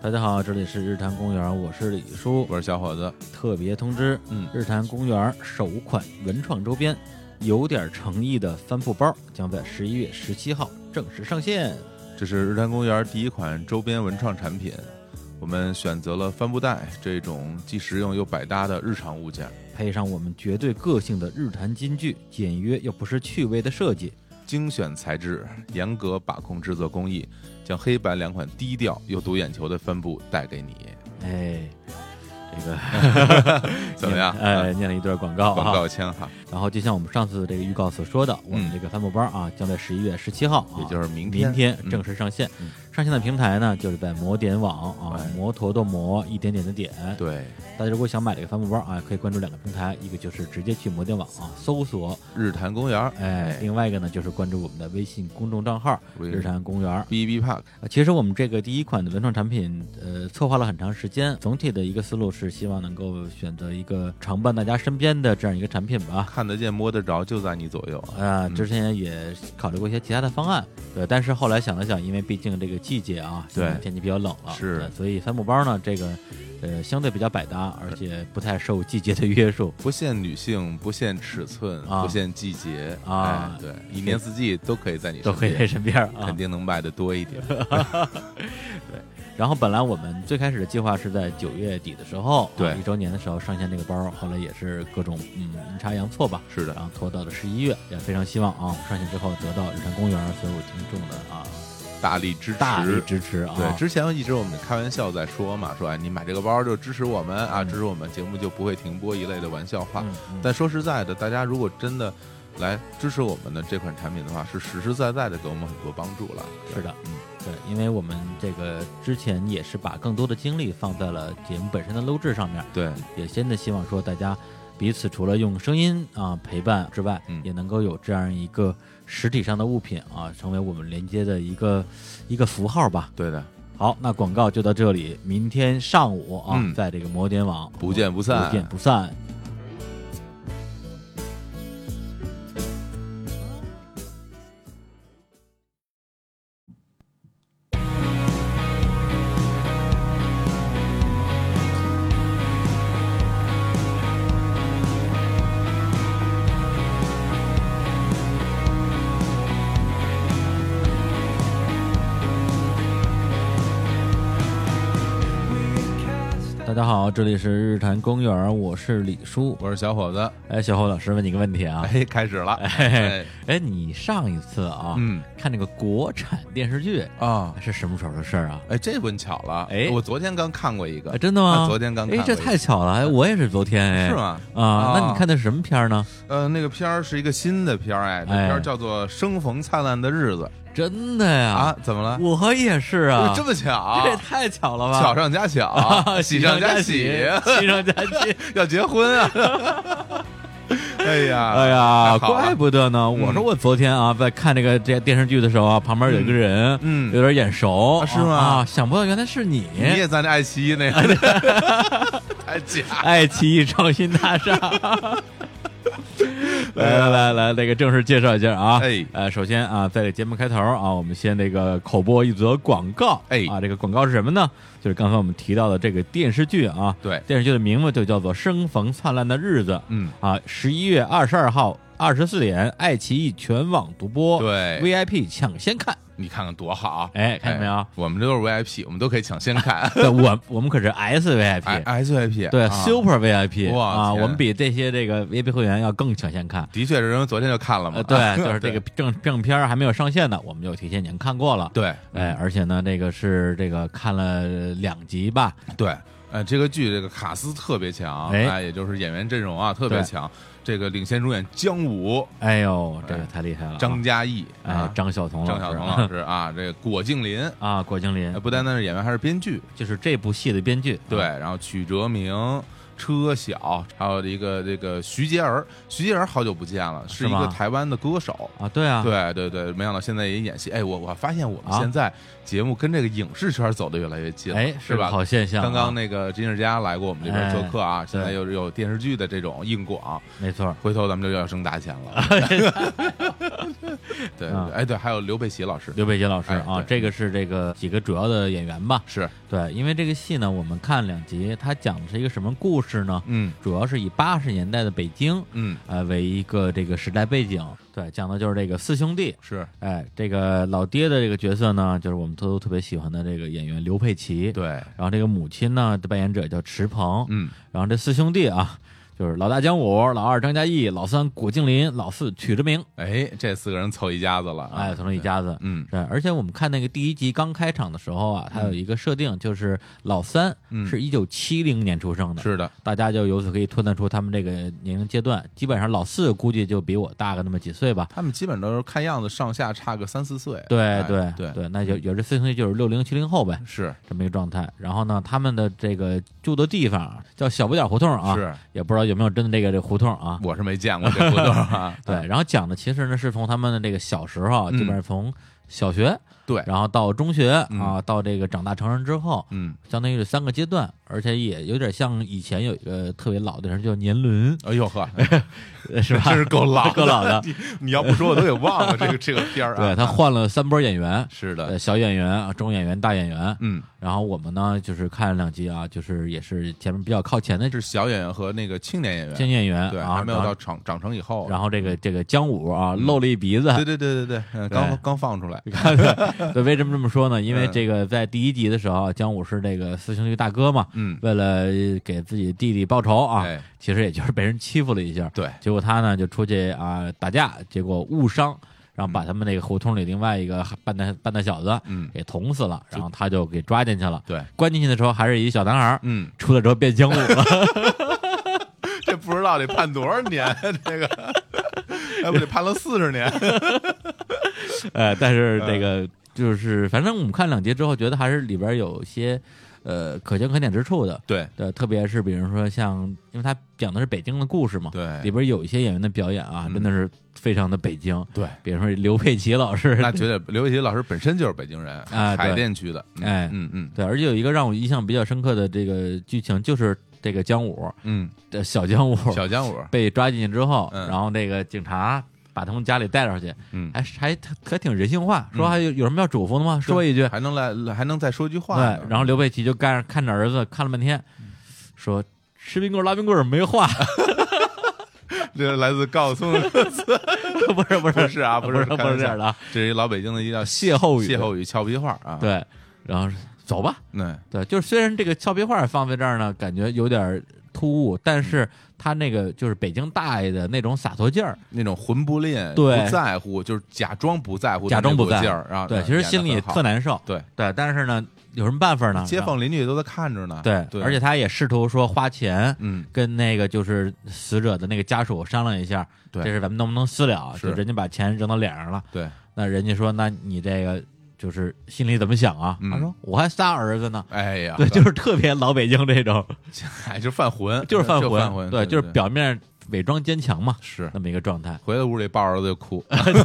大家好，这里是日坛公园，我是李叔， 我是小伙子。 特别通知，日坛公园首款文创周边，有点诚意的帆布包将在11月17号正式上线。 这是日坛公园第一款周边文创产品，我们选择了帆布袋这种既实用又百搭的日常物件， 配上我们绝对个性的日坛金句，简约又不失趣味的设计， 精选材质，严格把控制作工艺，将黑白两款低调又堵眼球的帆布带给你。 这个怎么样？ 念了一段广告腔哈。 然后就像我们上次这个预告所说的，我们这个帆布包啊，将在11月17号， 也就是明天正式上线。上线的平台呢，就是在摩点网啊，摩托的摩，一点点的点。 对， 大家如果想买这个帆布包啊，可以关注两个平台，一个就是直接去摩点网啊搜索日坛公园， 另外一个呢就是关注我们的微信公众账号日坛公园 BB Park。 其实我们这个第一款的文创产品，策划了很长时间，总体的一个思路是希望能够选择一个常伴大家身边的这样一个产品吧， 看得见摸得着，就在你左右啊。之前也考虑过一些其他的方案，对，但是后来想了想，因为毕竟这个季节啊， 对， 天气比较冷了， 是， 所以帆布包呢，这个相对比较百搭，而且不太受季节的约束， 不限女性，不限尺寸，不限季节啊， 对，一年四季都可以在你都可以在身边啊， 肯定能卖的多一点。 对。然后本来我们最开始的计划是在9月底的时候， 对 ，1周年的时候上线这个包，后来也是各种阴差阳错吧， 是的， 然后拖到了11月，也非常希望啊，上线之后得到日坛公园所有听众的大力支持啊！对，之前一直我们开玩笑在说嘛，说你买这个包就支持我们啊，支持我们节目就不会停播一类的玩笑话。但说实在的，大家如果真的来支持我们的这款产品的话，是实实在在的给我们很多帮助了。 是的，对，因为我们这个之前也是把更多的精力放在了节目本身的录制上面， 对， 也真的希望说大家彼此除了用声音啊陪伴之外，也能够有这样一个实体上的物品啊，成为我们连接的一个符号吧。 对的。 好，那广告就到这里，明天上午啊，在这个摩点网不见不散， 不见不散。大家好，这里是日坛公园，我是李叔， 我是小伙子。 小伙老师问你个问题啊， 开始了。 你上一次啊，看那个国产电视剧啊， 是什么时候的事儿啊？ 这问巧了，我昨天刚看过一个， 真的吗？ 昨天刚看过， 这太巧了，我也是昨天， 是吗？ 啊，那你看的是什么片儿呢？ 那个片儿是一个新的片儿，这片儿叫做《生逢灿烂的日子》。 真的呀？ 啊，怎么了？ 我也是啊， 这么巧， 这也太巧了吧！ 巧上加巧，喜上加喜， 喜上加喜， 要结婚啊！哎呀，怪不得呢！我说我昨天啊，在看这电视剧的时候啊，旁边有一个人，有点眼熟， 是吗？ 啊，想不到原来是你， 你也在那爱奇艺那个，太假！ 爱奇艺创新大厦。来，那个正式介绍一下啊！首先啊，在节目开头啊，我们先这个口播一则广告。这个广告是什么呢？就是刚才我们提到的这个电视剧啊， 对， 电视剧的名字就叫做《生逢灿烂的日子》。11月22号24点，爱奇艺全网独播， 对 ，VIP 抢先看。 你看看多好！ 看见没有？ 我们这都是 VIP， 我们都可以抢先看。 对，我们可是 SVIP， 对 ，Super VIP。 哇， 我们比这些这个 VIP 会员要更抢先看。 的确是因为昨天就看了嘛。 对，就是这个正片还没有上线呢，我们就提前已经看过了。 对， 而且呢，这个是看了2集吧。 对，这个剧这个卡斯特别强，也就是演员阵容啊特别强。这个领衔主演姜武，这个太厉害了。 张嘉译， 张晓彤老师啊，这个果敬林啊，果敬林不单单是演员，还是编剧， 就是这部戏的编剧。 对，然后曲哲明， 车晓，还有一个这个徐杰儿好久不见了，是一个台湾的歌手啊，对啊， 对，没想到现在也演戏。哎，我发现我们现在节目跟这个影视圈走得越来越近了， 哎， 是吧？ 好现象。 刚刚那个金世佳来过我们这边做客啊，现在又有电视剧的这种硬广， 没错， 回头咱们就要挣大钱了。对，哎，对，还有刘佩琦老师啊，这个是这个几个主要的演员吧？ 是对，因为这个戏呢，我们看2集，它讲的是一个什么故事呢？主要是以80年代的北京，为一个这个时代背景。对，讲的就是这个4兄弟。 是， 哎，这个老爹的这个角色呢，就是我们都特别喜欢的这个演员刘佩琦。 对， 然后这个母亲呢的扮演者叫池鹏。然后这4兄弟啊，就是老大姜武，老二张嘉译，老三谷敬林，老四曲之明。 哎，这4个人凑一家子了， 哎，凑成一家子。对，而且我们看那个第1集刚开场的时候啊，它有一个设定，就是老三是1970年出生的。 是的， 大家就由此可以推断出他们这个年龄阶段，基本上老四估计就比我大个那么几岁吧。 他们基本都是看样子上下差个3、4岁。 对，那有这4兄弟就是60、70后呗， 是这么一个状态。然后呢，他们的这个住的地方叫小不点胡同啊， 是， 也不知道有没有真的这个胡同啊， 我是没见过这胡同啊。 对，然后讲的其实呢是从他们的这个小时候，基本上从小学， 对， 然后到中学啊，到这个长大成人之后，相当于是3个阶段，而且也有点像以前有一个特别老的人叫年轮。 哎呦呵， 是吧？ 真是够老的。 你要不说我都给忘了这个片儿啊。 对，他换了3波演员， 是的， 小演员、中演员、大演员。然后我们呢就是看2集啊，就是也是前面比较靠前的是小演员和那个青年演员，对，还没有到长成以后。 然后这个姜武啊露了一鼻子， 对，刚放出来。 对，为什么这么说呢？因为这个在第1集的时候，姜武是这个4兄弟大哥嘛，为了给自己弟弟报仇啊，其实也就是被人欺负了一下， 对， 结果他呢就出去打架，结果误伤。然后把他们那个胡同里另外一个半大小子，给捅死了，然后他就给抓进去了。 对， 关进去的时候还是一小男孩，出来之后变姜武了。 这不知道得判多少年，这个要不得判了40年。 但是这个就是反正我们看2集之后，觉得还是里边有些可圈可点之处的。 对， 特别是比如说像，因为他讲的是北京的故事嘛， 对， 里边有一些演员的表演啊，真的是非常的北京。 对， 比如说刘佩琦老师， 那觉得刘佩琦老师本身就是北京人啊，海淀区的。 对，而且有一个让我印象比较深刻的这个剧情，就是这个姜武，小姜武被抓进去之后，然后这个警察把他们家里带上去，还挺人性化，说还有什么要嘱咐的吗？说一句， 还能再说句话。 对，然后刘佩琦就看着儿子看了半天，说吃冰棍拉冰棍没话。 这来自高松的词， 不是啊， 不是这样的， 这是一老北京的一叫歇后语俏皮话啊。 对，然后走吧。对，就是虽然这个俏皮话放在这儿呢，感觉有点突兀，但是他那个就是北京大爷的那种洒脱劲儿， 那种魂不吝， 对， 不在乎，就是假装不在乎， 假装不在劲儿啊。 对，其实心里特难受。 对， 但是呢，有什么办法呢？ 街坊邻居都在看着呢。 对，而且他也试图说花钱，跟那个就是死者的那个家属商量一下，这是咱们能不能私了？就人家把钱扔到脸上了。 对， 那人家说，那你这个就是心里怎么想啊？他说我还仨儿子呢。 哎呀， 对，就是特别老北京这种， 就犯混， 就是犯混。对，就是表面伪装坚强嘛， 是那么一个状态。 回到屋里抱儿子就哭，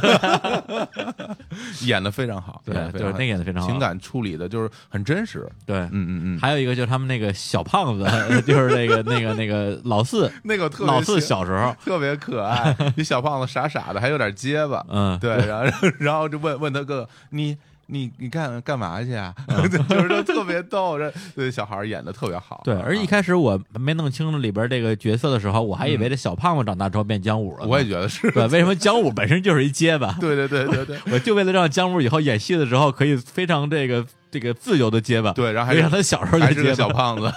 演得非常好。 对，就是那个演得非常好， 情感处理的就是很真实。 对，还有一个就是他们那个小胖子，就是那个老四， 那个老四小时候特别可爱，一小胖子傻傻的，还有点结巴。对，然后就问他哥你干嘛去啊？就是特别逗，这小孩演的特别好。 对，而一开始我没弄清楚里边这个角色的时候，我还以为这小胖子长大之后变姜武了。 我也觉得是。 对，为什么姜武本身就是一结巴？ 对， 我就为了让姜武以后演戏的时候可以非常这个自由的结巴。 对，然后还让他小时候还是个小胖子。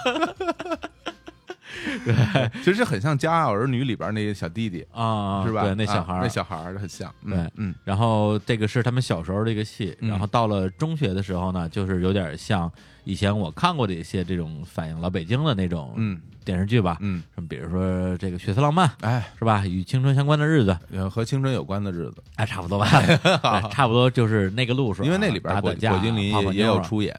对，其实很像《家有儿女》里边那些小弟弟啊， 是吧？ 对，那小孩很像。 对，然后这个是他们小时候的一个戏，然后到了中学的时候呢，就是有点像以前我看过的一些这种反映老北京的那种电视剧吧，比如说这个《血色浪漫》，是吧？与青春相关的日子， 和青春有关的日子， 差不多吧，差不多就是那个路数。 因为那里边果金林也有出演。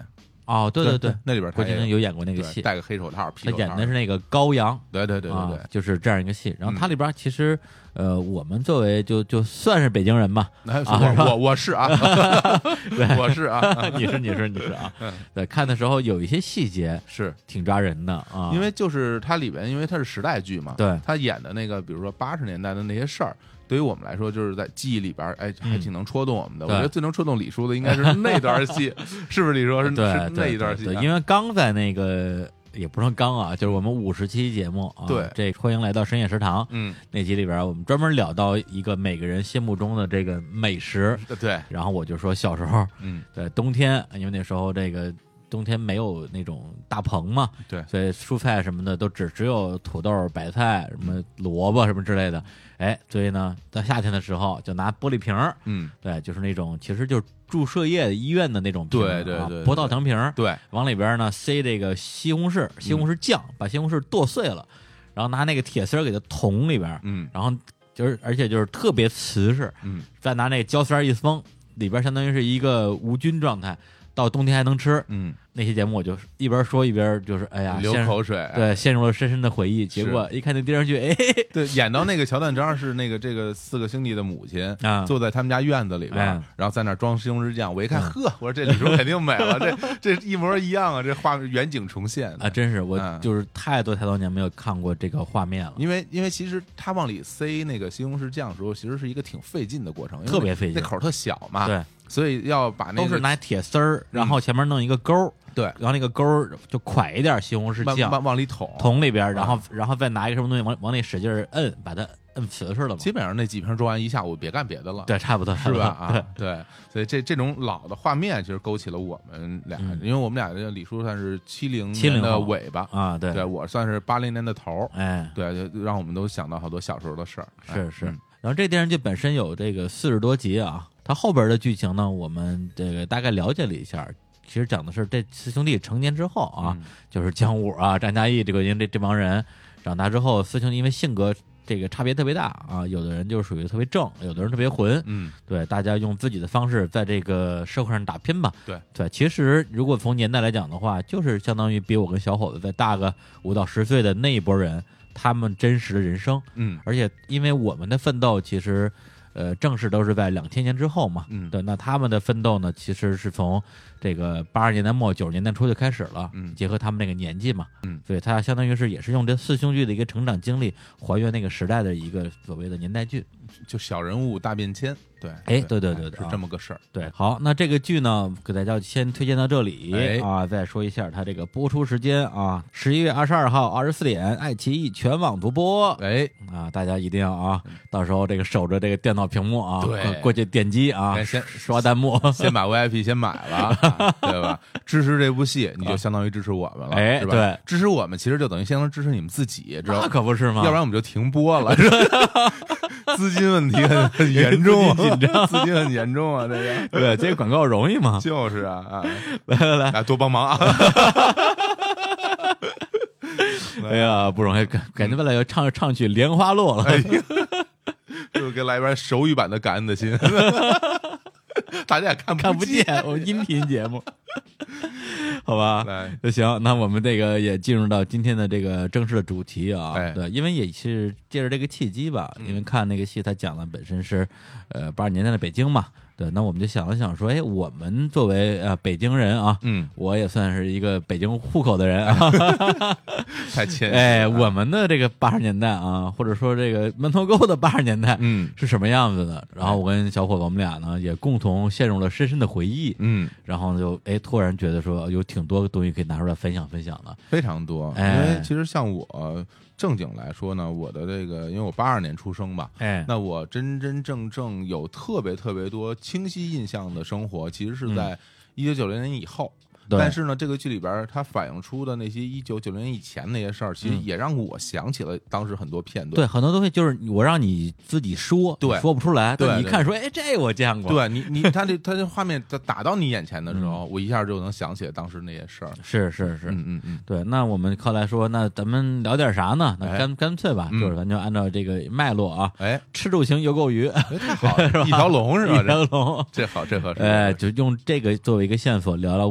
哦，对对对， 那里边郭敬明有演过那个戏， 戴个黑手套， 他演的是那个高阳， 对， 就是这样一个戏。然后他里边其实我们作为就算是北京人吧， 我是啊，我是啊， 你是啊，对，看的时候有一些细节是挺抓人的啊， 因为就是它里边，因为它是时代剧嘛， 对， 他演的那个，比如说80年代的那些事儿。对于我们来说，就是在记忆里边，哎，还挺能戳动我们的。我觉得最能戳动李叔的，应该是那段戏，是不是？李叔是那一段戏， 因为刚在那个也不是刚啊，就是我们50期节目啊， 对， 这欢迎来到深夜食堂，那集里边我们专门聊到一个每个人心目中的这个美食， 对， 然后我就说小时候，对，冬天，因为那时候这个。冬天没有那种大棚嘛， 对， 所以蔬菜什么的都只有土豆、白菜、什么萝卜什么之类的，哎，所以呢，在夏天的时候就拿玻璃瓶，对，就是那种其实就是注射液医院的那种瓶， 对， 葡萄糖瓶， 对， 往里边呢塞这个西红柿酱，把西红柿剁碎了，然后拿那个铁丝给它捅里边，然后就是而且就是特别瓷实，再拿那个胶丝一封，里边相当于是一个无菌状态。到冬天还能吃，那些节目我就一边说一边就是哎呀流口水， 对，陷入了深深的回忆。结果一看那电视剧，哎， 对，演到那个桥段正好是那个这个4个兄弟的母亲坐在他们家院子里边，然后在那装西红柿酱。我一看，呵，我说这李叔肯定美了，这一模一样啊，这画面远景重现啊，真是我就是太多年没有看过这个画面了。 因为其实他往里塞那个西红柿酱的时候，其实是一一个挺费劲的过程， 特别费劲， 那口特小嘛， 对， 所以要把那个都是拿铁丝儿，然后前面弄一个钩， 对， 然后那个钩就蒯一点西红柿酱往里捅里边，然后再拿一个什么东西往里使劲摁，把它摁瓷实了嘛。 基本上那几瓶做完一下午，别干别的了， 对，差不多是吧？啊，对，所以这种老的画面其实勾起了我们俩，因为我们俩这李叔算是70年的尾巴啊，对， 我算是80年的头， 哎， 对，就让我们都想到好多小时候的事儿， 是。然后这电视剧本身有这个40多集啊，它后边的剧情呢，我们这个大概了解了一下，其实讲的是这4兄弟成年之后啊，就是姜武啊、张嘉译这帮人长大之后，4兄弟因为性格这个差别特别大啊，有的人就属于特别正，有的人特别混，对，大家用自己的方式在这个社会上打拼吧，对，其实如果从年代来讲的话，就是相当于比我跟小伙子再大个5到10岁的那一波人。他们真实的人生，而且因为我们的奋斗其实，正式都是在2000年之后嘛，对，那他们的奋斗呢，其实是从这个80年代末90年代初就开始了，结合他们那个年纪嘛，所以他相当于是也是用这4兄弟的一个成长经历，还原那个时代的一个所谓的年代剧， 就小人物大变迁，对， 哎，对， 是这么个事儿， 对，好，那这个剧呢，给大家先推荐到这里啊，再说一下它这个播出时间啊，11月22号24点，爱奇艺全网独播， 哎， 啊，大家一定要啊，到时候这个守着这个电脑屏幕啊， 对， 过去点击啊， 先刷弹幕， 先把 VIP 先买了，对吧？支持这部戏，你就相当于支持我们了， 哎， 是吧？ 对， 支持我们其实就等于相当于支持你们自己，知道吗？ 那可不是吗？ 要不然我们就停播了，资金问题很严重， 紧张， 资金很严重啊，这个对，这个广告容易吗？ 就是啊， 来多帮忙啊！ 哎呀，不容易，感觉未来要唱曲《莲花落》了， 哎呀，就给来一边手语版的《感恩的心》，大家也看不见，我们音频节目。好吧，那行，那我们这个也进入到今天的这个正式的主题啊。对，因为也是借着这个契机吧，因为看那个戏，它讲的本身是80年代的北京嘛。对，那我们就想了想说，哎，我们作为北京人啊，我也算是一个北京户口的人啊， 太谦虚。 哎，我们的这个80年代啊，或者说这个门头沟的80年代，是什么样子的？然后我跟小伙子我们俩呢，也共同陷入了深深的回忆，然后就突然觉得说有挺多东西可以拿出来分享分享的， 非常多。因为其实像我。正经来说呢，我的这个，因为我82年出生吧，那我真正有特别多清晰印象的生活，其实是在1990年以后。但是呢，这个剧里边它反映出的那些1990年以前那些事儿，其实也让我想起了当时很多片段。 对，很多东西就是我让你自己说， 对， 说不出来。对，你看说，哎，这我见过。 对你，他这画面打到你眼前的时候，我一下就能想起来当时那些事儿。 是，对。那我们后来说，那咱们聊点啥呢？那干脆吧，就是咱就按照这个脉络啊，吃住行游购娱， 太好了，一条龙是吧？ 一条龙， 这好，这合适。 就用这个作为一个线索，聊聊我们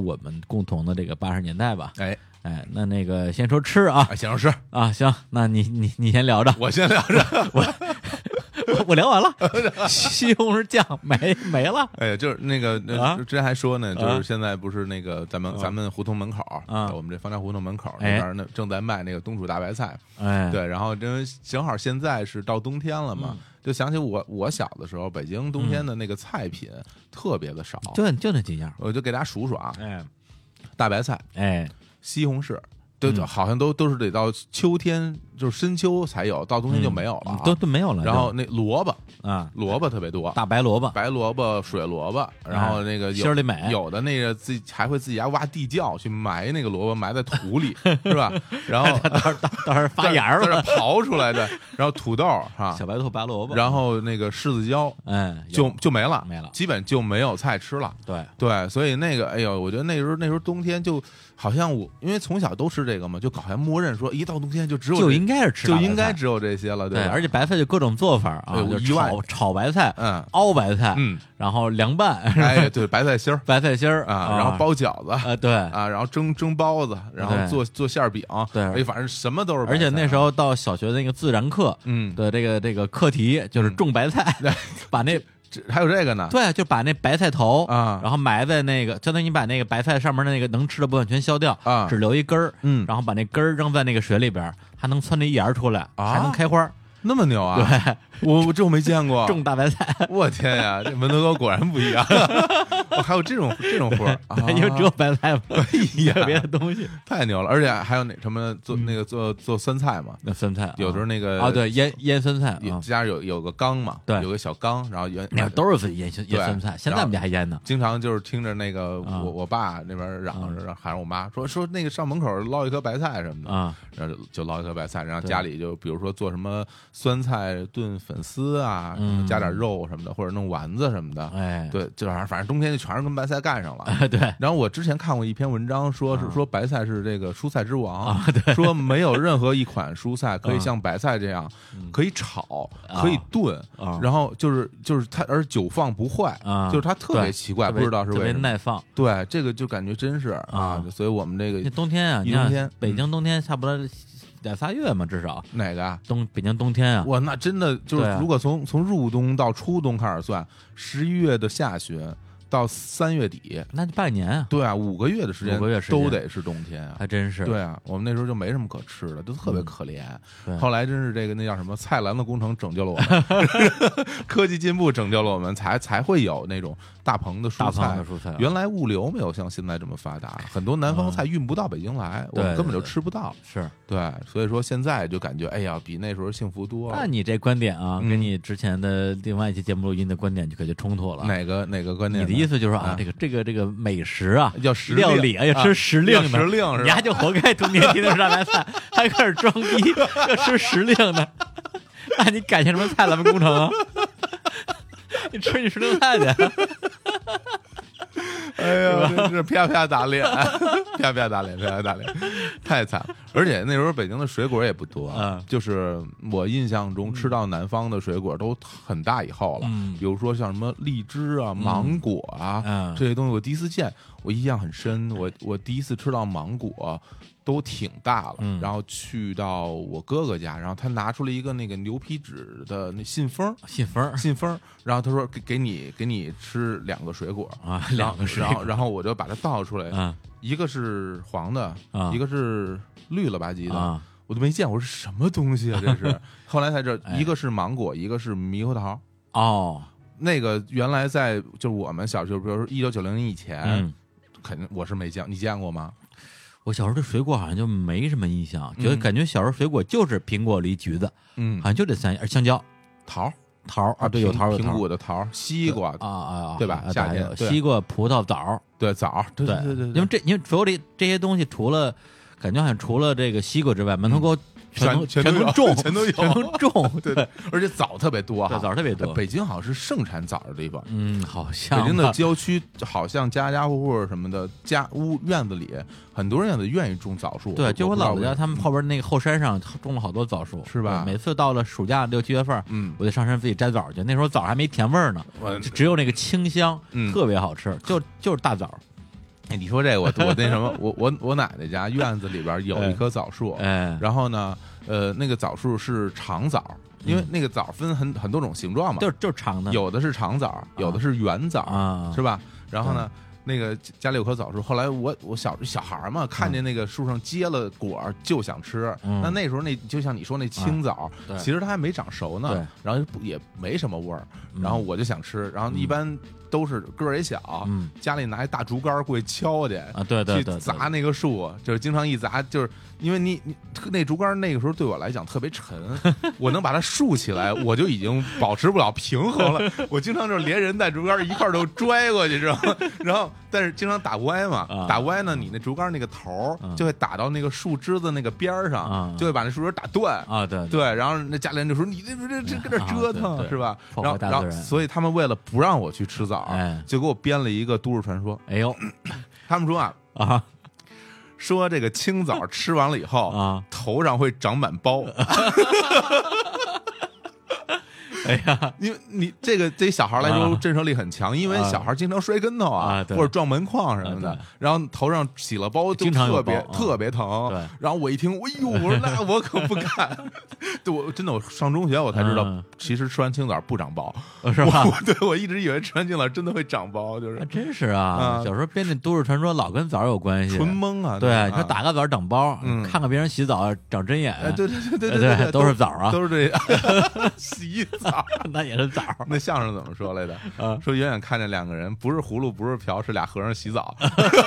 共同的这个80年代吧。那个先说吃啊， 先说吃啊，行，那你先聊着， 我先聊着， 我聊完了，西红柿酱没了。 就是那个之前还说呢，就是现在不是那个咱们胡同门口我们这方家胡同门口那边呢正在卖那个冬储大白菜，对，然后因为正好现在是到冬天了嘛，就想起我小的时候，北京冬天的那个菜品特别的少， 就那几样， 我就给大家数数啊，大白菜，西红柿，对，好像都是得到秋天，就是深秋才有，到冬天就没有了， 都没有了。 然后那萝卜啊，萝卜特别多， 大白萝卜、 水萝卜，然后那个心里美， 有的那个还会自己家挖地窖去埋那个萝卜，埋在土里，是吧？然后到时候发芽了， 刨出来的，然后土豆哈， 小白兔、白萝卜， 然后那个柿子椒，就没了，基本就没有菜吃了。对，所以那个，哎呦，我觉得那时候冬天就好像因为从小都吃这个嘛，就好像默认说，一到冬天就应该是吃， 就应该只有这些了， 对，而且白菜就各种做法啊，就炒白菜，熬白菜，然后凉拌， 对，白菜心儿啊，然后包饺子， 对啊，然后蒸包子，然后做馅饼，对，反正什么都是白菜。 而且那时候到小学的那个自然课，的这个课题就是种白菜，把那。 还有这个呢？ 对，就把那白菜头啊，然后埋在那个，相当于你把那个白菜上面的那个能吃的部分全削掉啊，只留一根儿，然后把那根儿扔在那个水里边，还能窜出一芽出来，还能开花。 那么牛啊！ 对， 我这我没见过种大白菜。 我天呀，这门头沟果然不一样。还有这种活儿， 因为只有白菜，没有别的东西， 太牛了！而且还有什么做酸菜嘛？ 那酸菜有时候那个啊，对，腌酸菜， 家有个缸嘛， 对， 有个小缸，然后都是自己腌酸菜。现在我们家还腌呢。 经常就是听着那个我爸那边嚷着喊着我妈说那个上门口捞一颗白菜什么的啊，然后就捞一颗白菜，然后家里就比如说做什么酸菜炖粉丝啊，加点肉什么的，或者弄丸子什么的，对，就反正冬天就全是跟白菜干上了。 对。 然后我之前看过一篇文章，说白菜是这个蔬菜之王，说没有任何一款蔬菜可以像白菜这样可以炒、可以炖，然后就是它，而久放不坏，就是它特别奇怪，不知道是为什么， 特别耐放。 对，这个就感觉真是啊，所以我们这个冬天啊， 一冬天， 北京冬天差不多2-3月嘛，至少。 哪个北京冬天啊？ 哇，那真的就是如果从入冬到初冬开始算，11月的下旬到3月底， 那就半年啊。 对啊，5个月的时间都得是冬天啊， 还真是。 对啊，我们那时候就没什么可吃的，都特别可怜。后来真是那叫什么菜篮子工程拯救了我们，科技进步拯救了我们，才会有那种大棚的蔬菜。原来物流没有像现在这么发达，很多南方菜运不到北京来，我们根本就吃不到。 是对，所以说现在就感觉哎呀，比那时候幸福多了。 那你这观点啊，跟你之前的另外一期节目录音的观点就感觉冲突了。 哪个观点？ 你的意思就是说啊，这个美食啊， 要料理啊，要吃时令的，你还就活该冬天天天吃大白菜，还开始装逼，要吃时令的，那你改成什么菜篮子工程啊？你吃你时令菜去。 哎呀，真是啪啪打脸，啪啪打脸，太惨！而且那时候北京的水果也不多，就是我印象中吃到南方的水果都很大以后了，比如说像什么荔枝啊、芒果啊这些东西，我第一次见，我印象很深。我第一次吃到芒果都挺大了，然后去到我哥哥家，然后他拿出了一个那个牛皮纸的那信封，然后他说给你吃2个水果啊，2个水果， 然后我就把它倒出来，一个是黄的，一个是绿了吧唧的，我都没见过是什么东西啊，这是。后来才知道，一个是芒果，一个是猕猴桃。 哦， 那个原来就是我们小时候，比如说1990年以前，肯定我是没见，你见过吗？ 我小时候对水果好像就没什么印象，觉得感觉小时候水果就是苹果、梨、橘子，好像就这3样，香蕉、桃啊，对，有桃， 苹果的桃，西瓜啊， 对吧？夏天西瓜、葡萄、枣， 对枣，对， 因为所有这些东西，感觉好像除了这个西瓜之外，门头沟全都种， 全都种， 对，而且枣特别多哈， 枣特别多。 北京好像是盛产枣的地方， 好像北京的郊区好像家户什么的家屋院子里，很多人也愿意种枣树。 对，就我姥姥家，他们后边那个后山上种了好多枣树， 是吧？ 每次到了暑假6、7月份，我得上山自己摘枣去。那时候枣还没甜味儿呢，只有那个清香，特别好吃，就是大枣。 哎，你说这个我那什么，我奶奶家院子里边有一棵枣树，然后呢，那个枣树是长枣，因为那个枣分很多种形状嘛， 就长的， 有的是长枣，有的是圆枣，是吧？然后呢，那个家里有棵枣树，后来我小孩嘛，看见那个树上结了果就想吃，那时候就像你说那青枣，其实它还没长熟呢，然后也没什么味儿，然后我就想吃，然后一般都是个儿也小，家里拿一大竹竿过去敲去啊，对， 去砸那个树，就是经常一砸，就是因为你那竹竿那个时候对我来讲特别沉，我能把它竖起来，我就已经保持不了平衡了。我经常就是连人带竹竿一块儿都拽过去，知道吗？然后但是经常打歪嘛，打歪呢，你那竹竿那个头就会打到那个树枝子那个边上，就会把那树枝打断啊，对， 然后那家里人就说你这跟这折腾是吧？然后所以他们为了不让我去吃枣。就给我编了一个都市传说。 哎呦， 他们说说这个青枣吃完了以后头上会长满包。哎呀，因为你这小孩来说震慑力很强，因为小孩经常摔跟头或者撞门框什么的，然后头上起了包就特别疼。然后我一听，哎呦，我说那我可不敢。对，我真的我上中学我才知道，其实吃完青枣不长包， 是吧？ 对，我一直以为吃完青枣真的会长包，就是真是啊。小时候编那都市传说老跟枣有关系， 纯蒙啊。 对，你说打个枣长包，看看别人洗澡长针眼， 对， 都是枣啊， 都是这样。洗澡。 那也是枣。 那相声怎么说来的？说远远看见两个人，不是葫芦，不是瓢，是俩和尚洗澡。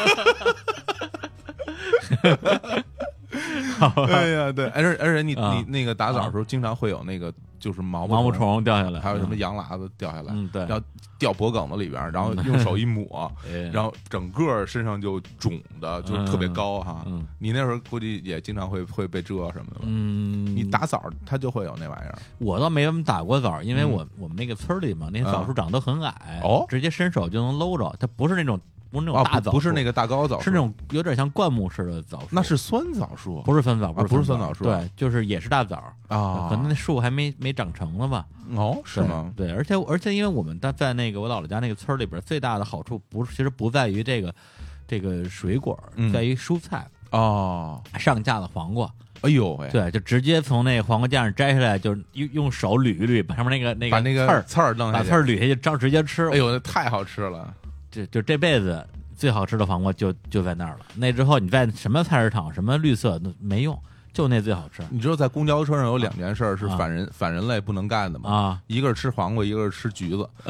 哎呀，对，而且你那个打枣的时候，经常会有那个就是毛毛虫掉下来， 还有什么羊喇子掉下来， 对， 要掉脖梗子里边，然后用手一抹，然后整个身上就肿的，就是特别高哈。你那时候估计也经常会被蛰什么的吧？你打枣它就会有那玩意儿。 我倒没怎么打过枣，因为我们那个村里嘛，那些枣树长得都很矮，直接伸手就能搂着，它不是那种大枣， 不是那个大高枣， 是那种有点像灌木似的枣树。 那是酸枣树， 不是酸枣， 不是酸枣树， 对，就是也是大枣啊， 可能那树还没长成了吧？ 是吗？ 对，而且因为我们在那个我姥姥家那个村里边，最大的好处其实不在于这个水果，在于蔬菜上架的黄瓜。 哎呦喂！ 对，就直接从那个黄瓜架上摘下来，就用手捋一捋，把上面那个刺儿把刺儿捋下去，直接吃。 哎呦，那太好吃了！ 就这辈子最好吃的黄瓜就在那儿了。那之后你在什么菜市场什么绿色都没用，就那最好吃。 你知道在公交车上有两件事是反人类不能干的吗？一个是吃黄瓜，一个是吃橘子。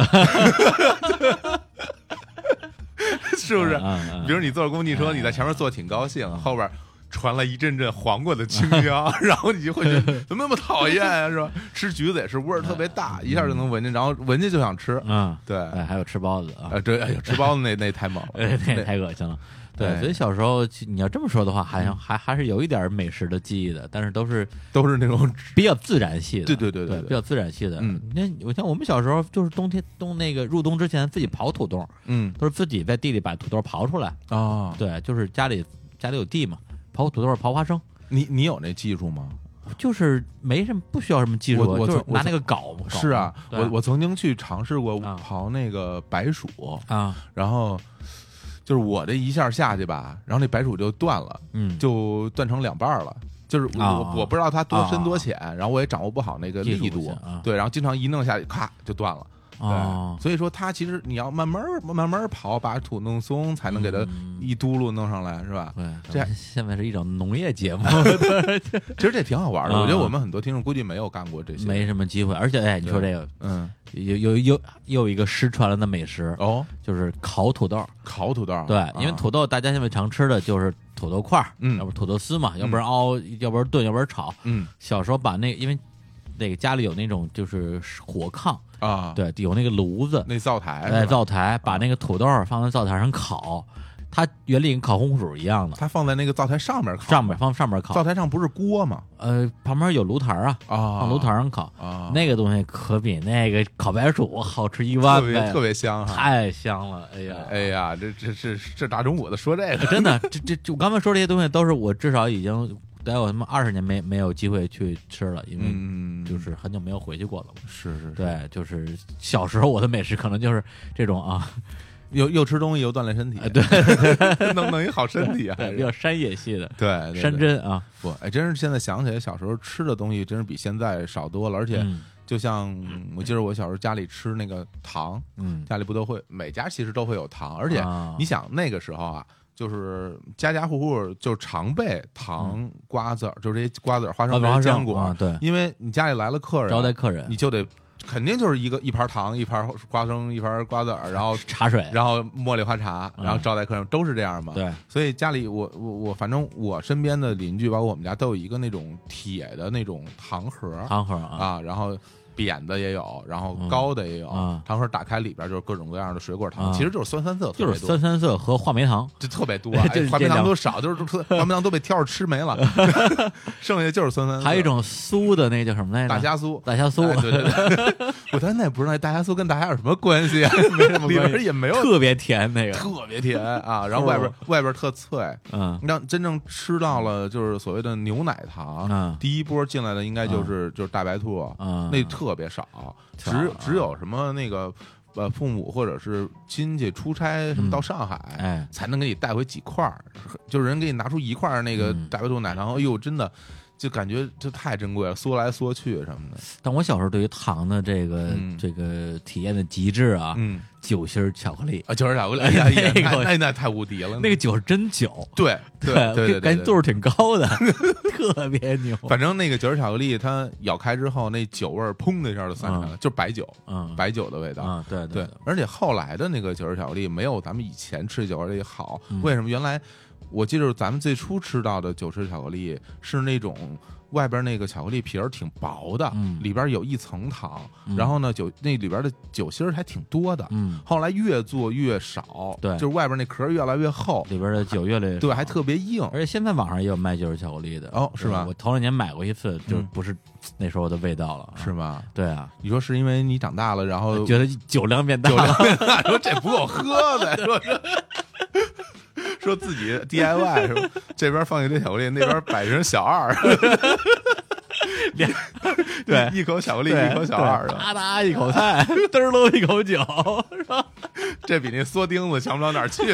是不是？比如你坐公汽车，你在前面坐挺高兴，后边传来一阵阵黄瓜的清香，然后你就会觉得怎么那么讨厌啊，是吧？吃橘子也是味儿特别大，一下就能闻见，然后闻见就想吃。对， 还有吃包子啊， 对，吃包子那太猛了， 那太恶心了。对，所以小时候你要这么说的话，好像还是有一点美食的记忆的，但是都是那种比较自然系的。 对， 比较自然系的。我像我们小时候就是那个入冬之前自己刨土豆，都是自己在地里把土豆刨出来啊。 对，就是家里有地嘛。刨土豆、刨花生， 你有那技术吗？ 就是没什么，不需要什么技术，就是拿那个镐。 是啊，我曾经去尝试过刨那个白薯啊， 然后就是我这一下下去吧，然后那白薯就断了，就断成两半了。就是我不知道它多深多浅，然后我也掌握不好那个力度，对，然后经常一弄下去，咔就断了。所以说它其实你要慢慢刨，把土弄松，才能给它一嘟噜弄上来，是吧？ 对，这现在是一种农业节目， 其实这挺好玩的。我觉得我们很多听众估计没有干过这些， 没什么机会。而且，你说这个，又一个失传了的美食就是烤土豆。 烤土豆， 对，因为土豆大家现在常吃的就是土豆块，要不土豆丝嘛，要不然熬，要不然炖，要不然炒。小时候把因为那个家里有那种就是火炕。对，有那个炉子， 那灶台， 把那个土豆放在灶台上烤，它原理跟烤红薯一样的。 它放在那个灶台上面烤， 上面烤。 灶台上不是锅吗？ 旁边有炉台放炉台上烤。那个东西可比那个烤白薯好吃1万倍， 特别香， 太香了。 哎呀，这大中午的说这个， 真的，我刚才说这些东西都是我至少已经。得有他妈20年没有机会去吃了，因为就是很久没有回去过了嘛。 是， 对，就是小时候我的美食可能就是这种又吃东西又锻炼身体， 对， 弄一好身体啊， 比较山野系的， 对， 山珍啊， 不，真是现在想起来，小时候吃的东西真是比现在少多了，而且就像我记得我小时候家里吃那个糖，家里不都会每家其实都会有糖，而且你想那个时候啊。就是家家户户就常备糖、瓜子，就这些瓜子、花生、坚果， 对， 因为你家里来了客人， 招待客人， 你就得肯定就是一盘糖、一盘花生、一盘瓜子，然后茶水， 然后茉莉花茶，然后招待客人都是这样嘛。 对， 所以家里我反正我身边的邻居，包括我们家都有一个那种铁的那种糖盒啊，然后。扁的也有，然后高的也有，糖盒打开里边就是各种各样的水果糖，其实就是酸三色， 就是酸三色和话梅糖， 就特别多，话梅糖都少，就是话梅糖都被挑着吃没了，剩下就是酸三色。 还有一种酥的，那叫什么来着？ 大虾酥， 大虾酥， 对对对。我当时也不知道大虾酥跟大虾有什么关系啊，没什么关系，里边也没有特别甜那个， 特别甜啊，然后外边特脆，让真正吃到了就是所谓的牛奶糖，第一波进来的应该就是大白兔，那特别少，只有什么那个父母或者是亲戚出差什么到上海，才能给你带回几块，就是人给你拿出一块那个大白兔奶糖，哎呦，真的就感觉这太珍贵了，缩来缩去什么的。 但我小时候对于糖的这个体验的极致啊，酒心巧克力啊，酒心巧克力，那太无敌了， 那个酒是真酒， 对， 感觉度数挺高的，特别牛。 反正那个酒心巧克力，它咬开之后，那酒味砰的一下就散出来了，就是白酒，白酒的味道，对。而且后来的那个酒心巧克力没有咱们以前吃酒心巧克力好，为什么？原来我记得咱们最初吃到的酒心巧克力是那种外边那个巧克力皮儿挺薄的，里边有一层糖，然后呢那里边的酒心儿还挺多的，后来越做越少， 对， 就是外边那壳越来越厚， 里边的酒越来越少， 对，还特别硬。 而且现在网上也有卖酒心巧克力的， 哦，是吧？ 我头2年买过一次，就不是那时候的味道了， 是吗？ 对啊， 你说是因为你长大了，然后觉得酒量变大了， 说这不够喝的，说自己 DIY 是吧？这边放一堆巧克力，那边摆成小二， 对， 一口巧克力，一口小二， 哒哒一口菜，嘚儿喽一口酒，是吧？ 这比那缩钉子强不到哪儿去。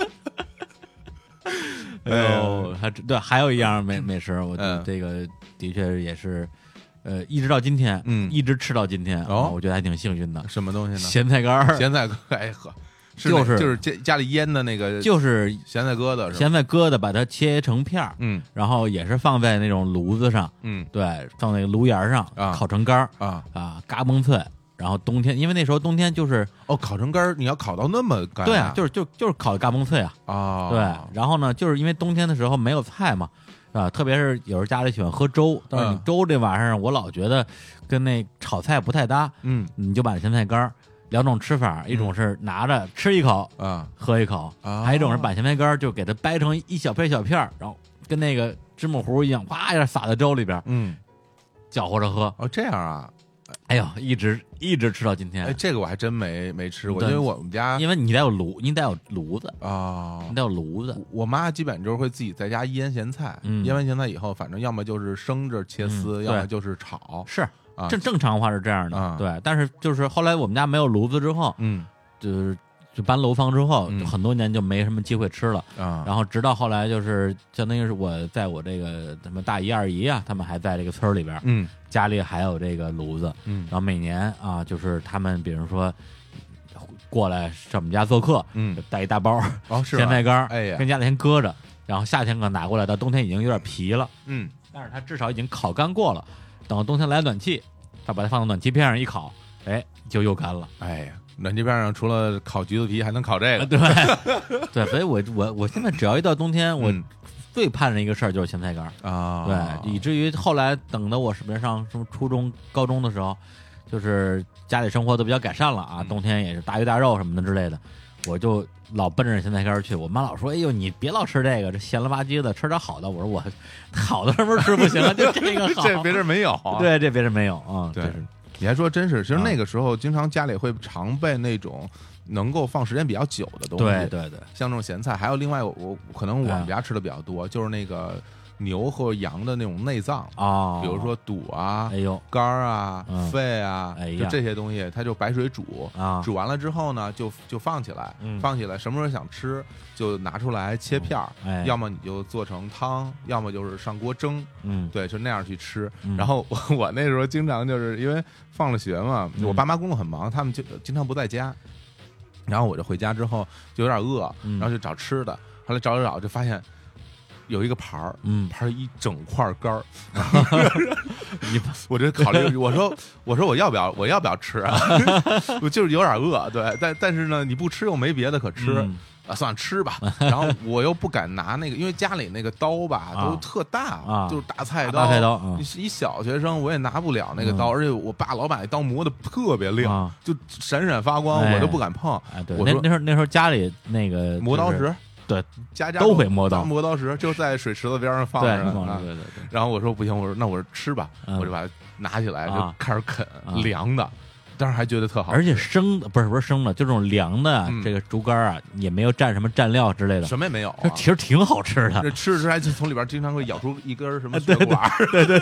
哎呦，还有一样美食，我这个的确也是，一直到今天，一直吃到今天，我觉得还挺幸运的。 什么东西呢？ 咸菜干儿， 咸菜干，哎呵。就是家里腌的那个， 就是咸菜疙瘩， 咸菜疙瘩把它切成片儿，然后也是放在那种炉子上，对，放那个炉沿上烤成干儿，嘎嘣脆。然后冬天，因为那时候冬天就是烤成干儿，你要烤到那么干， 对啊，就是烤的嘎嘣脆啊，对。然后呢，就是因为冬天的时候没有菜嘛，特别是有时候家里喜欢喝粥，但是你粥这玩意儿，我老觉得跟那炒菜不太搭，你就把咸菜干儿。2种吃法，一种是拿着吃一口喝一口，还有一种是把咸菜干就给它掰成一小片小片，然后跟那个芝麻糊一样，哗一下撒在粥里边，搅和着喝。 这样啊， 哎呦，一直吃到今天。 哎，这个我还真没吃过，因为我们家因为你得有炉子啊， 你得有炉子。 我妈基本就是会自己在家腌咸菜，腌完咸菜以后，反正要么就是生着切丝，要么就是炒， 是。正常话是这样的，对，但是就是后来我们家没有炉子之后，就搬楼房之后，很多年就没什么机会吃了，然后直到后来就是相当于是我在我这个什么大姨二姨啊，他们还在这个村里边，家里还有这个炉子，然后每年啊，就是他们比如说过来上我们家做客，带一大包咸菜干，跟家里先搁着，然后夏天刚拿过来，到冬天已经有点皮了，但是它至少已经烤干过了。等到冬天来暖气，他把它放到暖气片上一烤，就又干了。 哎呀，暖气片上除了烤橘子皮，还能烤这个， 对，所以我现在只要一到冬天，我最盼着一个事儿就是咸菜干啊，对，以至于后来等到我上什么初中、高中的时候，就是家里生活都比较改善了啊，冬天也是大鱼大肉什么的之类的，我就老奔着咸菜干去。我妈老说：“哎呦，你别老吃这个，这咸了吧唧的，吃点好的。”我说：“我好的什么时候吃不行啊？就这个好， 这别人没有。” 对，这别人没有啊。 对，你还说真是，其实那个时候经常家里会常备那种能够放时间比较久的东西。 对， 像这种咸菜，还有另外我可能我们家吃的比较多，就是那个牛或羊的那种内脏啊， 比如说肚啊、 哎呦肝啊、肺啊，就这些东西，它就白水煮啊， 煮完了之后呢，就放起来，放起来，什么时候想吃就拿出来切片儿，要么你就做成汤，要么就是上锅蒸，对，就那样去吃。然后我那时候经常就是因为放了学嘛，我爸妈工作很忙，他们就经常不在家，然后我就回家之后就有点饿，然后就找吃的，后来找就发现。有一个盘儿，盘儿一整块肝儿，我就考虑，我说我要不要吃啊？我就是有点饿，对，但是呢，你不吃又没别的可吃，算了吃吧。然后我又不敢拿那个，因为家里那个刀吧都特大，就是大菜刀，你是一小学生我也拿不了那个刀，而且我爸老把那刀磨得特别亮，就闪闪发光，我都不敢碰。 我说那时候家里那个磨刀石。 对， 家都会磨刀， 磨刀石就在水池子边上放着呢。对。 然后我说不行，我说那我吃吧，我就把它拿起来就开始啃，凉的，但是还觉得特好， 而且生的不是生的，就这种凉的这个猪肝啊，也没有蘸什么蘸料之类的， 什么也没有， 其实挺好吃的。 吃着吃还从里边经常会咬出一根什么血管。 对。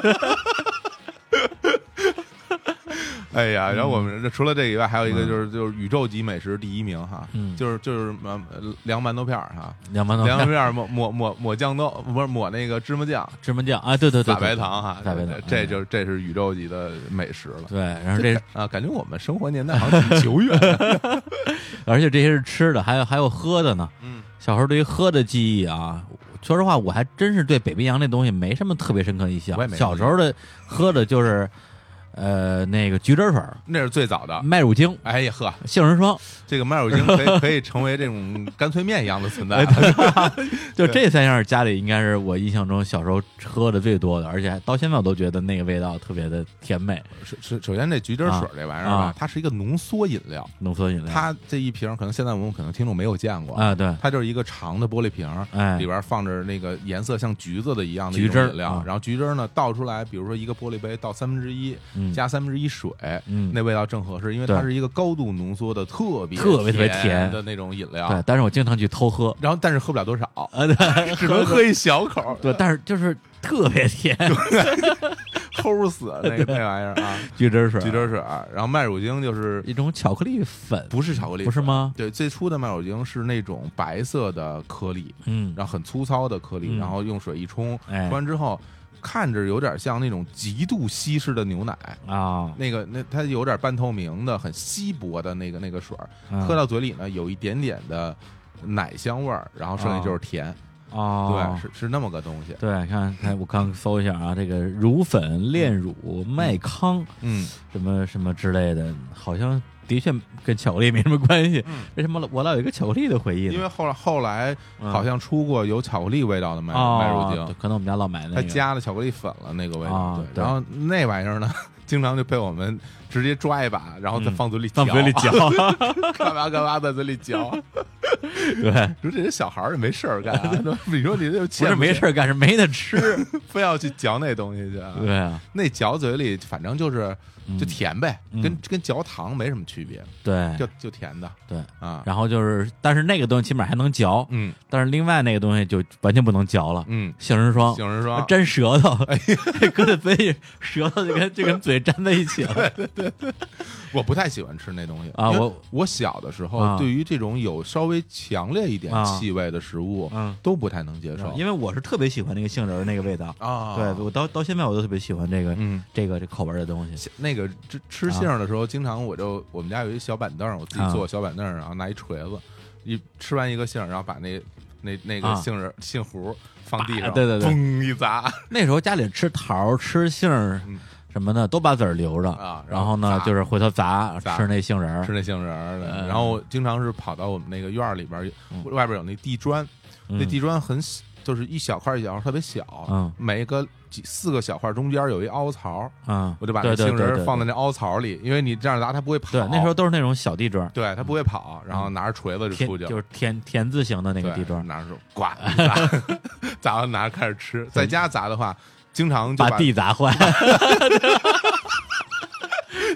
哎呀，然后我们除了这个以外，还有一个就是宇宙级美食第一名哈，就是凉馒头片哈， 凉馒头片抹酱豆，不是抹那个芝麻酱啊，对， 撒白糖哈， 撒白糖， 这是宇宙级的美食了。 对，然后这感觉我们生活年代好像挺久远， 而且这些是吃的，还有喝的呢。小时候对于喝的记忆啊，说实话，我还真是对北冰洋那东西没什么特别深刻印象。小时候的喝的就是。那个橘汁水， 那是最早的麦乳精。 哎呀呵， 杏仁霜， 这个麦乳精可以成为这种干脆面一样的存在。 就这三样家里应该是我印象中小时候喝的最多的，而且到现在我都觉得那个味道特别的甜美。 首先这橘汁水这玩意儿吧，它是一个浓缩饮料，它这一瓶可能现在我们可能听众没有见过啊，对， 它就是一个长的玻璃瓶，里边放着那个颜色像橘子的一样的橘汁饮料，然后橘汁呢倒出来，比如说一个玻璃杯倒1/3。加1/3水，那味道正合适，因为它是一个高度浓缩的特别甜的那种饮料。 对，但是我经常去偷喝， 然后但是喝不了多少，只能喝一小口。 对，但是就是特别甜， 齁死那玩意儿啊！ 橘汁水， 然后麦乳精就是一种巧克力粉， 不是巧克力， 不是吗？ 对，最初的麦乳精是那种白色的颗粒，然后很粗糙的颗粒，然后用水一冲，冲完之后。看着有点像那种极度稀释的牛奶啊， 它有点半透明的、很稀薄的那个水，喝到嘴里呢有一点点的奶香味儿，然后剩下就是甜对，是那么个东西。 对，看我刚搜一下啊，这个乳粉、炼乳、麦糠，什么什么之类的，好像。的确跟巧克力没什么关系，为什么我老有一个巧克力的回忆呢？ 因为后来好像出过有巧克力味道的麦乳精， 可能我们家老买那个， 它加了巧克力粉了那个味道。对，然后那玩意儿呢，经常就被我们直接抓一把，然后再放嘴里嚼，干嘛在嘴里嚼。 对， 说这些小孩儿也没事儿干啊，你说你就不是没事儿干，是没得吃， 非要去嚼那东西去。 对啊， 那嚼嘴里反正就甜呗，跟嚼糖没什么区别。 对， 就甜的。 对啊， 然后就是，但是那个东西起码还能嚼，但是另外那个东西就完全不能嚼了。杏仁霜粘舌头，搁在嘴里，舌头就跟嘴粘在一起了。 对，我不太喜欢吃那东西啊。 我小的时候对于这种有稍微强烈一点气味的食物，都不太能接受， 因为我是特别喜欢那个杏仁那个味道啊。 对，我到现在我都特别喜欢这个口味的东西。 那个吃杏的时候，经常我们家有一小板凳，我自己坐小板凳，然后拿一锤子，吃完一个杏，然后把那个杏核放地上， 对， 嘣一砸。 那时候家里吃桃吃杏什么的都把籽儿留着啊， 然后呢就是回头砸吃那杏仁的。然后经常是跑到我们那个院里边，外边有那地砖，那地砖很就是一小块一小块特别小，每个4个小块中间有一凹槽，我就把那杏仁放在那凹槽里，因为你这样砸它不会跑。 对，那时候都是那种小地砖， 对，它不会跑，然后拿着锤子就出去了， 就是田字形的那个地砖， 拿着呱砸完拿着开始吃。在家砸的话，经常就把地砸坏。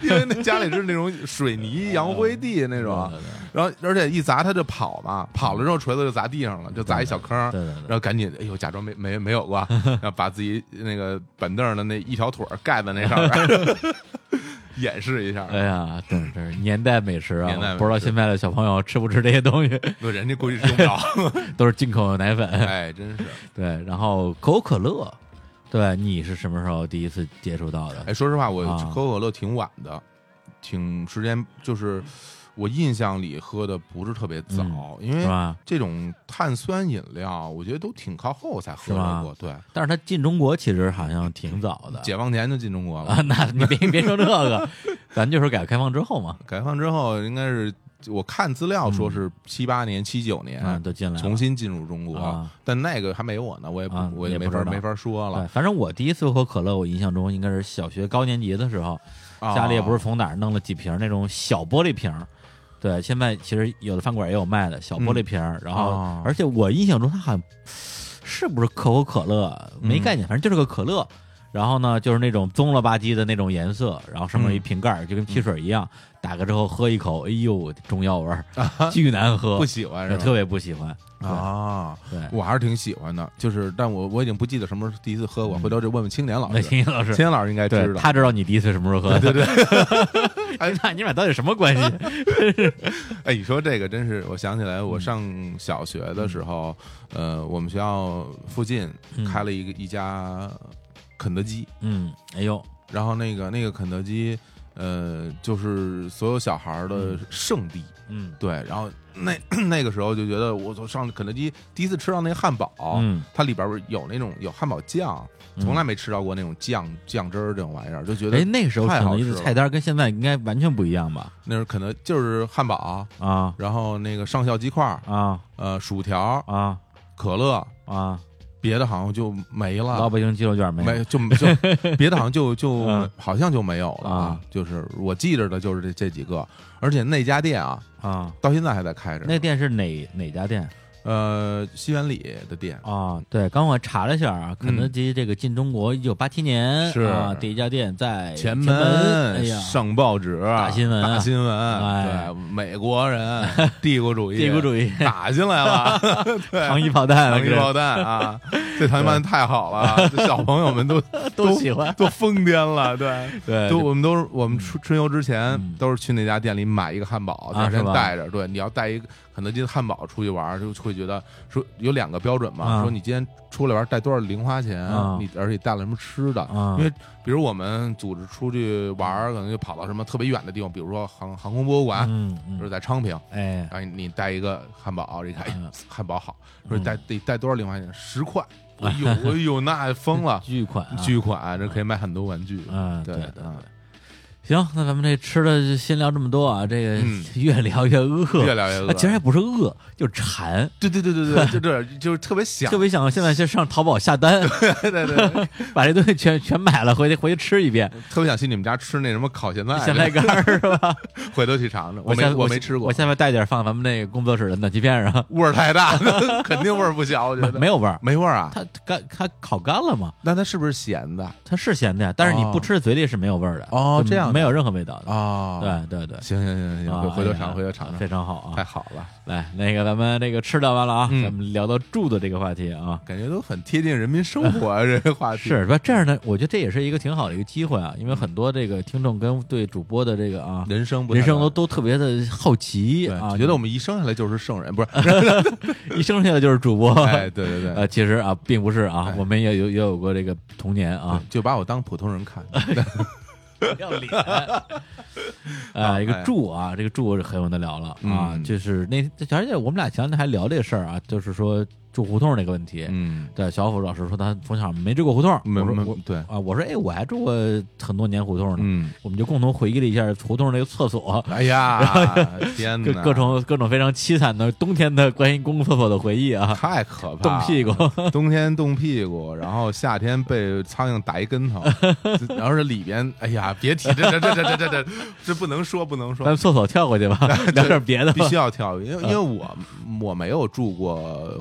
因为那家里是那种水泥洋灰地那种，然后而且一砸他就跑嘛，跑了之后锤子就砸地上了，就砸一小坑，然后赶紧哎呦假装没有过，然后把自己那个板凳的那一条腿盖在那上面。演示一下， 哎呀，这是年代美食啊！不知道现在的小朋友吃不吃这些东西？ 人家估计吃不着， 都是进口奶粉。 哎，真是。 对，然后可口可乐，对，你是什么时候第一次接触到的？ 哎，说实话，我可口可乐挺晚的，挺时间就是。我印象里喝的不是特别早，因为这种碳酸饮料，我觉得都挺靠后才喝到过。对， 但是它进中国其实好像挺早的， 解放前就进中国了。 啊，那你别说这个，咱就是改革开放之后嘛。 改革开放之后，应该是我看资料说是78年、79年都进来， 重新进入中国。但那个还没我呢，我也没法说了。 反正我第一次喝可乐，我印象中应该是小学高年级的时候，家里也不是从哪儿弄了几瓶那种小玻璃瓶。对，现在其实有的饭馆也有卖的小玻璃瓶，然后而且我印象中它好像是不是可口可乐没概念，反正就是个可乐，然后呢就是那种棕了吧唧的那种颜色，然后上面一瓶盖就跟汽水一样，打开之后喝一口，哎呦，中药味儿，巨难喝， 不喜欢是吧？ 特别不喜欢啊。 对， 我还是挺喜欢的，就是但我已经不记得什么时候第一次喝过，回头就问问青年老师。 青年老师， 青年老师应该知道， 他知道你第一次什么时候喝的。 对。 哎，那你俩到底什么关系？ 哎，你说这个真是，我想起来，我上小学的时候，我们学校附近开了一家肯德基。 哎呦， 然后那个肯德基，就是所有小孩的圣地。对，然后那个时候就觉得，我上肯德基第一次吃到那个汉堡，它里边有那种有汉堡酱，从来没吃到过那种酱汁儿这种玩意儿，就觉得哎，那时候肯德基的菜单跟现在应该完全不一样吧？ 那时候可能就是汉堡啊， 然后那个上校鸡块啊， 薯条啊， 可乐啊。 别的好像就没了， 老北京鸡肉卷没就别的好像就好像就没有了啊。就是我记着的就是这几个，而且那家店到现在还在开着。 那店是哪家店？ 西园里的店啊，对，刚我查了一下啊，肯德基这个进中国1987年是第一家店在前门，哎呀， 上报纸， 大新闻， 对，美国人帝国主义打进来了， 糖衣炮弹啊，这糖衣炮弹太好了，小朋友们都喜欢， 都疯癫了，对，我们春游之前都是去那家店里买一个汉堡，第二天带着，对，你要带一个肯德基的汉堡出去玩，就会觉得说有2个标准嘛，说你今天出来玩带多少零花钱，你而且带了什么吃的，因为比如我们组织出去玩，可能就跑到什么特别远的地方，比如说航空博物馆，就是在昌平， 哎， 然后你带一个汉堡，一看汉堡好，说得带多少零花钱，10块，哎呦，那疯了， 巨款， 这可以买很多玩具，对。 行，那咱们这吃的就先聊这么多啊！这个越聊越饿，其实还不是饿，就是馋。 对，就是特别想现在就上淘宝下单， 对， 把这东西全买了，回去吃一遍。 特别想去你们家吃那什么烤咸菜干是吧？ 回头去尝尝。我没吃过， 我下面带点放咱们那个工作室的暖气片上， 味儿太大，肯定味儿不小。我觉得没有味儿， 没味儿啊！ 它烤干了嘛？ 那它是不是咸的？ 它是咸的呀，但是你不吃嘴里是没有味儿的。 哦，这样。 没有任何味道的对， 行，回头尝， 非常好啊， 太好了。 来，那个咱们这个吃聊完了啊，咱们聊到住的这个话题啊， 感觉都很贴近人民生活啊，这个话题是吧？这样的，我觉得这也是一个挺好的一个机会啊，因为很多这个听众跟对主播的这个人生都特别的好奇啊， 觉得我们一生下来就是圣人，不是一生下来就是主播， 哎，对， 其实并不是啊，我们也有过这个童年啊， 就把我当普通人看。 要脸一个住啊，这个住很有的聊了啊，就是而且我们俩前两天还聊这个事儿啊，就是说住胡同那个问题。对，小虎老师说他从小没住过胡同， 对啊，我说我还住过很多年胡同呢。我们就共同回忆了一下胡同那个厕所。 哎呀，天哪， 各种非常凄惨的冬天的关于公共厕所的回忆啊， 太可怕了， 冻屁股， 冬天冻屁股，然后夏天被苍蝇打一跟头，然后这里边，哎呀，别提这不能说， 咱厕所跳过去吧，聊点别的， 必须要跳，因为我没有住过胡同。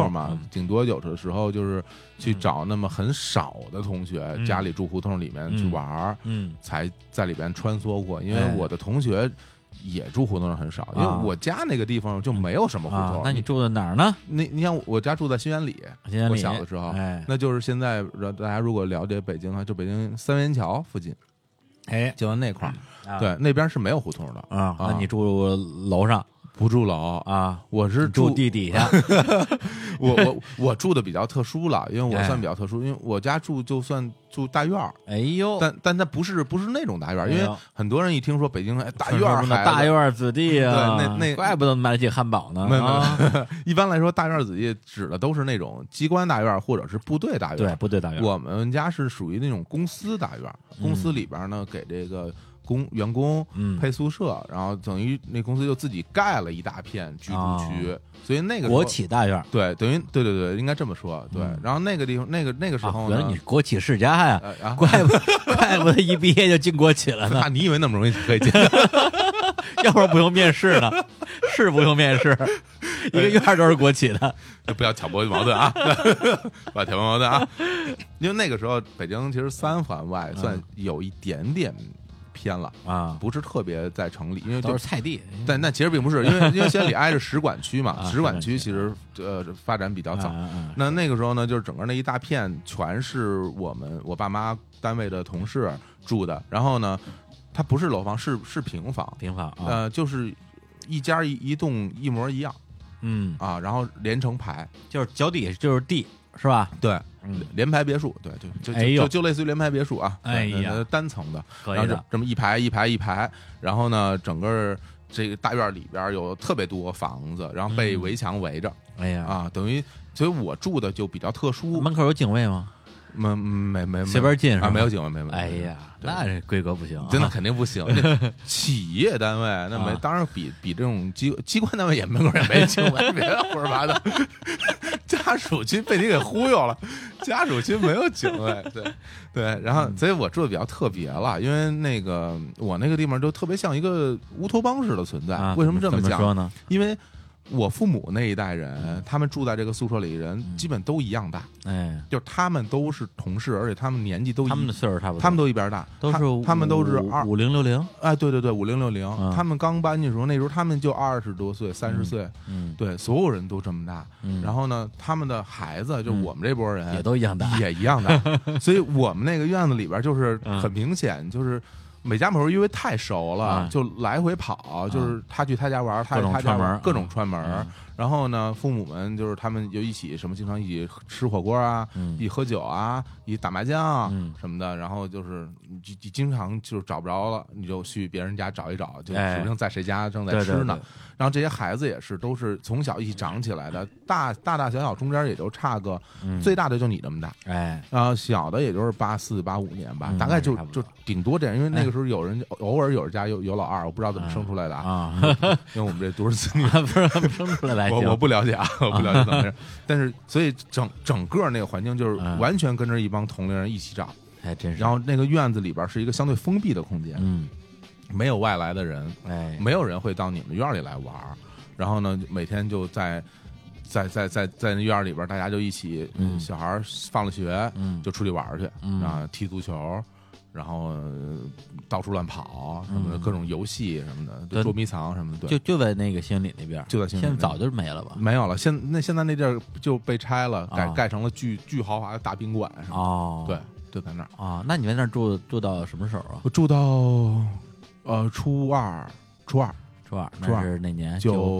儿嘛，顶多有的时候就是去找那么很少的同学，家里住胡同里面去玩，才在里边穿梭过。因为我的同学也住胡同很少，因为我家那个地方就没有什么胡同。 那你住在哪儿呢？ 你像我家住在新源里，我小的时候，那就是现在大家如果了解北京啊，就北京三元桥附近，就在那块儿，对，那边是没有胡同的啊。 那你住楼上？ 不住楼啊， 我是住地底下。 我住的比较特殊了，因为我算比较特殊，因为我家就算住大院儿。 哎呦， 但它不是那种大院儿，因为很多人一听说北京大院儿， 大院儿子弟啊， 对，那怪不得买得起汉堡呢。 一般来说，大院子弟指的都是那种机关大院或者是部队大院。 对，部队大院。 我们家是属于那种公司大院，公司里边呢给这个员工配宿舍，然后等于那公司就自己盖了一大片居住区，所以那个国企大院， 对，等于对，应该这么说，对。然后那个地方，那个时候呢， 原来你国企世家呀，怪不得一毕业就进国企了呢。 那你以为那么容易可以进？ 要不然不用面试呢，是不用面试，一个院都是国企的， 不要挑拨矛盾啊，不要挑拨矛盾啊。因为那个时候北京其实三环外算有一点点偏了啊， 不是特别在城里，因为都是菜地。 但那其实并不是，因为县里挨着使馆区嘛，使馆区其实发展比较早。那个时候呢，就是整个那一大片全是我爸妈单位的同事住的，然后呢，它不是楼房，是平房，就是一家一栋一模一样，然后连成排， 就是脚底下就是地。是吧？ 对，联排别墅，对，就类似于联排别墅啊，单层的，然后这么一排，然后呢，整个这个大院里边有特别多房子，然后被围墙围着，等于，所以我住的就比较特殊。 门口有警卫吗？ 没随便进啊，没有警卫，没。 哎呀，那这规格不行， 真的肯定不行。企业单位那当然比这种机关单位也门口也没警卫，别胡说八道。家属区被你给忽悠了，家属区没有警卫，对，然后所以我住的比较特别了，因为那个我那个地方就特别像一个乌托邦式的存在。为什么这么讲说呢？ 因为我父母那一代人，他们住在这个宿舍里，人基本都一样大，就是他们都是同事，而且他们年纪都他们的岁数差不多， 他们都一边大，他们都是 5060， 哎，对，5060，他们刚搬进时候，那时候他们就20多岁、30岁，对，所有人都这么大，然后呢，他们的孩子就我们这波人也都一样大， 也一样大，所以我们那个院子里边就是很明显就是。每家门口因为太熟了，就来回跑，就是他去他家玩，他去他家玩，各种串门。然后呢，父母们就是他们就一起什么，经常一起吃火锅啊，一起喝酒啊，一起打麻将什么的。然后就是你经常就是找不着了，你就去别人家找一找，就指不定在谁家正在吃呢。然后这些孩子也是都是从小一起长起来的，大小中间也就差个最大的就你这么大，然后小的也就是84、85年吧，大概就顶多这样。因为那个时候偶尔有人家有老二，我不知道怎么生出来的啊，因为我们这独生子女不是生出来的。 我不了解啊，我不了解怎么回事。但是，所以整个那个环境就是完全跟着一帮同龄人一起长， 还真是。 然后那个院子里边是一个相对封闭的空间，没有外来的人，没有人会到你们院里来玩。然后呢，每天就在那院里边，大家就一起，小孩放了学，就出去玩去，啊，踢足球。然后到处乱跑什么的，各种游戏什么的，捉迷藏什么的， 就在那个新里那边， 就在新里。 现在早就没了吧？ 没有了，现在那地儿就被拆了，盖成了巨豪华的大宾馆什么的。对，就在那儿啊。那你在那儿住到什么时候啊？ 我住到初二， 那是哪年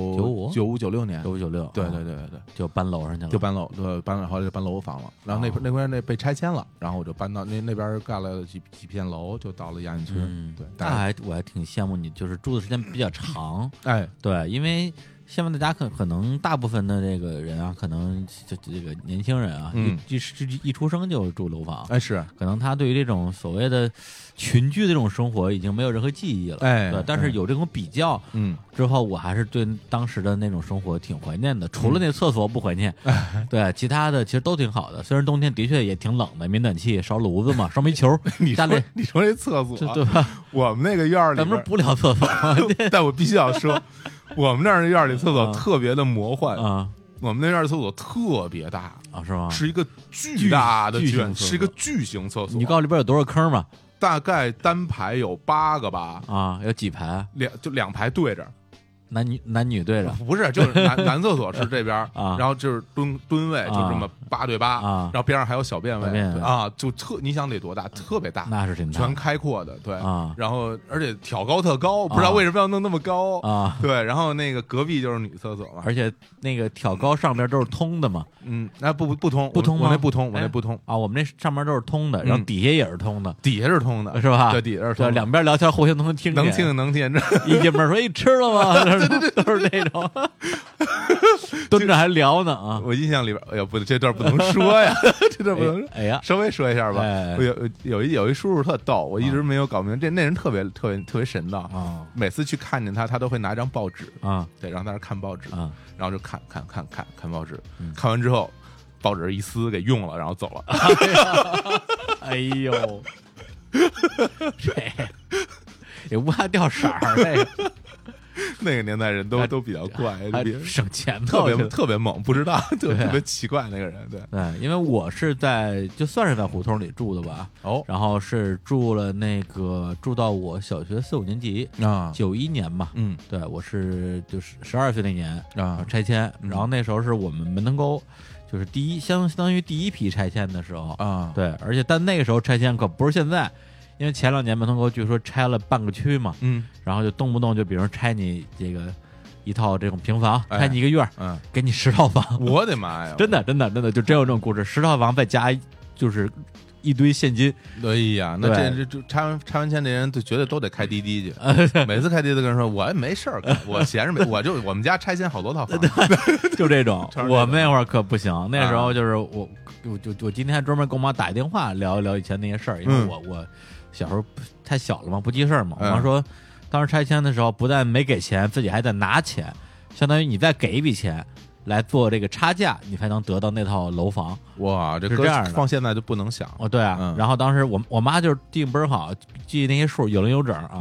？95、96年 ，95、96。 对， 就搬楼上去了， 就搬楼，后来就搬楼房了。然后那边被拆迁了，然后我就搬到那边盖了几片楼，就到了亚运区。对， 那我还挺羡慕你，就是住的时间比较长。 哎， 对，因为现在大家可能大部分的这个人啊，可能就这个年轻人啊，一出生就住楼房。 哎，是， 可能他对于这种所谓的群居的这种生活已经没有任何记忆了。对，但是有这种比较，之后我还是对当时的那种生活挺怀念的。除了那厕所不怀念，对，其他的其实都挺好的。虽然冬天的确也挺冷的，没暖气，烧炉子嘛，烧煤球。 你说这厕所， 对吧？ 我们那个院里， 咱们不聊厕所， 但我必须要说。我们那儿院里厕所特别的魔幻啊， 我们那院厕所特别大啊，是吗？ 是一个巨大的卷，是一个巨型厕所。 你告诉里边有多少坑吗？ 大概单排有8个吧。 啊，有几排？ 就2排对着。 男女对着， 不是，就是男厕所是这边啊，然后就是蹲位，就这么8对8啊，然后边上还有小便位啊，就你想得多大？特别大， 那是挺大， 全开阔的，对啊， 然后而且挑高特高，不知道为什么要弄那么高啊， 对，然后那个隔壁就是女厕所嘛， 而且那个挑高上边都是通的嘛， 那不通， 不通吗？ 我那不通啊，我们那上面都是通的，然后底下也是通的， 底下是通的， 是吧？ 对，底下是通的， 两边聊天互相都能听见， 能听见， 一进门说你吃了吗？对，都是那种蹲着还聊呢啊！ 我印象里边，哎呀，不，这段不能说呀，这段不能说， 哎呀， 稍微说一下吧。有一叔叔特逗，我一直没有搞明白，那人特别神道啊！每次去看见他都会拿张报纸啊，对，然后在那看报纸啊，然后就看报纸，看完之后报纸一撕给用了，然后走了。 哎呦，这也不怕掉色儿那个。 那个年代人都比较怪， 省钱， 特别猛，不知道，特别奇怪那个人，对， 因为我是就算是在胡同里住的吧，然后是住到我小学4、5年级啊，91年嘛，对，我是就是12岁那年啊拆迁，然后那时候是我们门头沟就是相当于第一批拆迁的时候啊，对，而且但那个时候拆迁可不是现在。因为前2年门头沟据说拆了半个区嘛，然后就动不动就比如拆你这个一套这种平房，拆你1个院，给你10套房， 我的妈呀， 真的就真有这种故事，10套房再加就是一堆现金， 哎呀，那这拆完迁的人就绝对都得开滴滴去，每次开滴滴跟人说我没事儿干，我闲着没，我们家拆迁好多套房， 就这种，我们那会儿可不行，那时候就是我今天还专门给我妈打一电话聊一聊以前那些事儿，因为我小时候太小了嘛，不记事儿嘛。我妈说，当时拆迁的时候，不但没给钱，自己还得拿钱，相当于你再给一笔钱来做这个差价，你才能得到那套楼房。 哇，这是这样的， 放现在就不能想哦。对啊，然后当时我妈就是记倍儿好，记那些数有零有整啊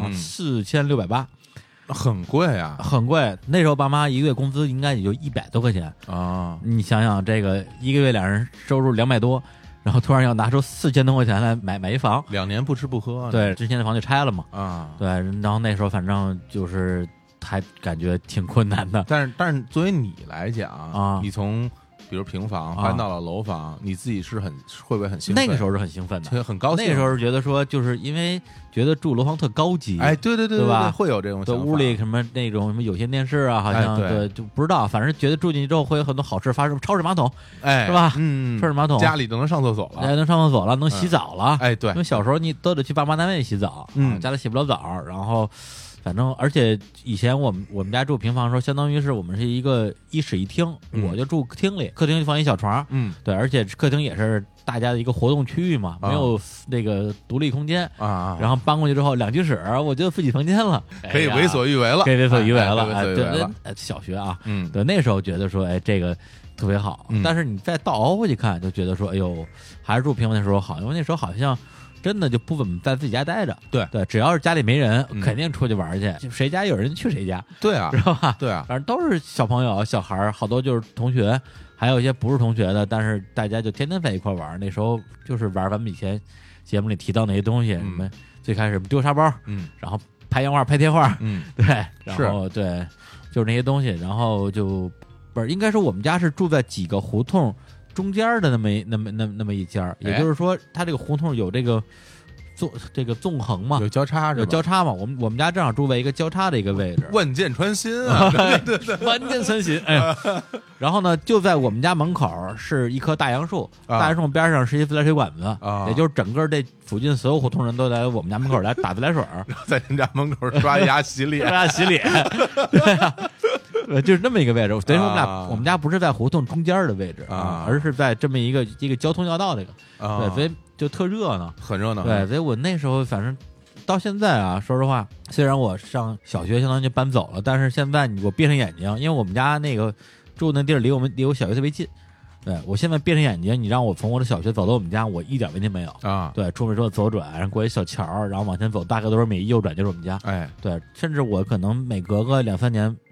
，4680， 很贵啊， 很贵。那时候爸妈1个月工资应该也就100多块钱啊。你想想，这个1个月2人收入200多。然后突然要拿出4000多块钱来买一房 ，2年不吃不喝， 对，之前的房就拆了嘛，啊，对，然后那时候反正就是还感觉挺困难的， 但是作为你来讲啊，你从比如平房搬到了楼房，你自己会不会很兴奋？ 那个时候是很兴奋的， 很高兴。 那个时候是觉得说，就是因为觉得住楼房特高级， 哎，对吧？会有这种对屋里什么那种什么有线电视啊，好像对就不知道，反正觉得住进去之后会有很多好事发生，超市马桶， 哎， 是吧？超市马桶， 家里都能上厕所了， 能上厕所了，能洗澡了， 哎，对， 因为小时候你都得去爸妈单位洗澡，家里洗不了澡，然后。反正，而且以前我们家住平房的时候，相当于是我们是一个1室1厅，我就住厅里，客厅就放一小床，对，而且客厅也是大家的一个活动区域嘛，没有那个独立空间啊。然后搬过去之后，2居室，我就自己房间了， 可以为所欲为了， 可以为所欲为了， 对， 小学啊，对，那时候觉得说，哎，这个特别好。但是你再倒熬回去看，就觉得说，哎呦，还是住平房的时候好，因为那时候好像。真的就不怎么在自己家待着，对，只要是家里没人，肯定出去玩去，就谁家有人去谁家， 对啊， 知道吧？ 对啊， 反正都是小朋友、小孩，好多就是同学，还有一些不是同学的，但是大家就天天在一块玩。那时候就是玩咱们以前节目里提到那些东西，什么最开始丢沙包，然后拍洋画、拍贴画，对，然后对，就是那些东西，然后就不是应该说我们家是住在几个胡同。中间的那么一家，也就是说，它这个胡同有这个纵横嘛， 有交叉， 有交叉嘛。我们家正好住在一个交叉的一个位置， 万箭穿心啊， 对，万箭穿心。哎，然后呢，就在我们家门口是一棵大杨树，大杨树边上是一自来水管子，也就是整个这附近所有胡同人都在我们家门口来打自来水， 在人家门口刷牙洗脸， 刷牙洗脸，对啊。就是这么一个位置，等于说我们家不是在胡同中间的位置啊，而是在这么一个交通要道这个，对，所以就特热闹， 很热闹。 对，所以我那时候反正到现在啊，说实话，虽然我上小学相当于就搬走了，但是现在我闭上眼睛，因为我们家那个住那地儿离我小学特别近。对，我现在闭上眼睛，你让我从我的小学走到我们家，我一点问题没有啊。对，出门之后左转，然后过一小桥，然后往前走大概多少米，右转就是我们家。哎，对，甚至我可能每隔个2-3年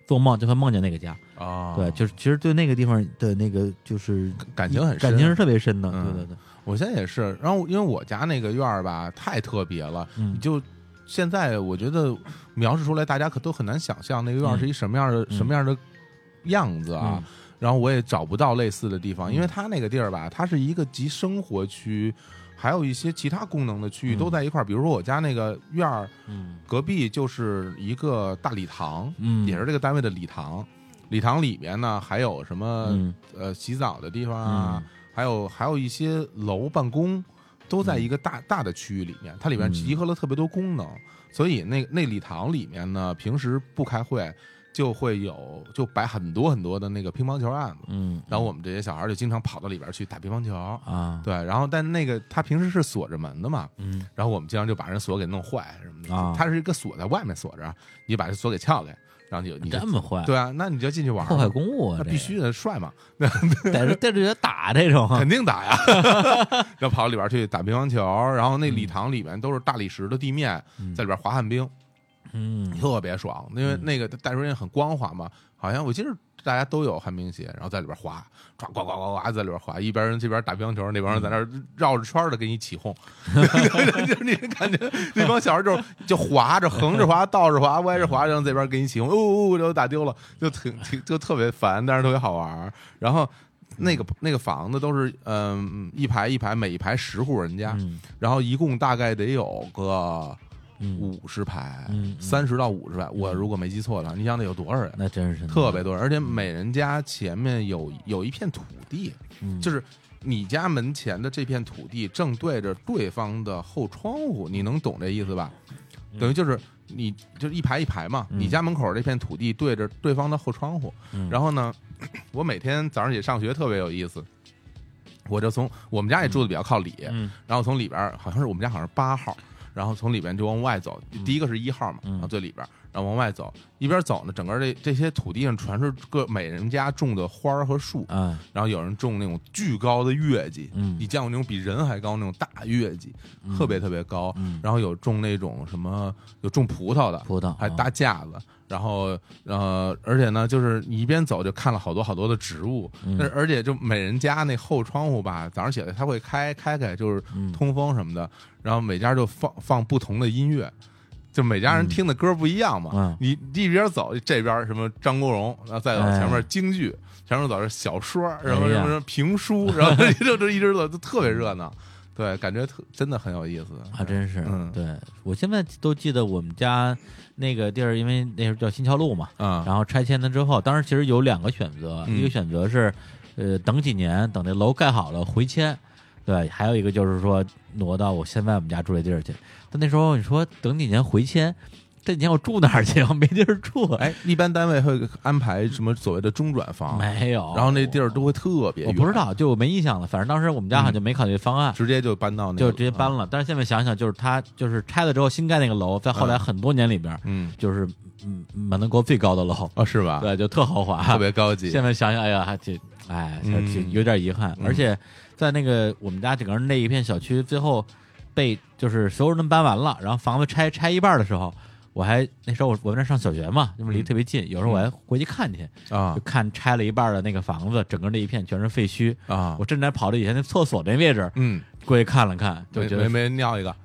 做梦就会梦见那个家对，就是其实对那个地方的那个就是感情很深， 感情是特别深的。对对对， 我现在也是。然后因为我家那个院儿吧太特别了，你就现在我觉得描述出来大家可都很难想象那个院儿是一什么样的样子啊。然后我也找不到类似的地方，因为它那个地儿吧，它是一个集生活区还有一些其他功能的区域都在一块儿。比如说我家那个院儿隔壁就是一个大礼堂，也是这个单位的礼堂。礼堂里面呢还有什么洗澡的地方啊，还有一些楼办公都在一个大的区域里面，它里面集合了特别多功能。所以那礼堂里面呢，平时不开会就摆很多很多的那个乒乓球案子，然后我们这些小孩就经常跑到里边去打乒乓球啊，对，然后但那个他平时是锁着门的嘛，然后我们经常就把人锁给弄坏什么的，他是一个锁在外面锁着，你把这锁给撬开，然后你这么坏， 对啊，那你就进去玩， 破坏公物啊， 那必须的，帅嘛， 带着打这种， 肯定打呀，然后跑到里边去打乒乓球，然后那礼堂里面都是大理石的地面，在里边滑旱冰。特别爽，因为那个带出也很光滑嘛，好像我记得大家都有旱冰鞋，然后在里边滑，呱呱呱呱呱在里边滑，一边人这边打乒乓球，那帮人在那绕着圈的给你起哄，就是你感觉那帮小孩就滑着，横着滑，倒着滑，歪着滑，然后这边给你起哄，就打丢了，就特别烦，但是特别好玩。然后那个房子都是一排一排，每一排10户人家，然后一共大概得有个50排，30到50排，我如果没记错的话，你想得有多少人？ 那真是特别多人，而且每人家前面有一片土地，就是你家门前的这片土地正对着对方的后窗户，你能懂这意思吧？等于就是你就是一排一排嘛，你家门口这片土地对着对方的后窗户，然后呢，我每天早上起上学特别有意思。我就从我们家也住的比较靠里，然后从里边好像是我们家好像是8号。然后从里边就往外走，第一个是1号嘛，然后最里边，然后往外走，一边走呢，整个这些土地上全是每人家种的花和树，然后有人种那种巨高的月季，你见过那种比人还高那种大月季，特别特别高，然后有种那种什么，有种葡萄的，还搭架子。然后而且呢，就是你一边走就看了好多好多的植物，而且就每人家那后窗户吧，早上起来它会开，就是通风什么的，然后每家就放不同的音乐，就每家人听的歌不一样嘛。你一边走这边什么张国荣，然后再走前面京剧，前面走是小说，然后什么评书，然后就一直走，就特别热闹。对，感觉真的很有意思啊，真是。对，我现在都记得我们家那个地儿，因为那时候叫新桥路嘛，然后拆迁了之后，当时其实有2个选择，一个选择是等几年，等这楼盖好了回迁，对，还有一个就是说挪到我现在我们家住这地儿去。但那时候你说等几年回迁，这几年我住哪儿去？我没地儿住。 哎，一般单位会安排什么所谓的中转房？ 没有， 然后那地儿都会特别远。 我不知道，就我没印象了。反正当时我们家好像就没考虑方案， 直接就搬到那个， 就直接搬了。但是现在想想，就是它就是拆了之后新盖那个楼，在后来很多年里边，就是满德国最高的楼哦，是吧？ 对，就特豪华， 特别高级。 现在想想，哎呀，还挺有点遗憾。而且在那个我们家整个那一片小区，最后被就是所有人都搬完了，然后房子拆一半的时候。那时候我们那上小学嘛，因为离特别近，有时候我还回去看去就看拆了一半的那个房子，整个那一片全是废墟啊！我甚至还跑到以前那厕所那位置，过去看了看，就觉得没尿一个，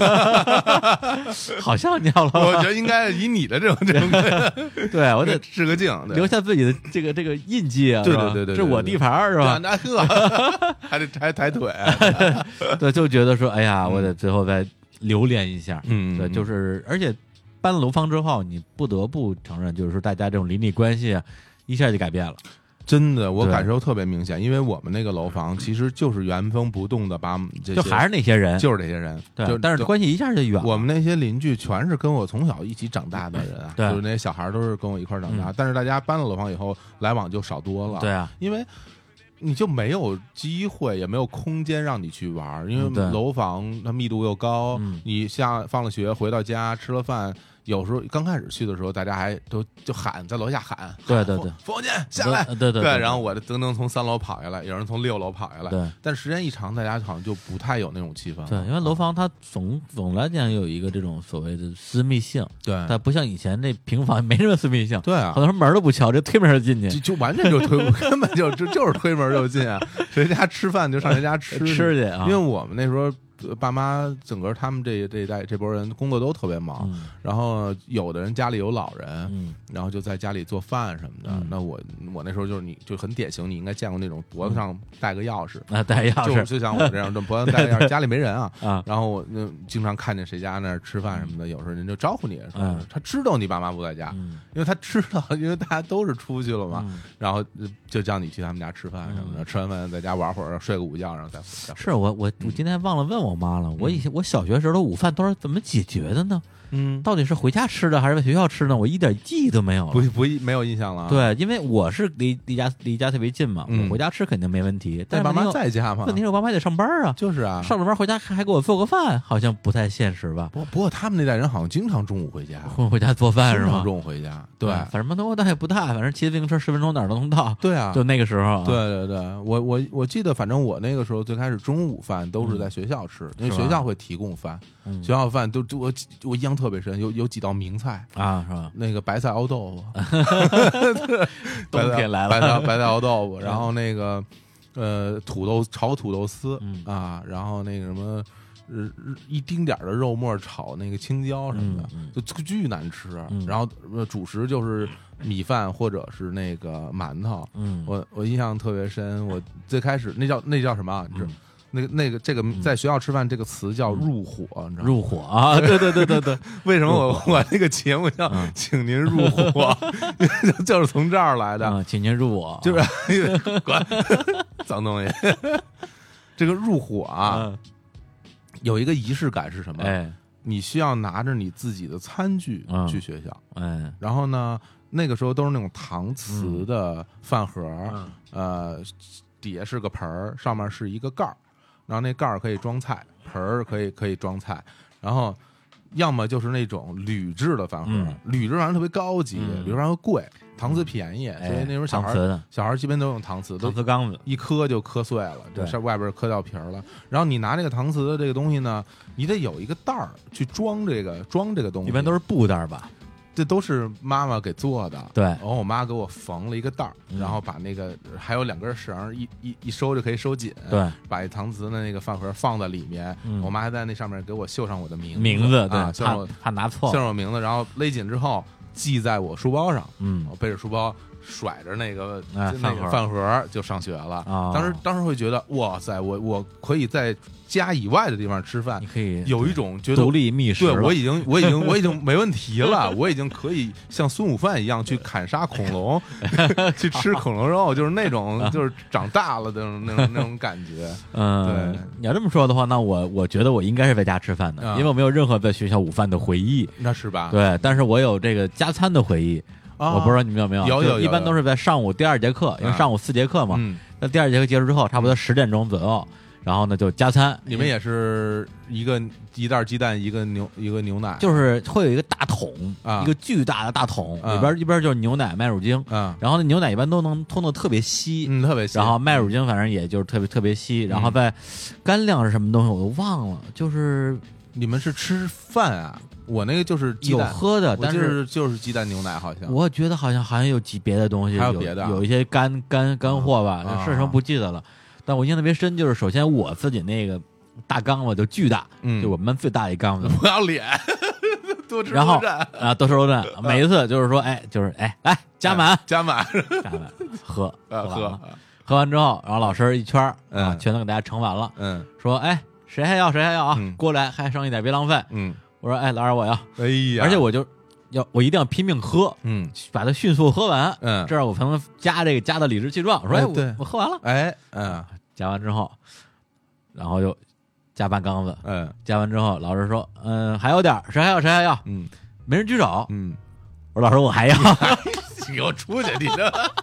好像尿了。 我觉得应该以你的这种， 对我得致个敬， 留下自己的这个印记啊！ 对， 这是我地盘是吧？ 那还得抬腿， 对，就觉得说，哎呀，我得最后再留恋一下，对，就是而且。搬了楼房之后，你不得不承认，就是说大家这种邻里关系一下就改变了。 真的，我感受特别明显，因为我们那个楼房其实就是原封不动的把这些， 就还是那些人， 就是这些人， 对，但是关系一下就远了。 我们那些邻居全是跟我从小一起长大的人啊，就是那些小孩都是跟我一块长大，但是大家搬了楼房以后，来往就少多了。 对啊， 因为你就没有机会，也没有空间让你去玩，因为楼房它密度又高，你放了学回到家吃了饭。 有时候刚开始去的时候，大家还就喊，在楼下喊， 对对对， 冯姐下来， 对， 然后我噔噔从3楼跑下来，有人从6楼跑下来， 对。 但时间一长，大家好像就不太有那种气氛， 对，因为楼房它总来讲有一个这种所谓的私密性， 对， 它不像以前那平房没什么私密性， 对啊， 好多人门都不敲，这推门就进去， 就完全就推，根本就是推门就进啊，谁家吃饭就上谁家吃去啊， 因为我们那时候。爸妈整个他们这一代这波人工作都特别忙，然后有的人家里有老人，然后就在家里做饭什么的。那我那时候就是就很典型，你应该见过那种脖子上带个钥匙带钥匙， 就像我这样，脖子带个钥匙，家里没人啊。然后我经常看见谁家那儿吃饭什么的，有时候人就招呼你，他知道你爸妈不在家，因为他知道，因为大家都是出去了嘛，然后就叫你去他们家吃饭什么的，吃完饭在家玩会儿，睡个午觉，然后再回家。 是我今天忘了问我妈了，我小学时候的午饭都是怎么解决的呢？到底是回家吃的还是在学校吃的？我一点记忆都没有了， 没有印象了。 对，因为我是离家特别近嘛，我回家吃肯定没问题。但爸妈在家嘛， 问题是我爸妈得上班啊。 就是啊， 上了班回家还给我做个饭，好像不太现实吧？ 不过他们那代人好像经常中午回家， 回家做饭是吗？ 中午回家，对， 反正门头沟倒也不大，反正骑自行车10分钟哪儿都能到。 对啊， 就那个时候。 对，我记得，反正我那个时候最开始中午饭都是在学校吃，因为学校会提供饭。学校饭都我印象特别深，有几道名菜啊，是吧？ 那个白菜熬豆腐， 冬天来了， 白菜熬豆腐，然后那个炒土豆丝啊，然后那个什么一丁点的肉末炒那个青椒什么的，就巨难吃。然后主食就是米饭或者是那个馒头。我印象特别深，我最开始那叫什么？这个在学校吃饭这个词叫入伙，你知道吗？ 入伙啊，对， 为什么我那个节目叫请您入伙，就是从这儿来的。 请您入伙， 就是管脏东西。这个入伙啊，有一个仪式感是什么？你需要拿着你自己的餐具去学校，然后呢，那个时候都是那种搪瓷的饭盒，底下是个盆儿，上面是一个盖儿。然后那盖儿可以装菜，盆儿可以装菜，然后要么就是那种铝制的饭盒，铝制饭特别高级，铝制饭贵，搪瓷便宜，所以那时候小孩基本都用搪瓷缸子， 一磕就磕碎了，这外边磕掉皮儿了。然后你拿这个搪瓷的这个东西呢，你得有一个袋儿去装这个东西， 一般都是布袋吧。 这都是妈妈给做的， 对。 然后我妈给我缝了一个袋儿，然后把那个还有2根绳一收就可以收紧， 对。 把一搪瓷的那个饭盒放在里面，我妈还在那上面给我绣上我的名字， 对， 怕拿错， 绣上我名字，然后勒紧之后系在我书包上，我背着书包甩着那个饭盒就上学了。当时会觉得哇塞，我可以在家以外的地方吃饭， 你可以有一种觉得独立觅食。 对，我已经没问题了，我已经可以像孙悟饭一样去砍杀恐龙，去吃恐龙肉，就是那种就是长大了的那种感觉。对， 你要这么说的话，那我觉得我应该是在家吃饭的，因为我没有任何在学校午饭的回忆。 那是吧？ 对，但是我有这个加餐的回忆。我不知道你们有没有， 有， 一般都是在上午第2节课，因为上午4节课嘛。那第2节课结束之后，差不多10点钟左右，然后呢就加餐。 你们也是一袋鸡蛋，一个牛奶， 就是会有一个大桶，一个巨大的大桶，里边就是牛奶、麦乳精。然后那牛奶一般都能冲的特别稀， 特别稀。 然后麦乳精反正也就是特别稀。然后在干粮是什么东西我都忘了，就是你们是吃饭啊？我那个就是鸡蛋有喝的，但是就是鸡蛋牛奶，好像我觉得好像有别的东西， 还有别的， 有一些干货吧，是什么不记得了。但我印象特别深，就是首先我自己那个大缸子就巨大，就我们班最大一缸子， 不要脸，多吃多占啊，多吃多占。每一次就是说，来加满，喝完之后，然后老师一圈全都给大家盛完了，说谁还要啊，过来还剩一点别浪费，我说老师我要，而且我一定要拼命喝，把它迅速喝完，这样我才能加的理直气壮，说我喝完了，加完之后，然后就加半缸子，加完之后老师说还有点，谁还要，没人举手，我说老师我还要， 你给我出去，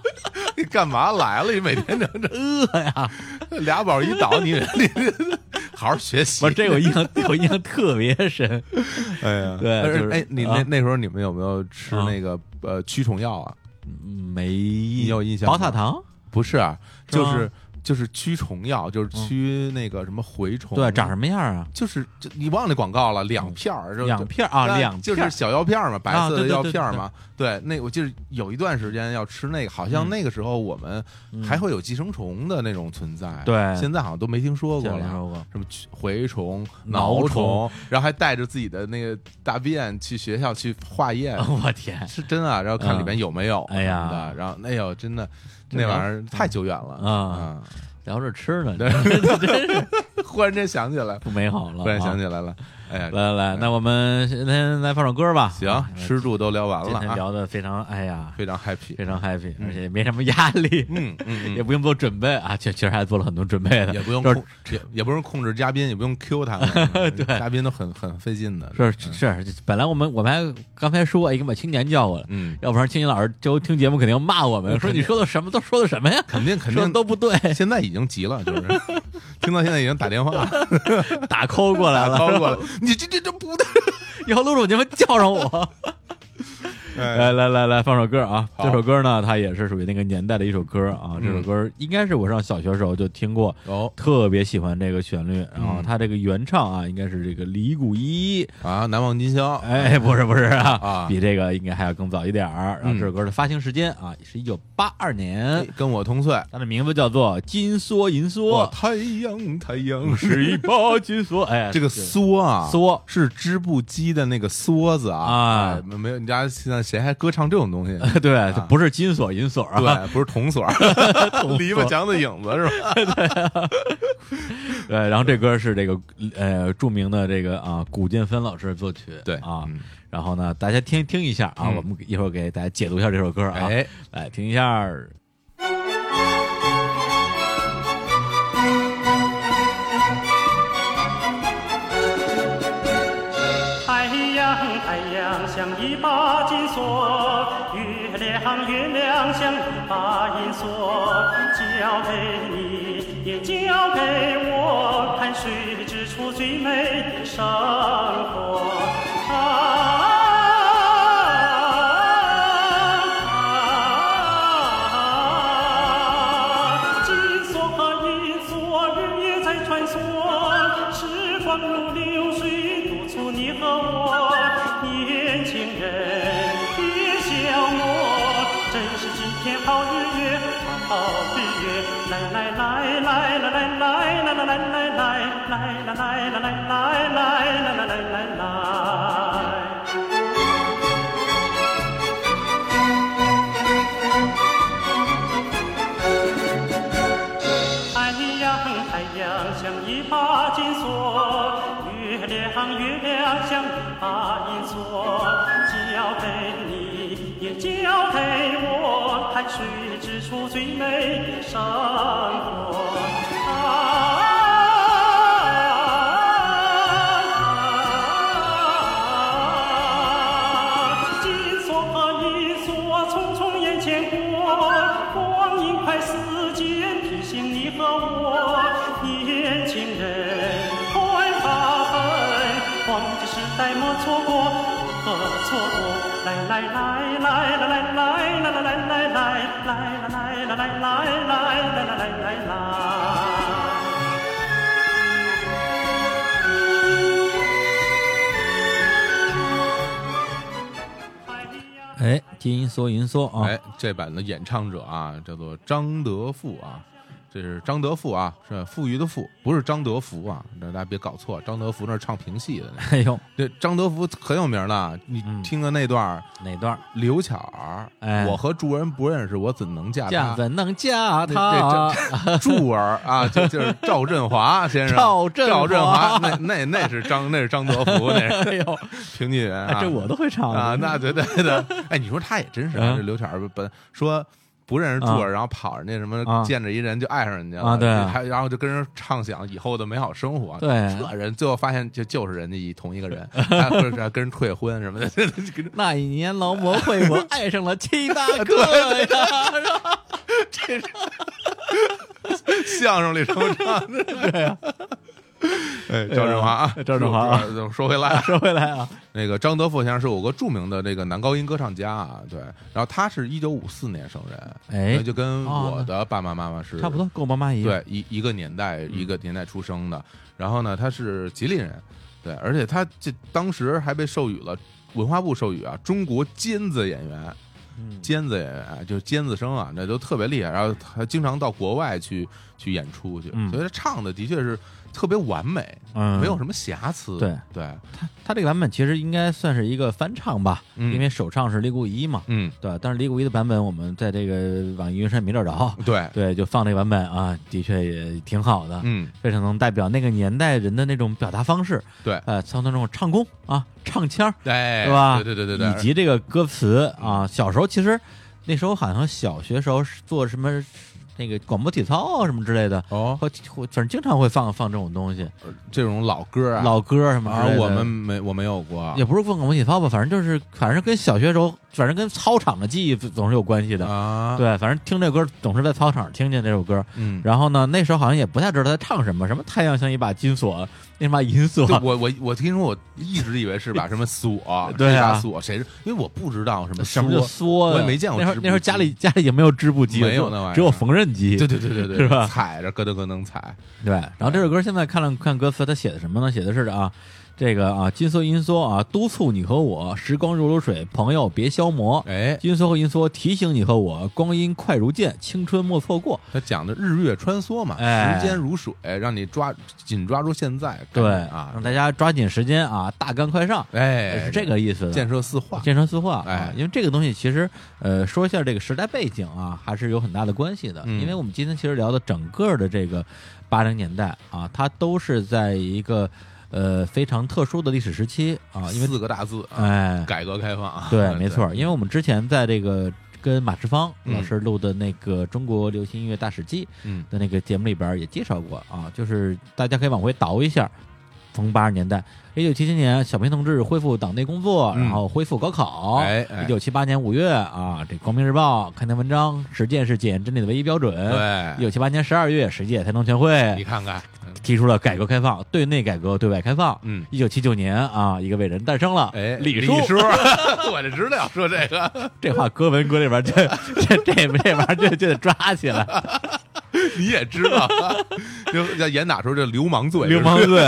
你干嘛来了？你每天这饿呀， 俩宝一倒，你好好学习。 不是这我印象特别深。 哎呀， 对， 哎，你那时候你们有没有吃那个驱虫药啊？ 没， 你有印象？ 宝塔糖不是啊，就是驱虫药，就是驱那个什么蛔虫。 对，长什么样啊？ 就你忘了广告了，2片儿 ，2片啊，2片就是小药片嘛，白色的药片嘛。对，那我就是有一段时间要吃那个，好像那个时候我们还会有寄生虫的那种存在。 对， 现在好像都没听说过了。什么蛔虫、挠虫，然后还带着自己的那个大便去学校去化验。 我天， 是真啊！然后看里边有没有。 哎呀， 然后哎呦，真的。那玩意儿太久远了啊！聊着吃呢， 真是忽然间想起来， 不美好了。 忽然想起来了，哎呀， 来，那我们今天来放首歌吧。 行，吃住都聊完了， 今天聊的非常，哎呀， 非常 happy， 非常 happy，而且也没什么压力，也不用做准备啊，其实还做了很多准备的， 也不用控制嘉宾，也不用 Q 他们， 对， 嘉宾都很费劲的。 是，本来我们还刚才说，哎，把青年叫过来，要不然青年老师就听节目肯定要骂我们，说你说的什么都说的什么呀？ 肯定都不对。 现在已经急了，就是听到现在已经打电话打 call 过来了， 你这不对， 以后录种节目叫上我。来，放首歌啊！这首歌呢，它也是属于那个年代的一首歌啊。这首歌应该是我上小学时候就听过，特别喜欢这个旋律。然后它这个原唱啊，应该是这个李谷一啊，难忘今宵。 哎，不是啊，比这个应该还要更早一点儿。然后这首歌的发行时间啊，是1982年， 跟我同岁。 它的名字叫做《金梭银梭》。 太阳是一把金梭。哎， 这个梭啊， 梭是织布机的那个梭子啊。没有，你家现在谁还歌唱这种东西？ 对，不是金锁银锁啊， 对，不是铜锁，篱笆墙的影子是吧？ 对，然后这歌是这个著名的这个古建芬老师作曲， 对啊，然后呢，大家听一下啊，我们一会儿给大家解读一下这首歌啊，来听一下。 太阳像一把金锁，月亮像一把银锁，交给你也交给我，看谁织出最美的生活。金锁和银锁，日夜在穿梭，时光如流水，督促你和我。年轻人别消磨，真是今天好日月，好日月，来，太阳像一把金锁，月亮像一把银锁，交给你也交给我，看谁织出最美的生活。金锁和银锁匆匆眼前过，光阴快似箭，提醒你和我，年轻人快发奋，黄金时代莫错过，不可错过。 哎，金梭银梭啊！ 哎，这版的演唱者啊，叫做张德富啊。这是张德富啊，是富裕的富，不是张德福啊，大家别搞错。张德福那是唱评戏的。 哎呦， 这张德福很有名的，你听的那段哪段？ 刘巧儿，我和祝人不认识，我怎能嫁他？ 怎能嫁他？ 祝儿啊，就是赵振华先生。赵振华，那是张德福，那是。 哎呦， 评剧员啊， 这我都会唱啊，那对的。哎，你说他也真是啊，这刘巧儿本说。不认识祝儿，然后跑着那什么见着一人就爱上人家了啊，对， 然后就跟人畅想以后的美好生活。 对， 这人最后发现就是人家同一个人，或者是跟人退婚什么的。 那一年劳模会，我爱上了七大哥呀， 这是相声里这么唱的， 对呀。 赵振华啊， 赵振华， 说回来啊， 那个张德富先生是我国著名的这个男高音歌唱家啊，对，然后他是1954年生人，就跟我的爸爸妈妈是差不多，跟我妈妈一样， 对，一个年代出生的。然后呢，他是吉林人，对，而且他这当时还被授予了文化部授予啊，中国尖子演员。尖子演员就是尖子生啊，那都特别厉害。然后他经常到国外去演出去，所以他唱的的确是特别完美，没有什么瑕疵。对， 他这个版本其实应该算是一个翻唱吧，因为首唱是李谷一嘛，对。但是李谷一的版本我们在这个网易云上没找着，对，就放这个版本啊，的确也挺好的，非常能代表那个年代人的那种表达方式， 对， 像那种唱功啊。唱腔， 对吧？ 对， 以及这个歌词啊，小时候其实那时候好像小学时候做什么那个广播体操什么之类的，反正经常会放这种东西， 这种老歌什么之类的。 我没有过， 也不是放广播体操吧，反正跟小学时候，反正跟操场的记忆总是有关系的啊。 对，反正听这歌总是在操场听见这首歌，然后呢，那时候好像也不太知道他在唱什么太阳像一把金锁。那把银锁， 我听说，我一直以为是把什么锁， 对啊， 锁谁是？因为我不知道什么叫缩， 我也没见过。 那时候家里也没有织布机， 没有那玩意儿， 只有缝纫机。 对， 是吧？ 踩着咯噔咯噔踩。 对，然后这首歌现在看歌词，他写的什么呢？写的是啊。这个啊，金梭银梭啊，督促你和我，时光如流水，朋友别消磨。金梭和银梭提醒你和我，光阴快如箭，青春莫错过。 他讲的日月穿梭嘛，时间如水，让你紧抓住现在。 对啊，让大家抓紧时间啊，大干快上。是这个意思。 建设四化因为这个东西其实说一下这个时代背景啊，还是有很大的关系的。因为我们今天其实聊的整个的这个80年代啊，它都是在一个。非常特殊的历史时期啊，因为 4个大字，改革开放。 对，没错，因为我们之前在这个跟马志芳老师录的那个《中国流行音乐大史记》的那个节目里边也介绍过啊，就是大家可以往回倒一下，从80年代，1977年小平同志恢复党内工作，然后恢复高考。1978年5月啊，这《光明日报》刊登文章，实践是检验真理的唯一标准。 对 ，1978年12月，世界财农全会， 你看看。 提出了改革开放，对内改革，对外开放。1979年啊，一个伟人诞生了，李叔。 我就知道要说这个， 这话搁文革里边，这玩意儿就得抓起来。 你也知道，就要严打出这流氓罪。 对。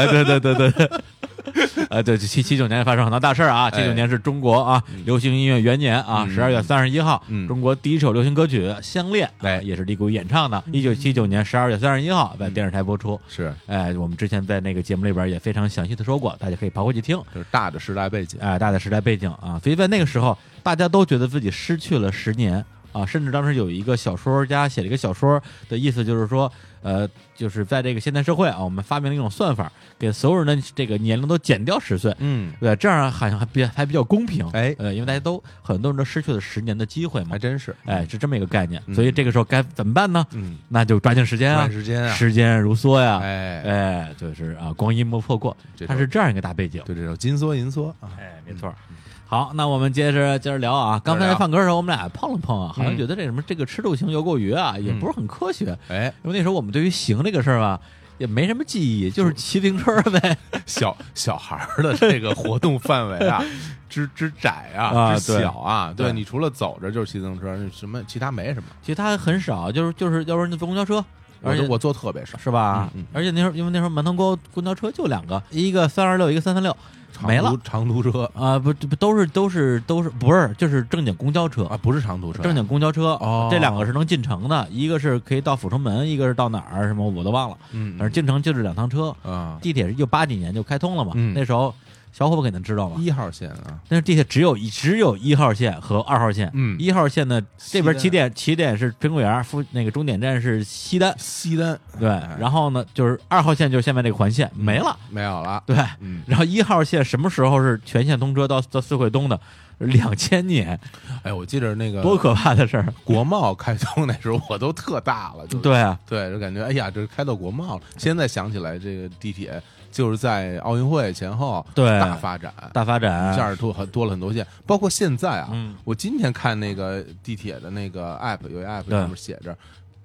对，79年发生很多大事啊。79年是中国啊流行音乐元年啊，12月31号，中国第一首流行歌曲《相恋》也是李谷一演唱的。1979年12月31号在电视台播出。 是， 我们之前在那个节目里边也非常详细的说过，大家可以跑回去听。 就是大的时代背景， 大的时代背景啊。所以在那个时候，大家都觉得自己失去了10年。啊，甚至当时有一个小说家写了一个小说的意思，就是说，就是在这个现代社会啊，我们发明了一种算法，给所有人的这个年龄都减掉10岁，对，这样好像还比较公平，因为大家都很多人都失去了10年的机会嘛， 还真是， 是这么一个概念，所以这个时候该怎么办呢？那就抓紧时间啊，时间如梭呀，就是啊，光阴莫错过，它是这样一个大背景， 对，这首金梭银梭， 没错。好，那我们接着聊啊。刚才放歌的时候，我们俩碰了碰啊，好像觉得这个吃住行游过鱼啊，也不是很科学。因为那时候我们对于行这个事儿吧，也没什么记忆，就是骑自行车呗。 小孩的这个活动范围啊，之窄啊，之小啊。对，你除了走着就是骑自行车，什么其他没什么， 其他很少，就是要不然就坐公交车。而且我坐特别少， 是吧？而且那时候因为那时候门头沟公交车就2个，一个326，一个336。没了， 长途车啊，不都是不是，就是正经公交车啊，不是长途车， 正经公交车。这2个是能进城的，一个是可以到阜成门，一个是到哪儿什么我都忘了。反正进城就这2趟车啊。地铁是80几年就开通了嘛，那时候小伙伴肯定知道嘛，1 号线啊， 但是地铁只有1号线和2号线。1号线呢，这边起点是苹果园，那个终点站是西单。对，然后呢，就是2号线就是现在这个环线没有了。 对，然后1号线什么时候是全线通车到四惠东的？2000年。 我记得那个多可怕的事儿！ 国贸开通那时候我都特大了， 对啊， 对，就感觉哎呀，这开到国贸了。现在想起来，这个地铁就是在奥运会前后大发展，一下多了很多线，包括现在啊。我今天看那个地铁的那个 app， 有一 app 上面写着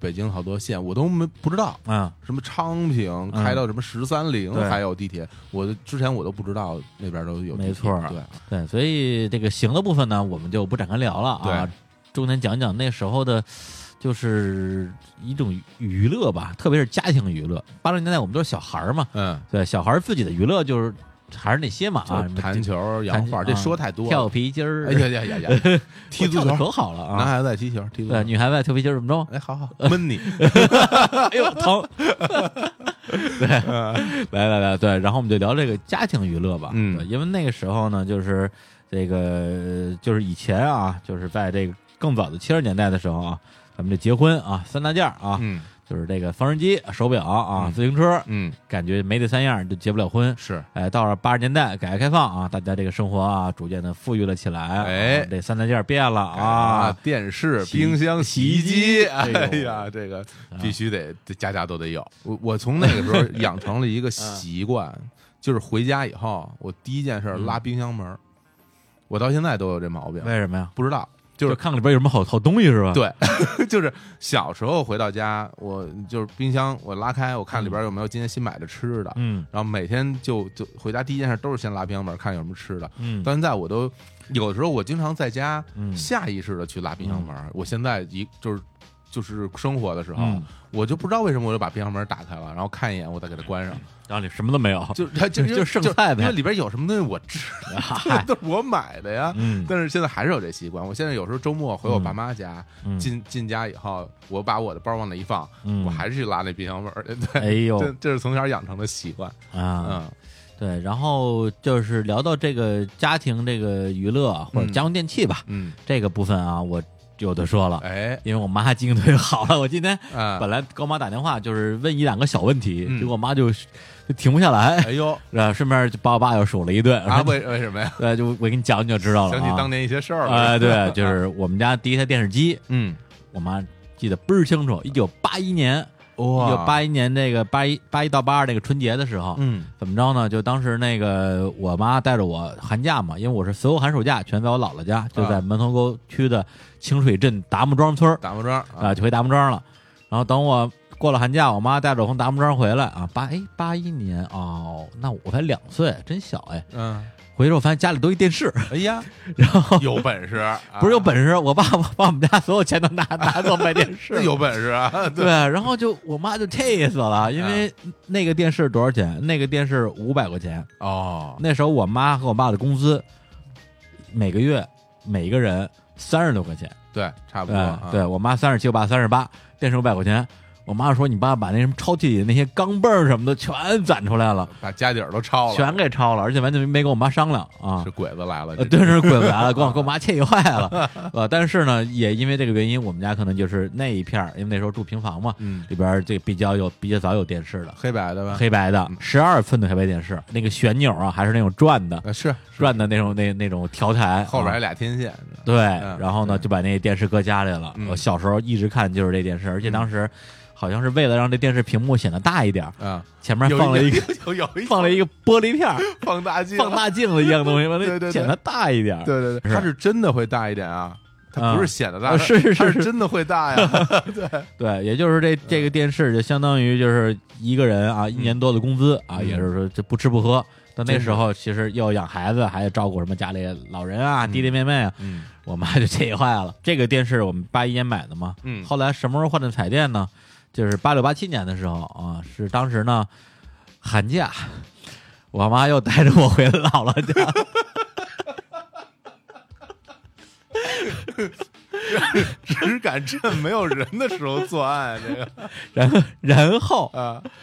北京好多县我都不知道啊， 什么昌平开到什么13-0还有地铁，之前我都不知道那边都有地铁。 没错，对，所以这个行的部分呢，我们就不展开聊了啊，重点讲讲那时候的。就是一种娱乐吧，特别是家庭娱乐。80年代我们都是小孩嘛，对，小孩自己的娱乐就是还是那些嘛啊， 弹球、洋画，这说太多了。 跳皮筋儿， 哎呀，踢足球可好了啊！ 男孩子爱踢球，踢足球。 对，女孩子爱跳皮筋儿，怎么着？ 哎，好，闷你， 哎呦疼。对，来，对，然后我们就聊这个家庭娱乐吧。因为那个时候呢，就是这个，就是以前啊，就是在这个更早的70年代的时候啊。咱们这结婚啊，3大件啊，就是这个缝纫机、手表啊、自行车，感觉没这3样就结不了婚。 是， 哎，到了80年代，改革开放啊，大家这个生活啊，逐渐的富裕了起来。哎，这3大件变了啊， 电视、冰箱、洗衣机，哎呀，这个必须得家家都得有。我从那个时候养成了一个习惯，就是回家以后，我第一件事拉冰箱门。我到现在都有这毛病。 为什么呀？ 不知道。 就是看看里边有什么好东西是吧？ 对，就是小时候回到家，我就是冰箱我拉开，我看里边有没有今天新买的吃的，然后每天就回家第一件事都是先拉冰箱门看有什么吃的。到现在我都有的时候我经常在家下意识的去拉冰箱门。我现在就是生活的时候，我就不知道为什么我就把冰箱门打开了，然后看一眼，我再给它关上。 然后里什么都没有， 就剩菜呗。 因为里边有什么东西我知道，都是我买的呀。但是现在还是有这习惯。我现在有时候周末回我爸妈家，进家以后，我把我的包往那一放，我还是去拉那冰箱门。对， 哎呦， 这是从小养成的习惯啊。 对，然后就是聊到这个家庭这个娱乐或者家用电器吧，这个部分啊，我有的说了， 哎， 因为我妈经营特别好了。我今天本来给我妈打电话，就是问1-2个小问题，结果我妈就停不下来。 哎呦， 顺便就把我爸又数了一顿。 啊，为什么呀？ 对，就我给你讲，你就知道了。 想起当年一些事儿了。 哎，对，就是我们家第一台电视机，我妈记得倍儿清楚，1981年。1981年这个81到82那个春节的时候，怎么着呢？就当时那个我妈带着我寒假嘛，因为我是所有寒暑假全在我姥姥家，就在门头沟区的清水镇达木庄村，就回达木庄了。然后等我过了寒假，我妈带着我从达木庄回来啊，81年哦，那我才2岁，真小哎。回去我发现家里都一电视， 哎呀， 然后有本事， 不是有本事，我爸把我们家所有钱都拿走买电视， 有本事啊， 对，然后我妈就气死了，因为那个电视多少钱？那个电视500块钱哦， 那时候我妈和我爸的工资每个月每个人30多块钱， 对，差不多， 对我妈37，我爸38，电视500块钱。我妈说：“你爸把那什么抽屉里的那些钢镚儿什么的全攒出来了， 把家底儿都抄了， 全给抄了，而且完全没跟我妈商量啊！ 是鬼子来了， 对，是鬼子来了，给我妈气坏了。但是呢，也因为这个原因，我们家可能就是那一片儿，因为那时候住平房嘛，里边这比较早有电视的， 黑白的吧？ 黑白的，12寸的黑白电视，那个旋钮啊还是那种转的， 是转的那种调台， 后边俩天线。 对，然后呢就把那电视搁家里了。我小时候一直看就是这电视，而且当时。好像是为了让这电视屏幕显得大一点啊，前面放了一个玻璃片， 放大镜子一样东西， 对， 显得大一点。 对，它是真的会大一点啊，它不是显得大， 是真的会大呀。 对，也就是这个电视就相当于就是一个人啊1年多的工资啊，也是说这不吃不喝。到那时候其实要养孩子，还要照顾什么家里老人啊、弟弟妹妹啊，我妈就气坏了。这个电视我们81年买的嘛，后来什么时候换的彩电呢？就是86、87年的时候啊，是当时呢寒假，我妈又带着我回姥姥家， 只敢趁没有人的时候作案，这个， 然后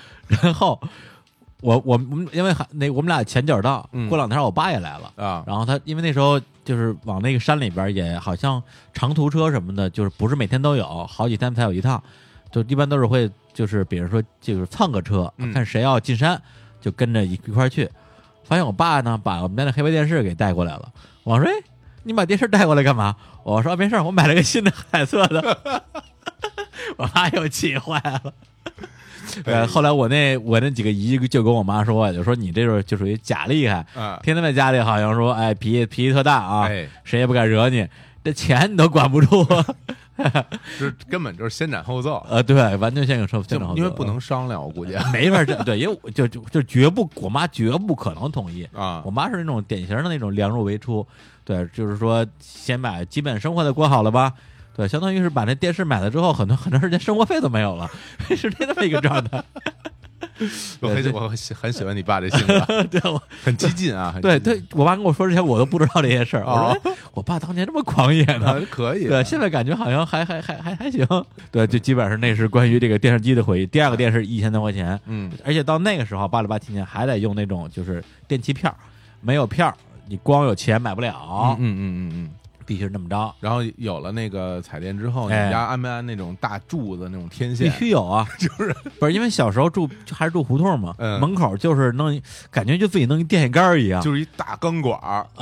我因为我们俩前脚到，过2天我爸也来了啊，然后他因为那时候就是往那个山里边也好像长途车什么的，就是不是每天都有，好几天才有一趟。就一般都是会，就是比如说就是蹭个车，看谁要进山，就跟着一块去。发现我爸呢，把我们家的黑白电视给带过来了。我说：“哎，你把电视带过来干嘛？”我说：“没事，我买了个新的彩色的。”我妈又气坏了。后来我那几个姨就跟我妈说，就说你这就属于假厉害，天天在家里好像说，哎，脾气特大啊，谁也不敢惹你，这钱你都管不住。 这根本就是先斩后奏对，完全先斩后奏， 因为不能商量，我估计没法对，因为就绝不，我妈绝不可能同意啊。我妈是那种典型的那种量入为出，对，就是说先把基本生活的过好了吧。对，相当于是把那电视买了之后，很长时间生活费都没有了，是这么一个状态。 我很喜欢你爸这性格， 对， 很激进啊。 对，我爸跟我说之前，我都不知道这些事儿。我说我爸当年这么狂野呢， 可以。 对，现在感觉好像还行。对，就基本上那是关于这个电视机的回忆。第二个电视1000多块钱，而且到那个时候88、7年还得用那种就是电器票，没有票，你光有钱买不了。必须是那么着。 然后有了那个彩电之后，你们家安没安那种大柱子那种天线？ 必须有啊， 就是不是因为小时候还是住胡同嘛，门口就是感觉就自己弄一电线杆一样， 就是一大钢管。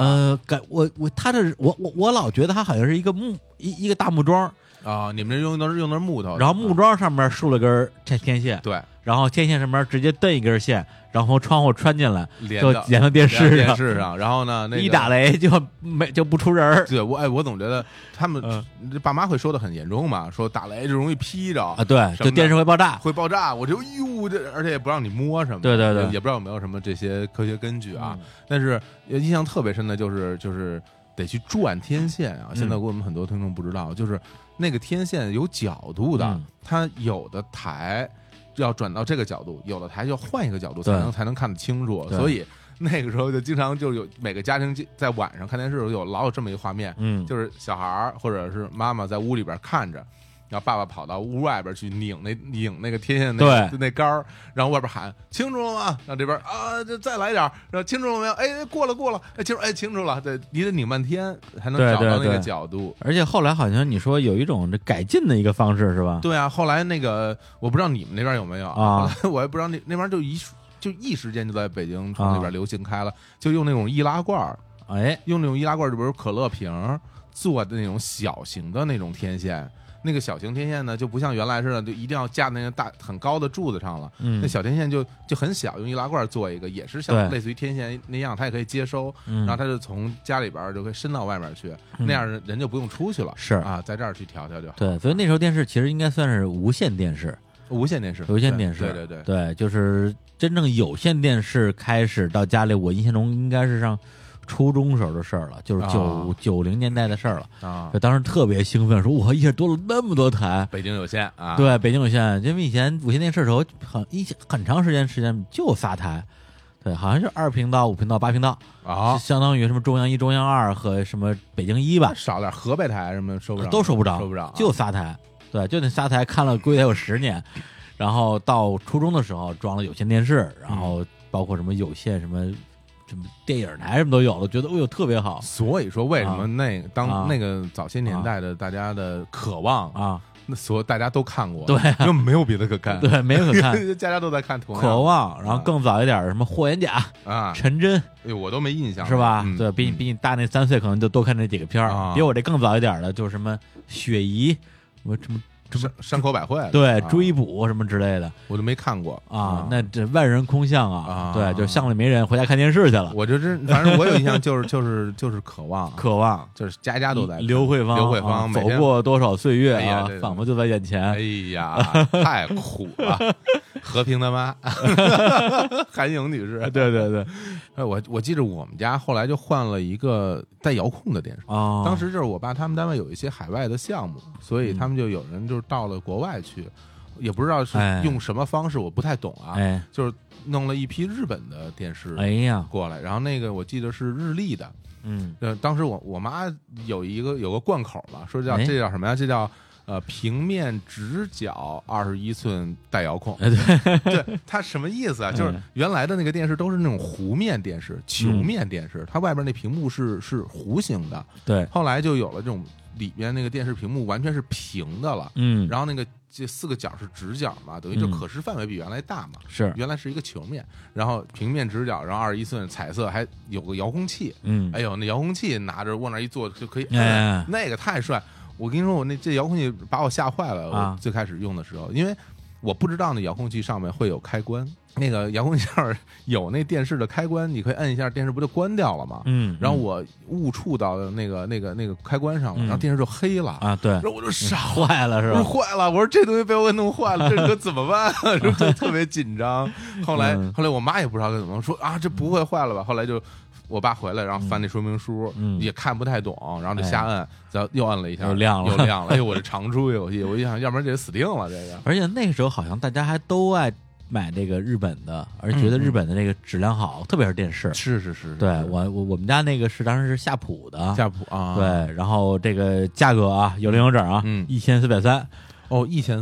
我老觉得它好像是一个一个大木桩啊，你们这用的是木头， 然后木桩上面竖了根天线， 对， 然后天线上面直接蹬一根线，然后窗户穿进来，就连到电视上，然后呢，一打雷就不出人。 对，我总觉得他们爸妈会说的很严重嘛，说打雷就容易劈着啊，对，就电视会爆炸， 我就而且也不让你摸什么， 对， 也不知道有没有什么这些科学根据啊。但是印象特别深的就是得去转天线啊。现在我们很多听众不知道，就是那个天线有角度的，它有的台要转到这个角度，有的台要换一个角度才能看得清楚。所以那个时候就经常就有每个家庭在晚上看电视老有这么一个画面，就是小孩或者是妈妈在屋里边看着，然后爸爸跑到屋外边去拧那个天线那杆儿，然后外边喊清楚了吗？然后这边啊再来点，然后清楚了没有？哎，过了，哎清楚了。对，你得拧半天才能找到那个角度。 而且后来好像你说有一种这改进的一个方式是吧？ 对啊，后来那个我不知道你们那边有没有啊，我也不知道那边就一时间就在北京城那边流行开了，就用那种易拉罐，用那种易拉罐，就比如可乐瓶做的那种小型的那种天线。那个小型天线呢，就不像原来似的，就一定要架那个大很高的柱子上了。那小天线就很小，用易拉罐做一个，也是像类似于天线那样，它也可以接收，然后它就从家里边就可以伸到外面去，那样人就不用出去了。 是啊，在这儿去调就好。 对，所以那时候电视其实应该算是无线电视。对，就是真正有线电视开始到家里，我印象中应该是上初中时候的事儿了，就是90年代的事儿了啊！当时特别兴奋，说我一下多了那么多台。 北京有线啊， 对，北京有线，因为以前无线电视的时候很长时间就仨台，对，好像是2频道、5频道、8频道啊，相当于什么中央1、中央2和什么北京1吧， 少点河北台什么收不着， 都收不着，就仨台，对，就那仨台看了估计得有10年，然后到初中的时候装了有线电视，然后包括什么有线什么电影台什么都有了，觉得特别好。 所以说为什么那个早些年代的大家的渴望啊，那大家都看过， 对， 因为没有别的可看， 对，没有可看， 大家都在看渴望。然后更早一点什么霍元甲啊、陈真， 我都没印象， 是吧？对，比你大那3岁，可能就多看这几个片儿。比我这更早一点的，就是什么雪姨，什么山口百惠， 对，追捕什么之类的， 我都没看过啊。那这万人空巷啊，对，就巷里没人，回家看电视去了。 我就是反正我有印象，就是渴望，就是家家都在刘慧芳走过多少岁月啊，仿佛就在眼前。 哎呀，太苦了。和平的妈，韩颖女士， 对。 我记得我们家后来就换了一个带遥控的电视啊。当时就是我爸他们单位有一些海外的项目，所以他们就有人就是到了国外去，也不知道是用什么方式，我不太懂啊。就是弄了一批日本的电视，过来，然后那个我记得是日立的，当时我妈有个贯口嘛，说这叫什么呀？这叫。平面直角21寸带遥控，对，它什么意思啊？就是原来的那个电视都是那种弧面电视、球面电视，它外边那屏幕是弧形的， 对。 后来就有了这种里边那个电视屏幕完全是平的了，然后那个这4个角是直角嘛，等于就可视范围比原来大嘛， 是原来是一个球面，然后平面直角，然后21寸彩色，还有个遥控器，哎呦，那遥控器拿着往那一坐就可以，那个太帅。我跟你说，这遥控器把我吓坏了。我最开始用的时候，因为我不知道那遥控器上面会有开关。那个遥控器上有那电视的开关，你可以摁一下，电视不就关掉了吗？然后我误触到那个开关上了，然后电视就黑了啊！对， 然后我就傻坏了，是吧？ 坏了！我说这东西被我给弄坏了，这可怎么办？就特别紧张。后来我妈也不知道该怎么说啊，这不会坏了吧？后来就我爸回来，然后翻那说明书，也看不太懂，然后就瞎摁，然后又摁了一下， 又亮了。 哎呦，我这常出游戏，我一想，要不然这死定了这个。 而且那个时候好像大家还都爱买这个日本的，而觉得日本的这个质量好，特别是电视。 是， 对我们家那个是当时是夏普的， 夏普啊， 对，然后这个价格啊有零有整啊，1430。 哦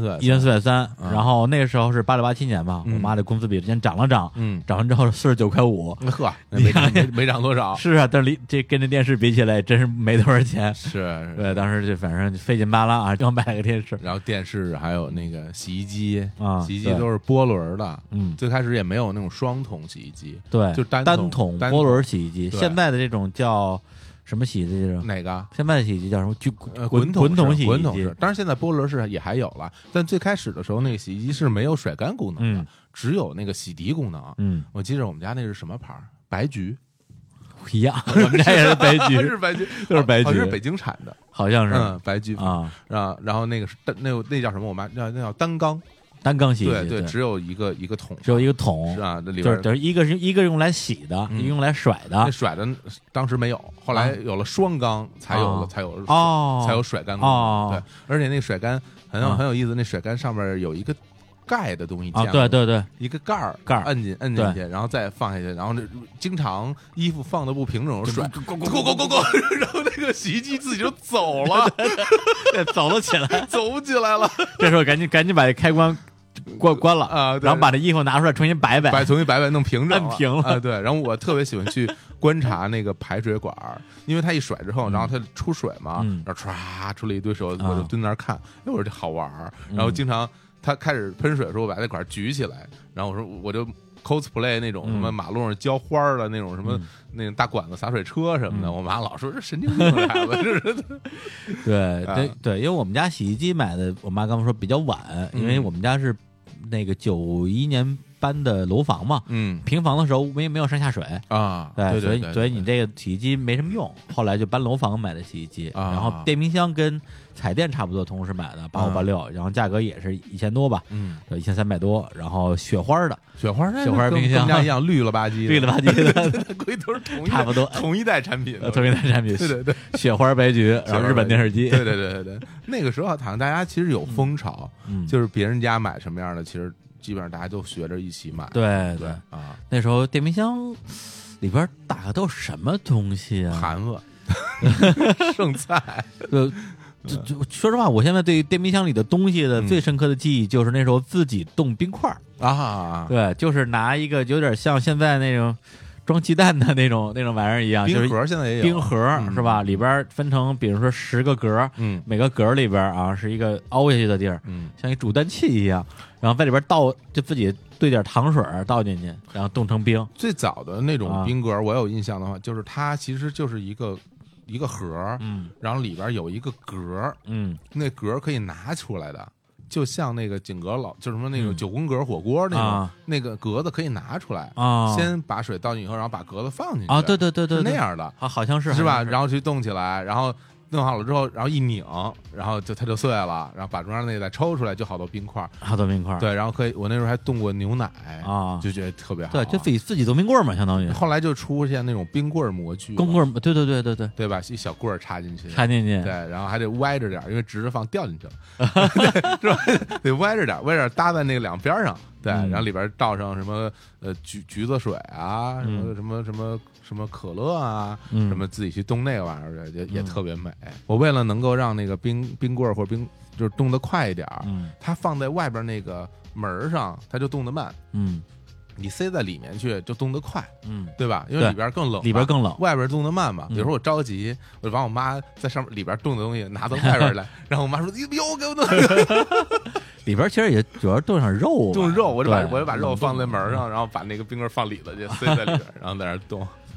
，1430，然后那个时候是8687年吧，我妈的工资比之前涨了涨，涨完之后49.5块， 呵，没涨多少。 是啊，但是这跟这电视比起来，真是没多少钱。 是， 对，当时就反正费劲巴拉啊，刚买了个电视， 然后电视还有那个洗衣机啊，洗衣机都是波轮的，最开始也没有那种双桶洗衣机， 对， 就单桶波轮洗衣机，现在的这种叫。什么洗衣机？ 哪个？ 现在的洗衣机叫什么？ 滚筒洗衣机。当然现在波轮式也还有了，但最开始的时候，那个洗衣机是没有甩干功能的，只有那个洗涤功能。我记得我们家那是什么牌？白菊。 一样，我们家也是白菊， 是白菊， 都是白菊， 是北京产的， 好像是白菊啊。 然后那个是那叫什么？我妈那叫单缸。 单缸洗衣机， 对，只有一个桶， 只有一个桶， 是啊，这里边就是一个用来洗的，一个用来甩的。 那甩的当时没有，后来有了双缸，才有甩干功能。对，而且那甩干很有意思，那甩干上面有一个盖的东西， 对， 一个盖儿，摁进去，然后再放下去，然后经常衣服放的不平整，甩，咕，然后那个洗衣机自己就走了， 走了起来， 走不起来了。 这时候赶紧把开关关了啊， 然后把这衣服拿出来重新摆， 弄平整， 摁平了啊。对，然后我特别喜欢去观察那个排水管，因为它一甩之后，然后它出水嘛，然后唰出了一堆水，我就蹲那儿看，我说这好玩。然后经常它开始喷水的时候，我把那管举起来，然后我就 cosplay 那种什么马路上浇花的那种什么那种大管子洒水车什么的，我妈老说这神经病的孩子，这是。 对，因为我们家洗衣机买的，我妈刚刚说比较晚，因为我们家是那个91年搬的楼房嘛，平房的时候没有上下水啊， 对，所以你这个洗衣机没什么用，后来就搬楼房买的洗衣机，然后电冰箱跟彩电差不多同时买的85、86，然后价格也是1000多吧，1300多，然后雪花冰箱跟家一样绿了吧唧的， 估计都是差不多同一代产品， 对，雪花白菊，然后日本电视机， 对，那个时候好像大家其实有风潮，就是别人家买什么样的，其实基本上大家都学着一起买， 对啊，那时候电冰箱里边打开都是什么东西啊？ 盘子、剩菜， 就说实话，我现在对电冰箱里的东西的最深刻的记忆就是那时候自己冻冰块啊， 对，就是拿一个有点像现在那种装鸡蛋的那种玩意儿一样， 冰盒现在也有冰盒是吧？里边分成比如说10个格，每个格里边啊是一个凹下去的地儿，像一煮蛋器一样，然后在里边就自己兑点糖水倒进去，然后冻成冰。 最早的那种冰格，我有印象的话，就是它其实就是一个盒，然后里边有一个格，那格可以拿出来的，就像那个井格就什么那种9宫格火锅那种，那个格子可以拿出来先把水倒进去以后，然后把格子放进去对， 是那样的， 好像是吧？然后去冻起来，然后弄好了之后，然后一拧，然后它就碎了，然后把中间那个再抽出来，就好多冰块。对，然后我那时候还冻过牛奶啊，就觉得特别好。 对，就自己冻冰棍嘛，相当于。 后来就出现那种冰棍模具，对吧？一小棍插进去，对，然后还得歪着点，因为直着放掉进去了，是吧？得歪着点搭在那个两边上。对，然后里边倒上什么橘子水啊，什么可乐啊，什么自己去冻那个玩意儿也特别美。我为了能够让那个冰棍或者就是冻得快一点，它放在外边那个门上，它就冻得慢。你塞在里面去就冻得快，对吧？因为里边更冷，外边冻得慢嘛。比如说我着急，我就把我妈在上面里边冻的东西拿到外边来，然后我妈说：“哟，给我冻。” 里边其实也主要冻上肉， 我就把肉放在门上，然后把那个冰棍放里头去，塞在里边，然后在那冻。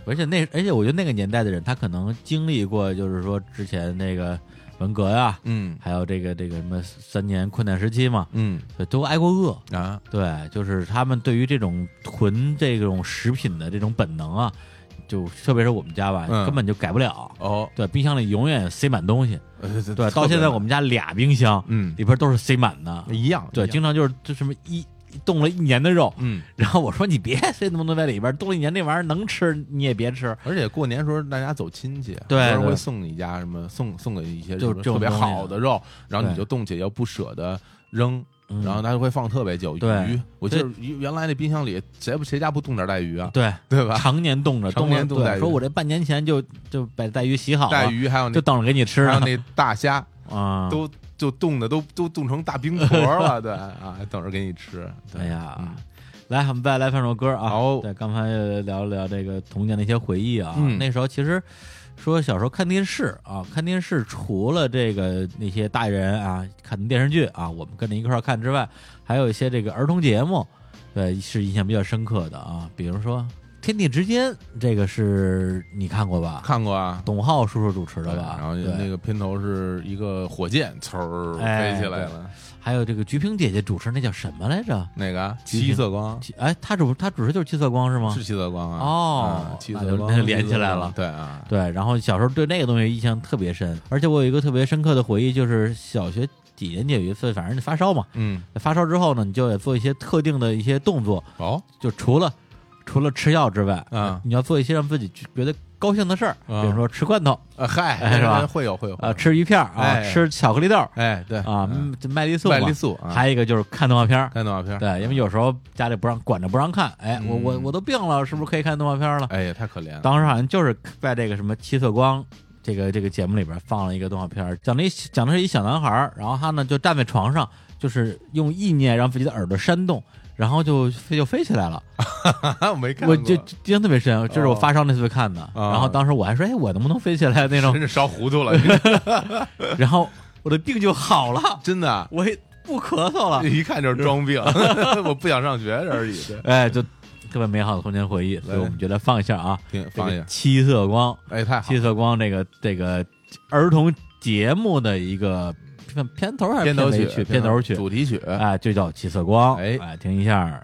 而且我觉得那个年代的人，他可能经历过，就是说之前那个文革呀，还有这个什么3年困难时期嘛，都挨过饿啊。对，就是他们对于这种囤这种食品的这种本能啊，就特别是我们家吧，根本就改不了。对，冰箱里永远塞满东西。对，到现在我们家俩冰箱，里边都是塞满的， 一样。 对，经常就什么冻了1年的肉，然后我说你别塞那么多在里边，冻了1年那玩意儿能吃你也别吃。 而且过年时候大家走亲戚， 对， 有人会送你家什么送给一些就特别好的肉，然后你就冻起要不舍得扔，然后他就会放特别久。鱼，我记得原来那冰箱里谁家不冻点带鱼啊？对吧？ 常年冻着， 常年冻带鱼。 说我这半年前就把带鱼洗好了， 带鱼还有就等着给你吃， 还有那大虾啊，就冻的都冻成大冰坨了，对啊，等着给你吃。 哎呀，来，我们再来放首歌啊。 好， 对，刚才聊了聊这个童年的一些回忆啊。那时候其实说小时候看电视啊，看电视除了这个那些大人啊看的电视剧啊，我们跟着一块看之外，还有一些这个儿童节目，对，是印象比较深刻的啊。比如说天地之间，这个是你看过吧？ 看过啊， 董浩叔叔主持的吧？ 然后那个片头是一个火箭，嗖飞起来了。 还有这个菊萍姐姐主持那叫什么来着？ 哪个？七色光。 哎，她主持就是七色光是吗？ 是七色光啊。 哦， 七色光那就连起来了。 对啊， 对。然后小时候对那个东西印象特别深，而且我有一个特别深刻的回忆，就是小学几年级有一次，反正发烧嘛，发烧之后呢，你就得做一些特定的一些动作。就除了吃药之外，你要做一些让自己觉得高兴的事儿，比如说吃罐头， 嗨， 是吧？ 会有吃鱼片啊，吃巧克力豆， 对啊，麦丽素， 还有一个就是看动画片， 对， 因为有时候家里管着不让看，哎，我都病了，是不是可以看动画片了？ 哎呀，太可怜了。 当时好像就是在这个什么七色光这个节目里边放了一个动画片，讲的是一小男孩，然后他呢就站在床上，就是用意念让自己的耳朵扇动。然后就飞起来了， 我没看过， 我就印象特别深，这是我发烧那次看的。然后当时我还说，哎，我能不能飞起来那种？ 真是烧糊涂了。 然后我的病就好了， 真的， 我也不咳嗽了。 一看就是装病，我不想上学而已。 哎，就特别美好的童年回忆，所以我们觉得放一下啊， 放一下七色光， 哎，太好， 七色光这个儿童节目的一个。片头还是片头曲主题曲， 哎，就叫七色光，哎，听一下。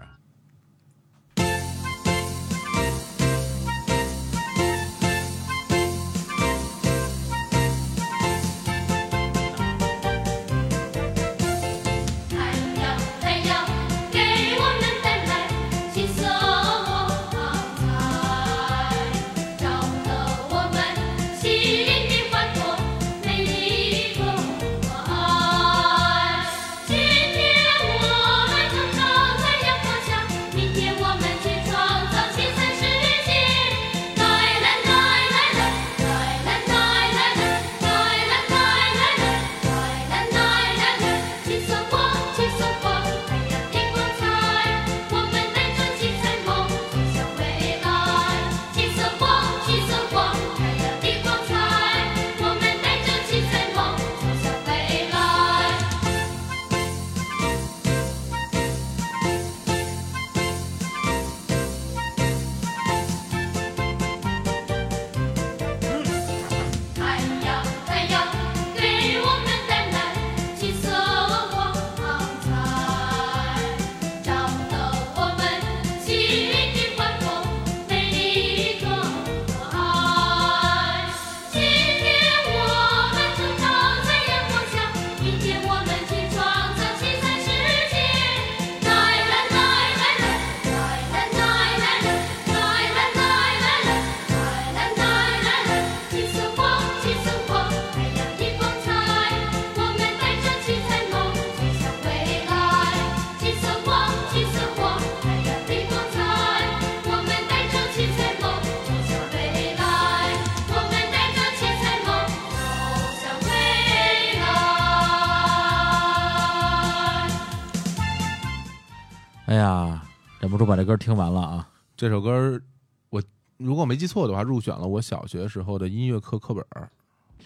哎呀，忍不住把这歌听完了啊！ 这首歌我如果没记错的话，入选了我小学时候的音乐课课本。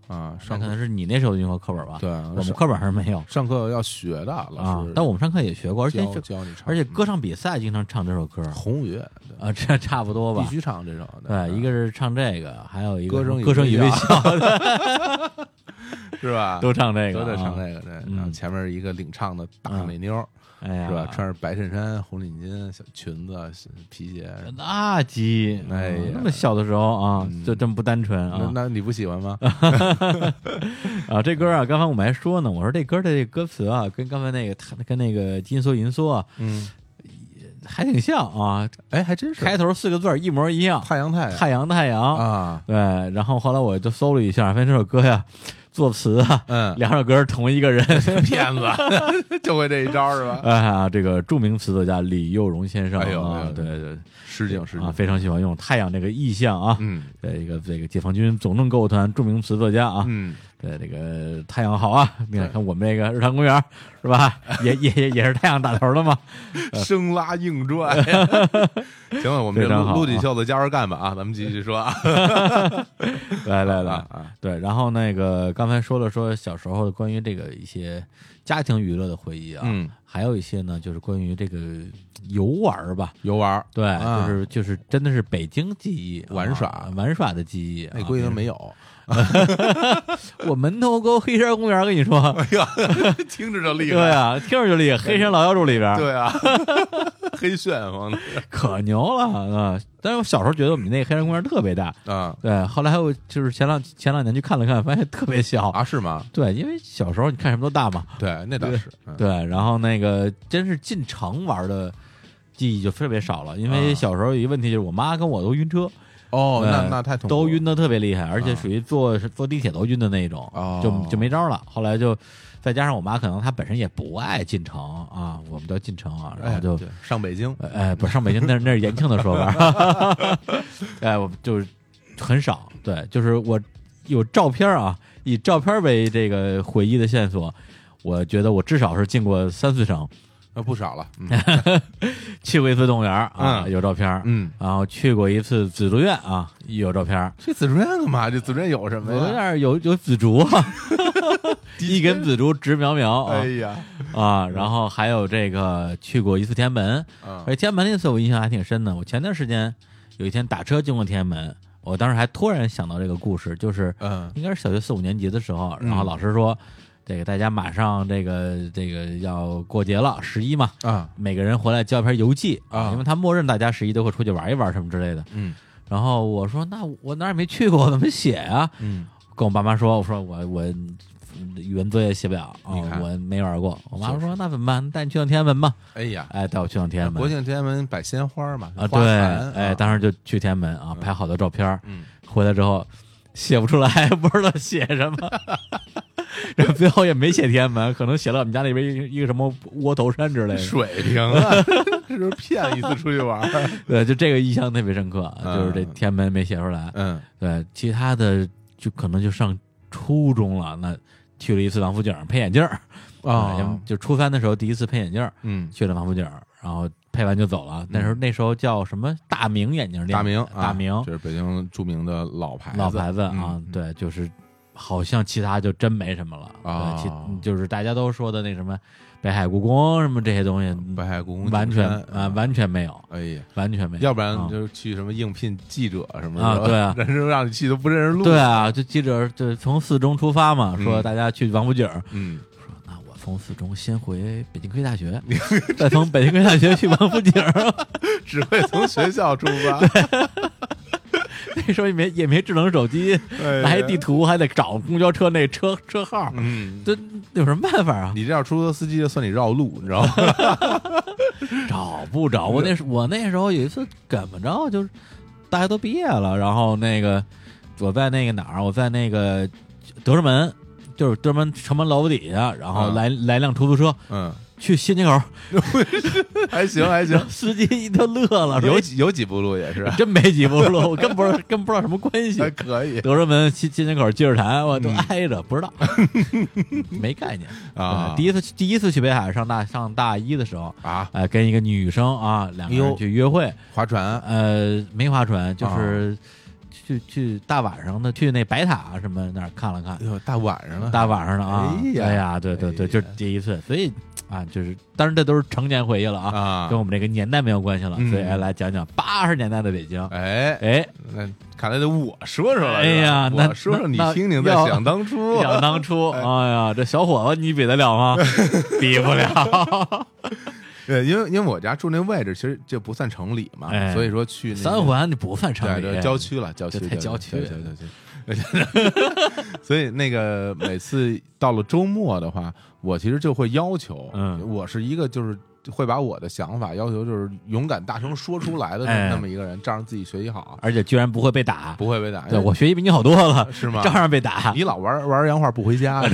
啊， 那可能是你那时候的运河课本吧？ 对， 我们课本上没有。 上课要学的老师， 但我们上课也学过，而且教你唱， 而且歌唱比赛经常唱这首歌，《 红五月》 啊，这差不多吧？ 必须唱这首。 对，一个是唱这个，还有一个歌声与微笑， 是吧？ 都唱这个， 都得唱这个。对，然后前面一个领唱的大美妞。是吧？穿着白衬衫、红领巾、小裙子、皮鞋， 那鸡， 哎呀， 那么小的时候啊，就这么不单纯啊？ 那你不喜欢吗？ 啊，这歌啊，刚才我们还说呢，我说这歌的这歌词啊，跟刚才那个跟那个金梭银梭啊，还挺像啊。 哎，还真是， 开头4个字一模一样， 太阳啊，对。然后后来我就搜了一下，发现这首歌呀。作词啊，两首歌是同一个人， 骗子就会这一招是吧？ 哎呀，这个著名词作家李幼荣先生， 哎呦， 对， 诗境啊，非常喜欢用太阳这个意象啊，这个解放军总政歌舞团著名词作家啊，对，这个太阳好啊，你看我们这个日坛公园是吧？也是太阳打头的嘛， 生拉硬拽。行了，我们这陆锦秀的加油干吧啊，咱们继续说啊。 来啊，对，然后那个刚才说小时候的关于这个一些家庭娱乐的回忆啊，还有一些呢，就是关于这个游玩吧，对，就是真的是北京记忆， 玩耍的记忆， 那估计都没有。 我门头沟黑山公园，跟你说， 哎呀，听着就厉害， 对啊，听着就厉害，黑山老妖柱里边， 对啊，黑旋风可牛了啊！但是我小时候觉得我们那个黑山公园特别大啊， 对，后来我就是前两年去看了看，发现特别小啊，是吗？ 对，因为小时候你看什么都大嘛， 对，那倒是， 对，然后那个真是进城玩的记忆就特别少了，因为小时候有一个问题就是我妈跟我都晕车。 哦，那太痛苦了， 都晕得特别厉害，而且属于坐地铁都晕的那种，就没招了。后来就再加上我妈可能她本身也不爱进城啊，我们都进城啊，然后就上北京， 不是上北京，那是延庆的说法，我就是很少，对，就是我有照片啊，以照片为这个回忆的线索，我觉得我至少是进过3-4城。 不少了， 去过一次动物园啊，有照片，然后去过一次紫竹院啊，有照片。 去紫竹院干嘛？这紫竹院有什么呀？ 紫竹院有紫竹啊，一根紫竹直苗苗啊， 哎呀然后还有这个去过一次天安门，而且天安门那次我印象还挺深的。我前段时间有一天打车经过天安门，我当时还突然想到这个故事，就是应该是小学4-5年级的时候，然后老师说。这个大家马上这个要过节了，11嘛每个人回来交一篇游记啊，因为他默认大家11都会出去玩一玩什么之类的。然后我说那我哪儿也没去过，我怎么写呀？跟我爸妈说，我说我语文作业写不了啊，我没玩过。我妈说那怎么办？带你去趟天安门吧。 哎呀， 带我去趟天安门。 国庆天安门摆鲜花嘛啊，对，当时就去天安门啊，拍好多照片。回来之后写不出来，不知道写什么。然后最后也没写天安门，可能写了我们家那边一个什么窝头山之类的。 水平啊，这是骗一次出去玩。 对，就这个印象特别深刻，就是这天安门没写出来。对，其他的就可能就上初中了，那去了一次王府井配眼镜就初3的时候第一次配眼镜去了王府井，然后配完就走了。那时候叫什么大明眼镜店，大明就是北京著名的老牌子啊，对，就是好像其他就真没什么了啊，就是大家都说的那什么北海故宫什么这些东西， 北海故宫完全没有， 哎呀， 完全没有， 要不然就去什么应聘记者什么的对啊， 人生让你去都不认识路， 对啊，就记者就从4中出发嘛，说大家去王府井，说那我从4中先回北京科技大学，再从北京科技大学去王府井， 只会从学校出发。 那时候也没智能手机，拿一地图还得找公交车那车号，这有什么办法啊？ 你这样出租车司机就算你绕路，你知道吗？ 找不着，我那时候有一次怎么着，就是大家都毕业了，然后那个我在那个哪儿，我在那个德胜门，就是德胜门城门楼底下，然后来辆出租车，去新街口， 还行， 司机都乐了， 有几步路也是， 真没几步路，我更不知道什么关系， 还可以。 德胜门新街口积水潭，我都挨着，不知道，没概念啊。第一次去北海上大一的时候啊， 跟一个女生啊，2个人去约会划船， 没划船，就是去大晚上的去那白塔什么那儿看了看。 大晚上的啊！哎呀，对，就是第一次，所以啊，就是当然这都是成年回忆了啊，跟我们这个年代没有关系了。所以来讲讲80年代的北京。 哎，那看来得我说说了。 哎呀， 那说说你听听，在想当初， 哎呀，这小伙子你比得了吗？比不了。 对，因为我家住那位置，其实就不算城里嘛，所以说去三环你不算城里， 对，郊区了，郊区太郊区。 所以那个每次到了周末的话，我其实就会要求，我是一个就是会把我的想法要求就是勇敢大声说出来的那么一个人，照样自己学习好， 而且居然不会被打， 不会被打。 对，我学习比你好多了， 是吗？ 照样被打。 你老玩洋画不回家。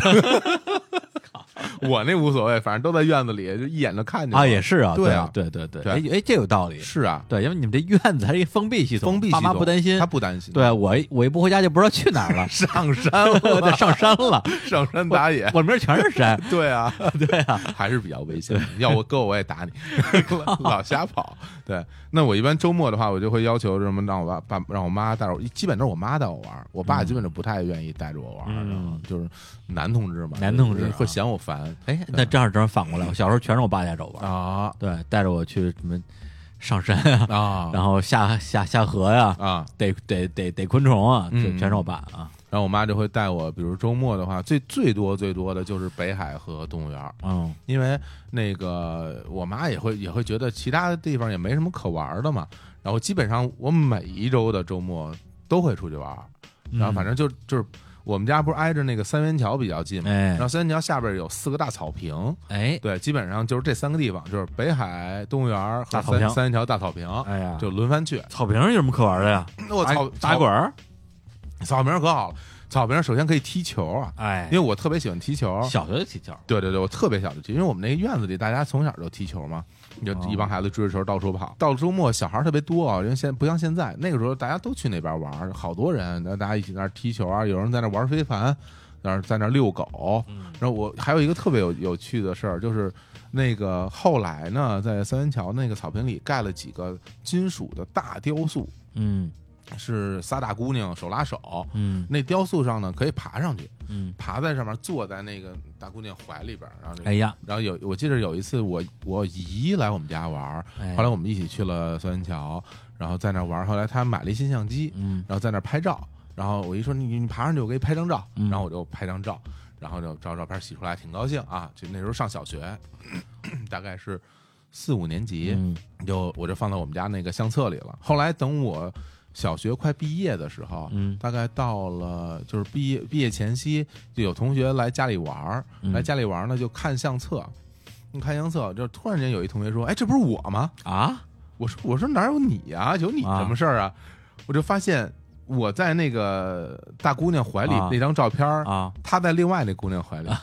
我那无所谓，反正都在院子里，就一眼就看见啊，也是啊， 对啊， 对，哎，这有道理， 是啊， 对，因为你们这院子还是一封闭系统，爸妈不担心， 他不担心， 对我一不回家就不知道去哪儿了， 上山了， 上山了， 上山打野， 我这边全是山， 对啊，还是比较危险，要我搁我也打你，老瞎跑，对，那我一般周末的话，我就会要求什么让我妈带着我，基本都是我妈带我玩，我爸基本就不太愿意带着我玩，就是男同志嘛， 男同志会嫌我烦。 哎，那正好反过来，我小时候全是我爸带着我玩啊， 对，带着我去什么上山啊， 然后下河呀， 啊， 逮昆虫啊，全是我爸啊。 然后我妈就会带我，比如周末的话，最多的就是北海和动物园，因为那个我妈也会觉得其他的地方也没什么可玩的嘛。然后基本上我每一周的周末都会出去玩，然后反正就是我们家不是挨着那个三元桥比较近嘛，然后三元桥下边有4个大草坪，对，基本上就是这3个地方，就是北海动物园和三元桥大草坪， 哎呀， 就轮番去。 草坪有什么可玩的呀？ 我打滚， 草坪可好了。草坪首先可以踢球啊，因为我特别喜欢踢球， 小学就踢球， 对，我特别小就踢，因为我们那个院子里大家从小就踢球嘛，就一帮孩子追着球到处跑。到了周末小孩特别多啊，因为不像现在，那个时候大家都去那边玩，好多人，大家一起在那踢球啊，有人在那玩飞盘，在那遛狗。然后我还有一个特别有趣的事儿，就是那个后来呢，在三元桥那个草坪里盖了几个金属的大雕塑，是仨大姑娘手拉手，那雕塑上呢可以爬上去，爬在上面，坐在那个大姑娘怀里边，然后然后我记得有一次我姨来我们家玩，后来我们一起去了三元桥，然后在那玩，后来她买了一新相机，然后在那拍照，然后我一说你爬上去我给你拍张照，然后我就拍张照，然后就照片洗出来，挺高兴啊，就那时候上小学，大概是4、5年级，我就放在我们家那个相册里了。后来等我小学快毕业的时候，大概到了就是毕业前夕，就有同学来家里玩，来家里玩呢就看相册，就突然间有一同学说：“哎，这不是我吗？”啊，我说哪有你呀？有你什么事儿啊？我就发现我在那个大姑娘怀里那张照片她在另外那姑娘怀里。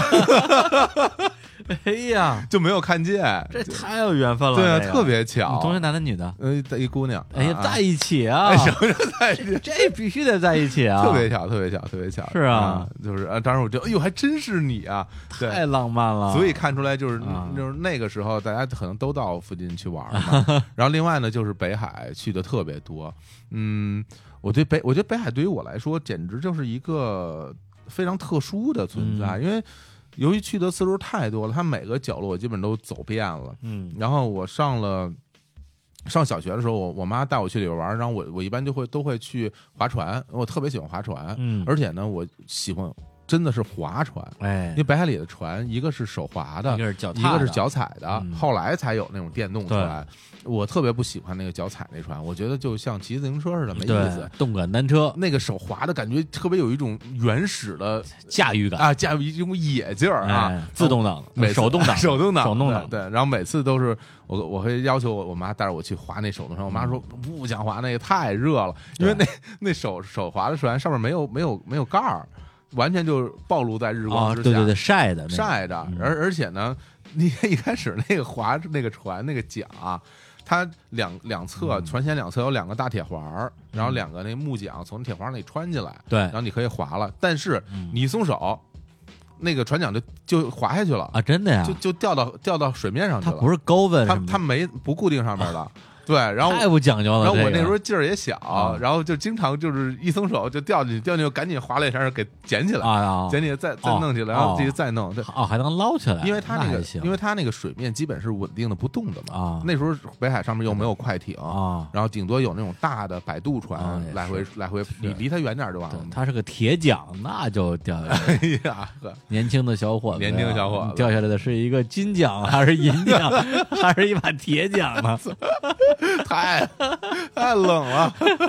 哎呀， 就没有看见， 这太有缘分了。 对啊，特别巧。 你同学男的女的？ 一姑娘。 哎呀，在一起啊！ 什么在一起？ 这必须得在一起啊！ 特别巧。 是啊， 就是当时我就哎呦，还真是你啊！ 太浪漫了。 所以看出来就是那个时候大家可能都到附近去玩嘛。然后另外呢，就是北海去的特别多。我觉得北海对于我来说简直就是一个非常特殊的存在，因为由于去的次数太多了，它每个角落我基本都走遍了。然后我上小学的时候，我妈带我去里边玩，然后我一般都会去划船，我特别喜欢划船，而且呢，我喜欢真的是划船，因为北海里的船一个是手划的，一个是脚踩的，后来才有那种电动出来。我特别不喜欢那个脚踩那船，我觉得就像骑自行车似的，没意思。 动感单车那个手滑的感觉特别有一种原始的驾驭感啊，驾驭一种野劲儿啊， 自动挡、手动挡， 对。然后每次都是我会要求我妈带着我去划那手动船，我妈说不想划那个太热了，因为那手划的船上面没有盖儿，完全就暴露在日光之下， 对，晒的， 而且呢，你一开始那个划那个船那个桨啊。它两侧船舷两侧有2个大铁环，然后2个那木桨从铁环里穿进来， 对， 然后你可以划了。但是你一松手，那个船桨就滑下去了啊！真的呀， 就掉到水面上去了。 它不是高温， 它不固定上面的。 对，然后太不讲究了。 然后我那时候劲儿也小，然后就经常就是一松手就掉进去，赶紧划了一下给捡起来捡起来再弄起来，然后自己再弄。 还能捞起来， 因为它那个水面基本是稳定的不动的嘛。那时候北海上面又没有快艇然后顶多有那种大的摆渡船来回，你离它远点就完了。 它是个铁桨，那就掉下来。 哎呀， 年轻的小伙子， 年轻的小伙子掉下来的是一个金桨还是银桨，还是一把铁桨呢？ 太冷了。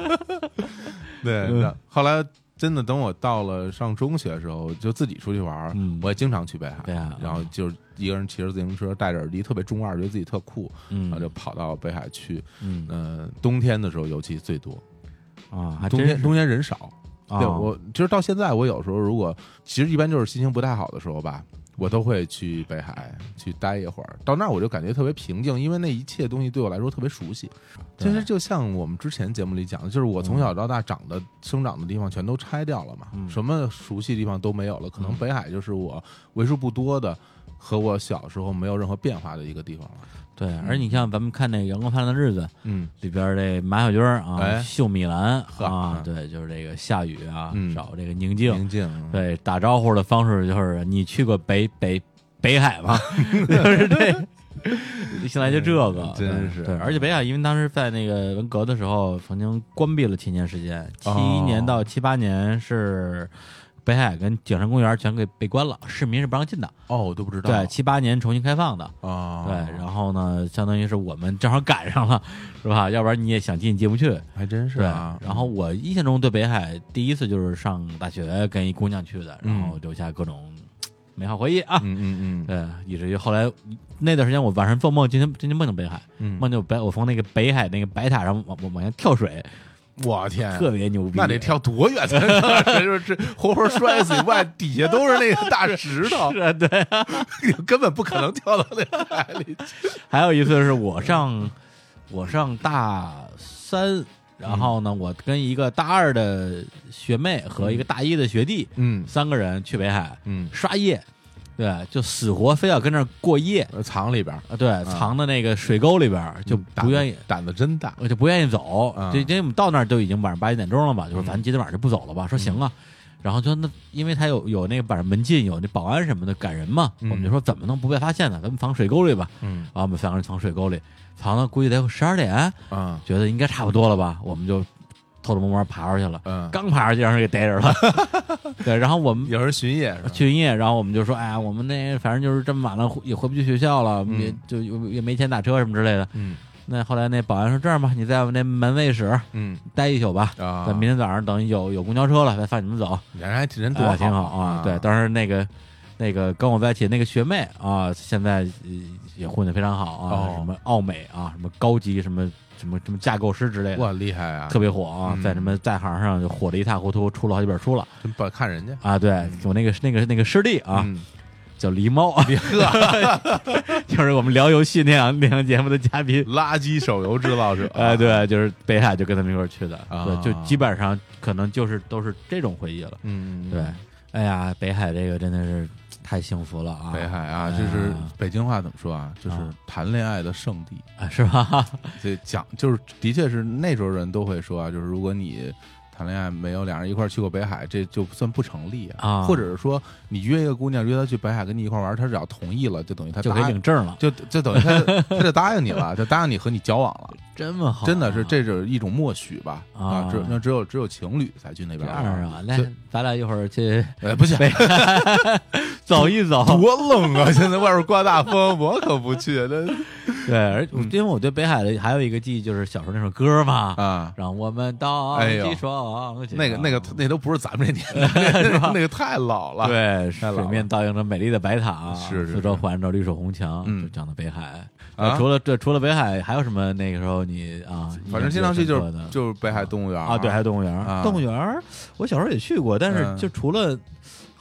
对，后来真的等我到了上中学的时候，就自己出去玩，我也经常去北海，然后就是一个人骑着自行车，戴着耳机，特别中二，觉得自己特酷，然后就跑到北海去。冬天的时候尤其最多冬天人少。对，我其实到现在，我有时候如果其实一般就是心情不太好的时候吧，我都会去北海去待一会儿。到那儿我就感觉特别平静，因为那一切东西对我来说特别熟悉。其实就像我们之前节目里讲的，就是我从小到大生长的地方全都拆掉了嘛，什么熟悉的地方都没有了。可能北海就是我为数不多的和我小时候没有任何变化的一个地方了。 对，而你像咱们看那个《阳光灿烂的日子》，里边这马小军秀米兰对，就是这个下雨找这个宁静，对，打招呼的方式就是你去过北海吗？就是这，一上来就这个， 真是对。而且北海因为当时在那个文革的时候，曾经关闭了7年时间，71年到78年是。北海跟景山公园全给被关了，市民是不让进的。 我都不知道。 对，78年重新开放的。对，然后呢，相当于是我们正好赶上了，是吧？要不然你也想进不去， 还真是。 对，然后我印象中对北海第一次就是上大学跟一姑娘去的，然后留下各种美好回忆啊。对，以至于后来那段时间我晚上做梦，今天梦见北海，梦见我从那个北海那个白塔上往下跳水。 我天， 特别牛逼！ 那得跳多远才能这活活摔死以外，底下都是那个大石头， 是啊，对啊， 根本不可能跳到那个海里去。 还有一次是我上大3，然后呢，我跟一个大2的学妹和一个大1的学弟，3个人去北海，刷夜。对，就死活非要跟那儿过夜， 藏里边对，藏的那个水沟里边，就不愿意， 胆子真大， 就不愿意走。因为我们到那儿就已经晚上8、9点钟了嘛，就说咱今天晚上就不走了吧。说行啊，然后就那，因为他有那个晚上门禁有那保安什么的赶人嘛，我们就说怎么能不被发现呢？咱们藏水沟里吧。然后我们3个人藏水沟里，藏到估计得有12点，觉得应该差不多了吧，我们就偷偷摸摸爬出去了，刚爬上去让人给逮着了。对，然后我们有人巡夜， 然后我们就说，哎呀，我们那反正就是这么晚了也回不去学校了，也没钱打车什么之类的。那后来那保安说，这样吧，你在我们那门卫室待一宿吧，等明天早上等有公交车了再放你们走。 人多好， 挺好啊。对，当时那个跟我在一起那个学妹啊，现在也混得非常好啊，什么奥美啊，什么高级什么架构师之类的， 哇，厉害啊， 特别火啊，在什么在行上就火得一塌糊涂，出了好几本书了。 真不看人家啊，对，我那个师弟啊，叫狸猫，就是我们聊游戏那档节目的嘉宾， 垃圾手游制造者。 对，就是北海就跟他们一块儿去的，对，就基本上可能都是这种回忆了。对，哎呀，北海这个真的是太幸福了啊！ 北海啊，就是北京话怎么说啊？就是谈恋爱的圣地啊，是吧？ 这就是的确是那时候人都会说啊，就是如果你谈恋爱没有两人一块去过北海，这就算不成立啊。或者是说你约一个姑娘约她去北海跟你一块玩，她只要同意了，就等于她就可以领证了， 就等于她就答应你了，就答应你和你交往了。 这么好， 真的是这是一种默许吧？啊，只有情侣才去那边。 这样啊，来，咱俩一会儿去， 不行， 走一走， 多冷啊！现在外边刮大风，我可不去。 对，而因为我对北海的还有一个记忆，就是小时候那首歌嘛，啊，让我们荡起双桨。 那都不是咱们这年代，那个太老了。 对，水面倒映着美丽的白塔， 是四周环着绿水红墙，就讲的北海。除了北海，还有什么？那个时候你啊， 反正经常去就是北海动物园啊，对，还有动物园。动物园我小时候也去过，但是就除了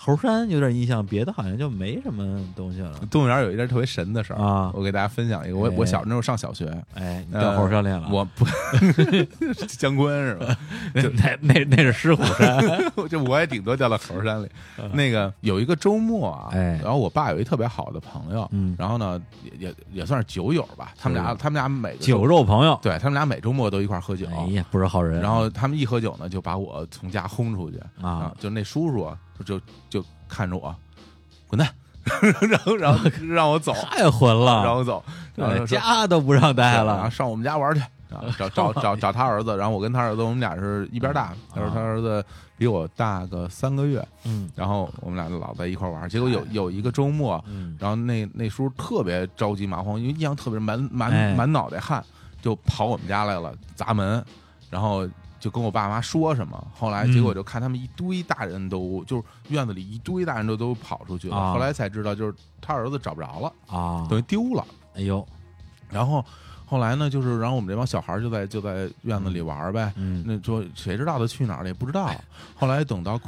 猴山有点印象，别的好像就没什么东西了。 动物园有一件特别神的事儿啊， 我给大家分享一个。我小那时候上小学， 你掉猴山里了？ 我不，姜昆是吧？ 那是狮虎山， 就我也顶多掉到猴山里。那个有一个周末啊，然后我爸有一特别好的朋友，然后呢也算是酒友吧，他们俩每个酒肉朋友， 对他们俩每周末都一块喝酒， 哎呀，不是好人。 然后他们一喝酒呢，就把我从家轰出去啊，就那叔叔就看着我，滚蛋，然后让我走， 太混了， 让我走， 家都不让待了， 然后上我们家玩去。找他儿子，然后我跟他儿子，我们俩是一边大。他说他儿子比我大个3个月，然后我们俩老在一块玩。结果有一个周末，然后那叔特别着急忙慌，因为印象特别满脑袋汗，就跑我们家来了，砸门，然后就跟我爸妈说什么。后来结果就看他们一堆大人就是院子里一堆大人都跑出去了。后来才知道，就是他儿子找不着了啊，等于丢了。 哎呦， 然后。后来呢，就是然后我们这帮小孩就在院子里玩呗，那说谁知道他去哪儿了也不知道。后来等到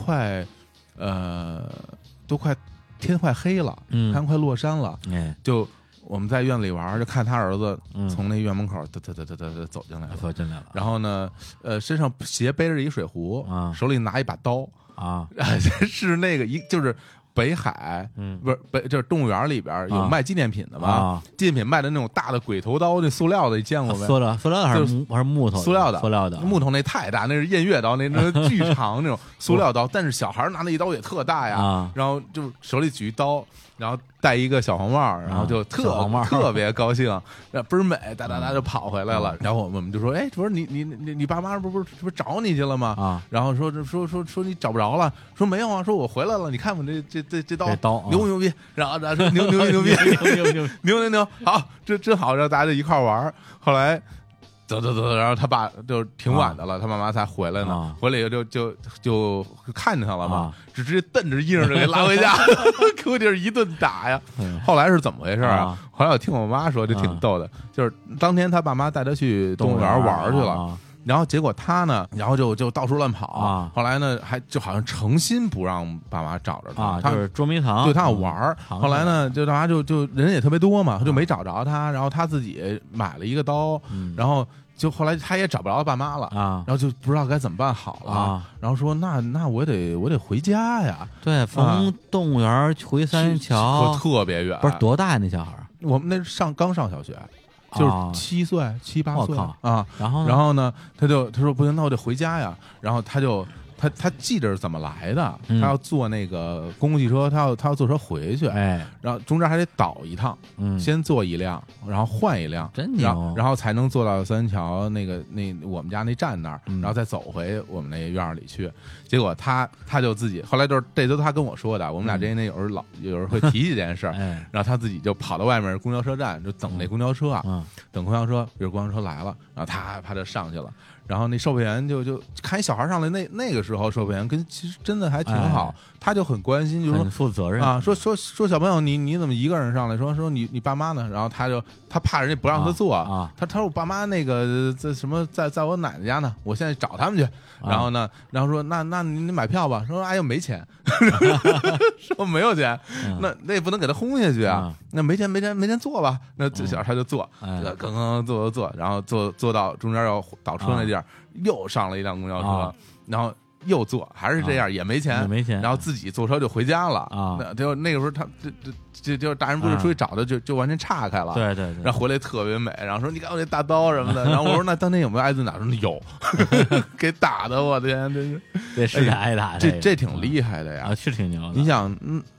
天快黑了，太阳快落山了，就我们在院子里玩，就看他儿子从那院门口走进来了，然后呢，身上斜背着一水壶，手里拿一把刀啊，是那个就是。北海，不是就是动物园里边有卖纪念品的嘛？纪念品卖的那种大的鬼头刀，那塑料的，你见过没？ 塑料的还是木头？ 塑料的， 木头那太大，那是偃月刀，那巨长那种塑料刀。但是小孩拿那一刀也特大呀，然后就手里举一刀，然后戴一个小黄帽，然后就特别高兴，倍儿美，哒就跑回来了。然后我们就说，哎，不是你爸妈不是找你去了吗？然后说你找不着了，说没有啊，说我回来了，你看我这刀牛不牛逼？然后说牛逼，好，这真好，让大家就一块玩。后来走，然后他爸就挺晚的了，他妈妈才回来呢。回来以后就看见他了嘛，直接瞪着硬着给拉回家，估计是一顿打呀。后来是怎么回事啊？后来我听我妈说，就挺逗的，就是当天他爸妈带他去动物园玩去了。然后结果他呢，然后就到处乱跑啊。后来呢，还就好像诚心不让爸妈找着他， 就是捉迷藏， 对他要玩。后来呢，就大家就人也特别多嘛，就没找着他。然后他自己买了一个刀，然后就后来他也找不着爸妈了啊，然后就不知道该怎么办好了。然后说那我得回家呀。 对，从动物园回三桥特别远， 不是多大那小孩？ 我们那刚上小学。就是7岁7、8岁啊， 然后呢，他说不行，那我得回家呀。然后他记着是怎么来的，他要坐那个公共汽车，他要坐车回去，然后中间还得倒一趟，先坐一辆，然后换一辆， 真牛， 然后才能坐到三桥那我们家那站那儿，然后再走回我们那院里去。结果他就自己，后来就是这都他跟我说的，我们俩之间有时候会提起这件事儿，然后他自己就跑到外面公交车站就等那公交车啊，等公交车，比如公交车来了，然后他就上去了。然后那售票员就看一小孩上来，那个时候售票员其实真的还挺好，他就很关心，就是说很负责任啊，说小朋友你怎么一个人上来？说你爸妈呢？然后他怕人家不让他坐啊，他说我爸妈那个在我奶奶家呢，我现在找他们去。然后呢，然后说那你买票吧。说哎呦没钱，说没有钱，那也不能给他轰下去啊。那没钱坐吧。那小孩他就坐，刚坐，然后坐到中间要倒车那地儿，又上了一辆公交车，然后又坐，还是这样，也没钱，然后自己坐车就回家了啊。那个时候他就大人不是出去找的，就完全岔开了。 对， 然后回来特别美，然后说你看我这大刀什么的。然后我说那当年有没有挨顿打？说有，给打的我天，真是这是挨打， 这挺厉害的呀， 是挺牛的。 你想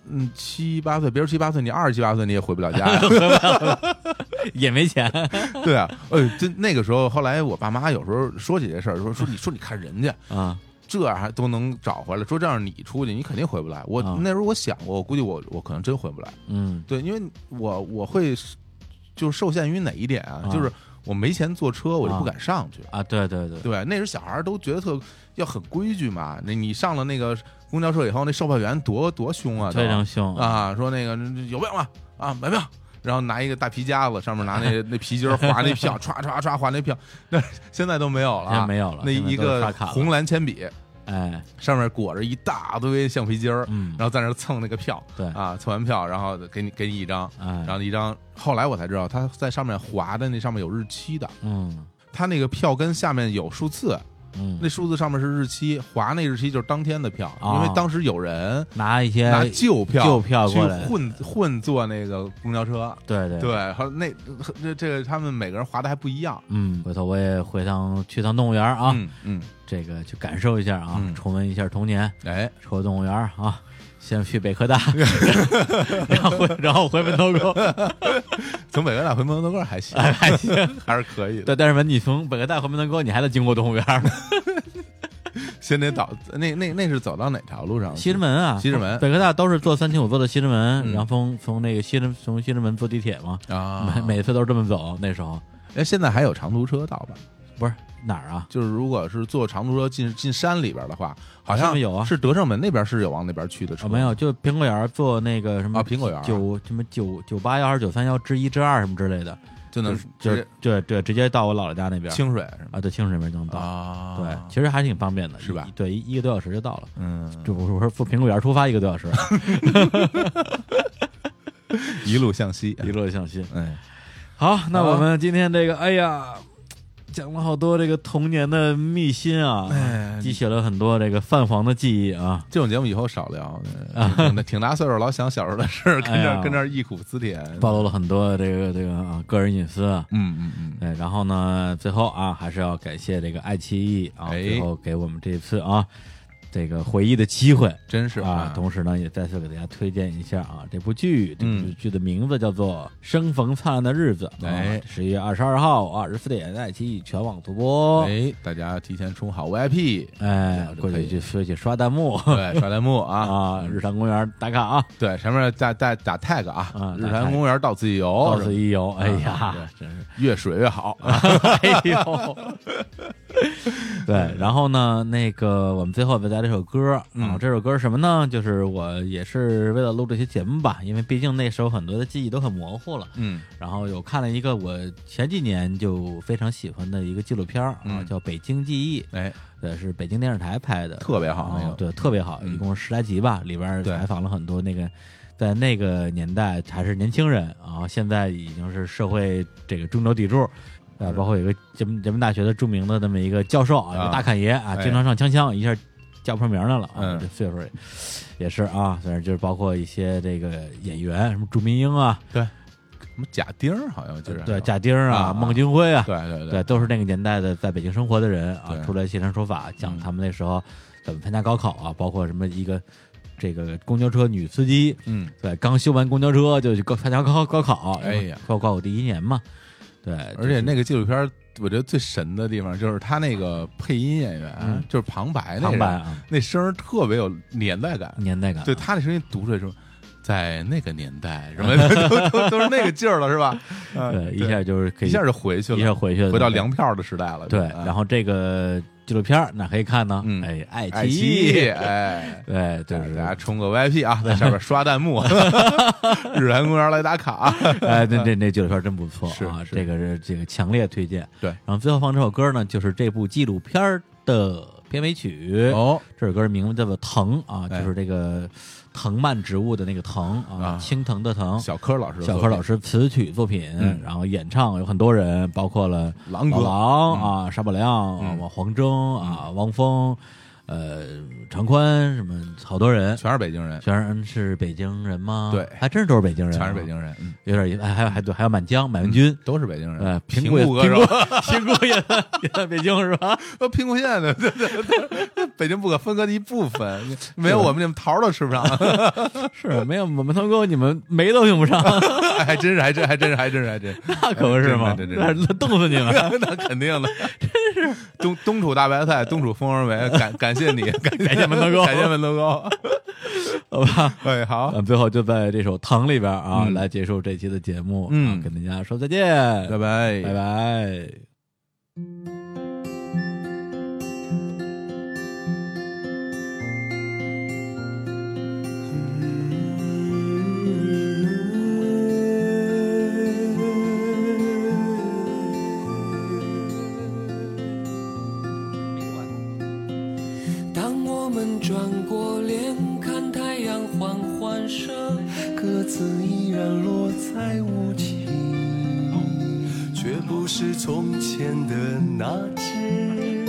，7、8岁，别说7、8岁，你27、28岁你也回不了家呀， 也没钱。 对啊，就那个时候，后来我爸妈有时候说起这事儿，说你看人家啊。这样还都能找回来，说这样你出去你肯定回不来。我那时候我想过，我估计我可能真回不来。对，因为我会就受限于哪一点啊？就是我没钱坐车，我就不敢上去啊。对， 那时小孩都觉得要很规矩嘛。那你上了那个公交车以后，那售票员多凶啊， 非常凶啊！说那个有票吗？啊，买票。然后拿一个大皮夹子，上面拿那皮筋划那票，歘划那票。那现在都没有了， 没有了。 那一个红蓝铅笔哎， 上面裹着一大堆橡皮筋儿，然后在那蹭那个票， 对啊，蹭完票，然后给你一张，然后一张，后来我才知道他在上面划的那上面有日期的，他那个票根下面有数字。那数字上面是日期，划那日期就是当天的票，因为当时有人拿旧票过来混坐那个公交车， 对， 和这个他们每个人划的还不一样。 回头我也去趟动物园啊，这个去感受一下啊，重温一下童年。 哎， 说动物园啊。先去北科大，然后回门头沟， 从北科大回门头沟还行， 还行， 还是可以的。 对，但是你从北科大回门头沟，你还得经过动物园， 先得那是走到哪条路上？ 西直门啊， 西直门， 北科大都是坐375坐的西直门，然后从那个从西直门坐地铁嘛，每次都是这么走。那时候， 现在还有长途车到吧？ 不是哪儿啊？ 就是如果是坐长途车进山里边的话，好像有啊， 是德胜门那边是有往那边去的车， 没有，就苹果园坐那个什么苹果园 981还是931之1之2什么之类的， 就能对，直接到我姥姥家那边， 清水啊，对，清水那边就能到啊， 对，其实还挺方便的， 是吧？ 对，1个多小时就到了，就我说从苹果园出发1个多小时， 一路向西， 好，那我们今天这个，哎呀。讲了好多这个童年的秘辛啊，激起了很多这个泛黄的记忆啊。 这种节目以后少聊，挺大岁数老想小时候的事，跟这忆苦思甜， 暴露了很多这个个人隐私啊。对，然后呢，最后啊，还是要感谢这个爱奇艺啊，最后给我们这次啊。这个回忆的机会， 真是啊！同时呢，也再次给大家推荐一下啊，这部剧的名字叫做《生逢灿烂的日子》。11月22号24点，爱奇艺全网独播。 大家提前充好 VIP， 过去去刷弹幕， 对，刷弹幕啊！ 日坛公园打卡啊！ 对，上面打 tag 啊！日坛公园到此一游， 到此一游，哎呀，真是越水越好！ 哎呦，对，然后呢，那个我们最后再来这首歌啊，这首歌是什么呢？就是我也是为了录这些节目吧，因为毕竟那时候很多的记忆都很模糊了，然后有看了一个我前几年就非常喜欢的一个纪录片啊，叫《北京记忆》，对，是北京电视台拍的， 特别好，那个对，特别好，一共10来集吧，里边采访了很多那个在那个年代还是年轻人啊，现在已经是社会这个中流砥柱。包括有个人民大学的著名的那么一个教授啊，大侃爷啊，经常上锵，一下叫不出名来了啊，这岁数也是啊，反正就是包括一些这个演员，什么朱明英啊， 对，什么贾丁好像就是对贾丁啊，孟京辉啊， 对， 都是那个年代的在北京生活的人啊，出来现身说法，讲他们那时候怎么参加高考啊，包括什么一个这个公交车女司机，对，刚修完公交车就去参加高考， 哎呀， 高考第1年嘛。对， 而且那个纪录片，我觉得最神的地方就是他那个配音演员，就是旁白那声特别有年代感，对他那声音读出来说，在那个年代什么都是那个劲儿了，是吧？ 对，一下就是可以， 一下就回去了，回到粮票的时代了。 对，然后这个纪录片哪可以看呢？爱奇艺，对，就是大家充个 VIP 啊，在上面刷弹幕，日坛公园来打卡。 那纪录片真不错啊，这个强烈推荐。 对， 然后最后放这首歌呢，就是这部纪录片的片尾曲。这首歌名字叫做《藤》啊，就是这个藤蔓植物的那个藤啊，青藤的藤。 小柯老师词曲作品，然后演唱有很多人，包括了郎啊、沙宝亮啊、黄征啊、汪峰。常宽什么好多人， 全是北京人， 全是北京人吗？ 对， 还真是都是北京人， 全是北京人， 有点还有满江、满文军都是北京人。 苹果也在北京是吧？ 苹果县的，北京不可分割的一部分，没有我们你们桃都吃不上， 是没有我们头沟你们煤都用不上， 还真是， 那可不是吗？那冻死你们， 那肯定的，真是冬储大白菜，冬储蜂窝煤，感谢你， 感谢门头沟， 感谢门头沟， 好吧？ 哎，好， 最后就在这首《糖》里边啊，来结束这期的节目，跟大家说再见， 拜拜， 拜拜。 当自依然落在无情，却不是从前的那只。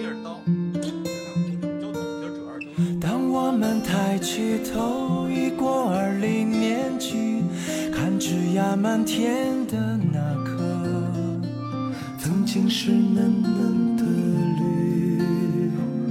当我们抬起头，已过20年纪，看枝桠满天的那颗，曾经是嫩嫩的绿。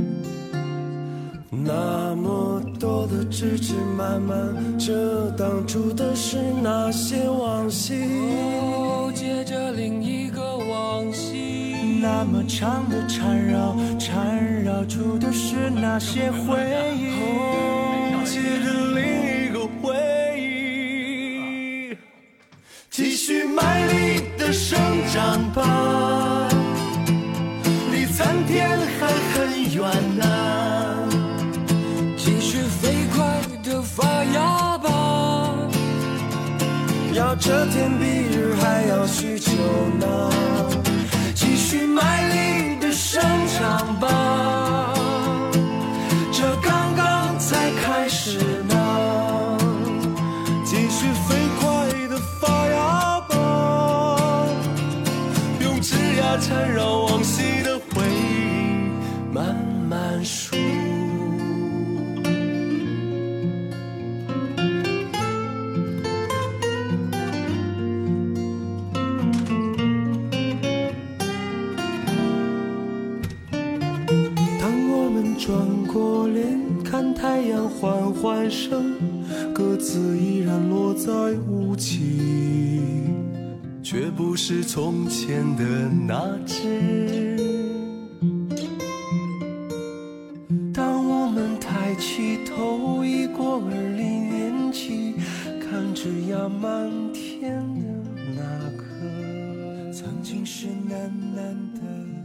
那么多的枝枝蔓蔓，这挡住的是那些往昔，接着另一个往昔。那么长的缠绕，缠绕住的是那些回忆，接着另一个回忆。继续卖力的生长吧，离参天还很远呢。继续飞快的发芽吧，要这天比日还要许久呢。继续卖力的生长吧，这刚刚才开始呢。继续飞快的发芽吧，用枝桠缠绕往昔的回忆，慢慢数。转过脸看太阳缓缓升，各自依然落在无期，却不是从前的那只。当我们抬起头，已过20年纪，看枝桠满天的那颗，曾经是喃喃的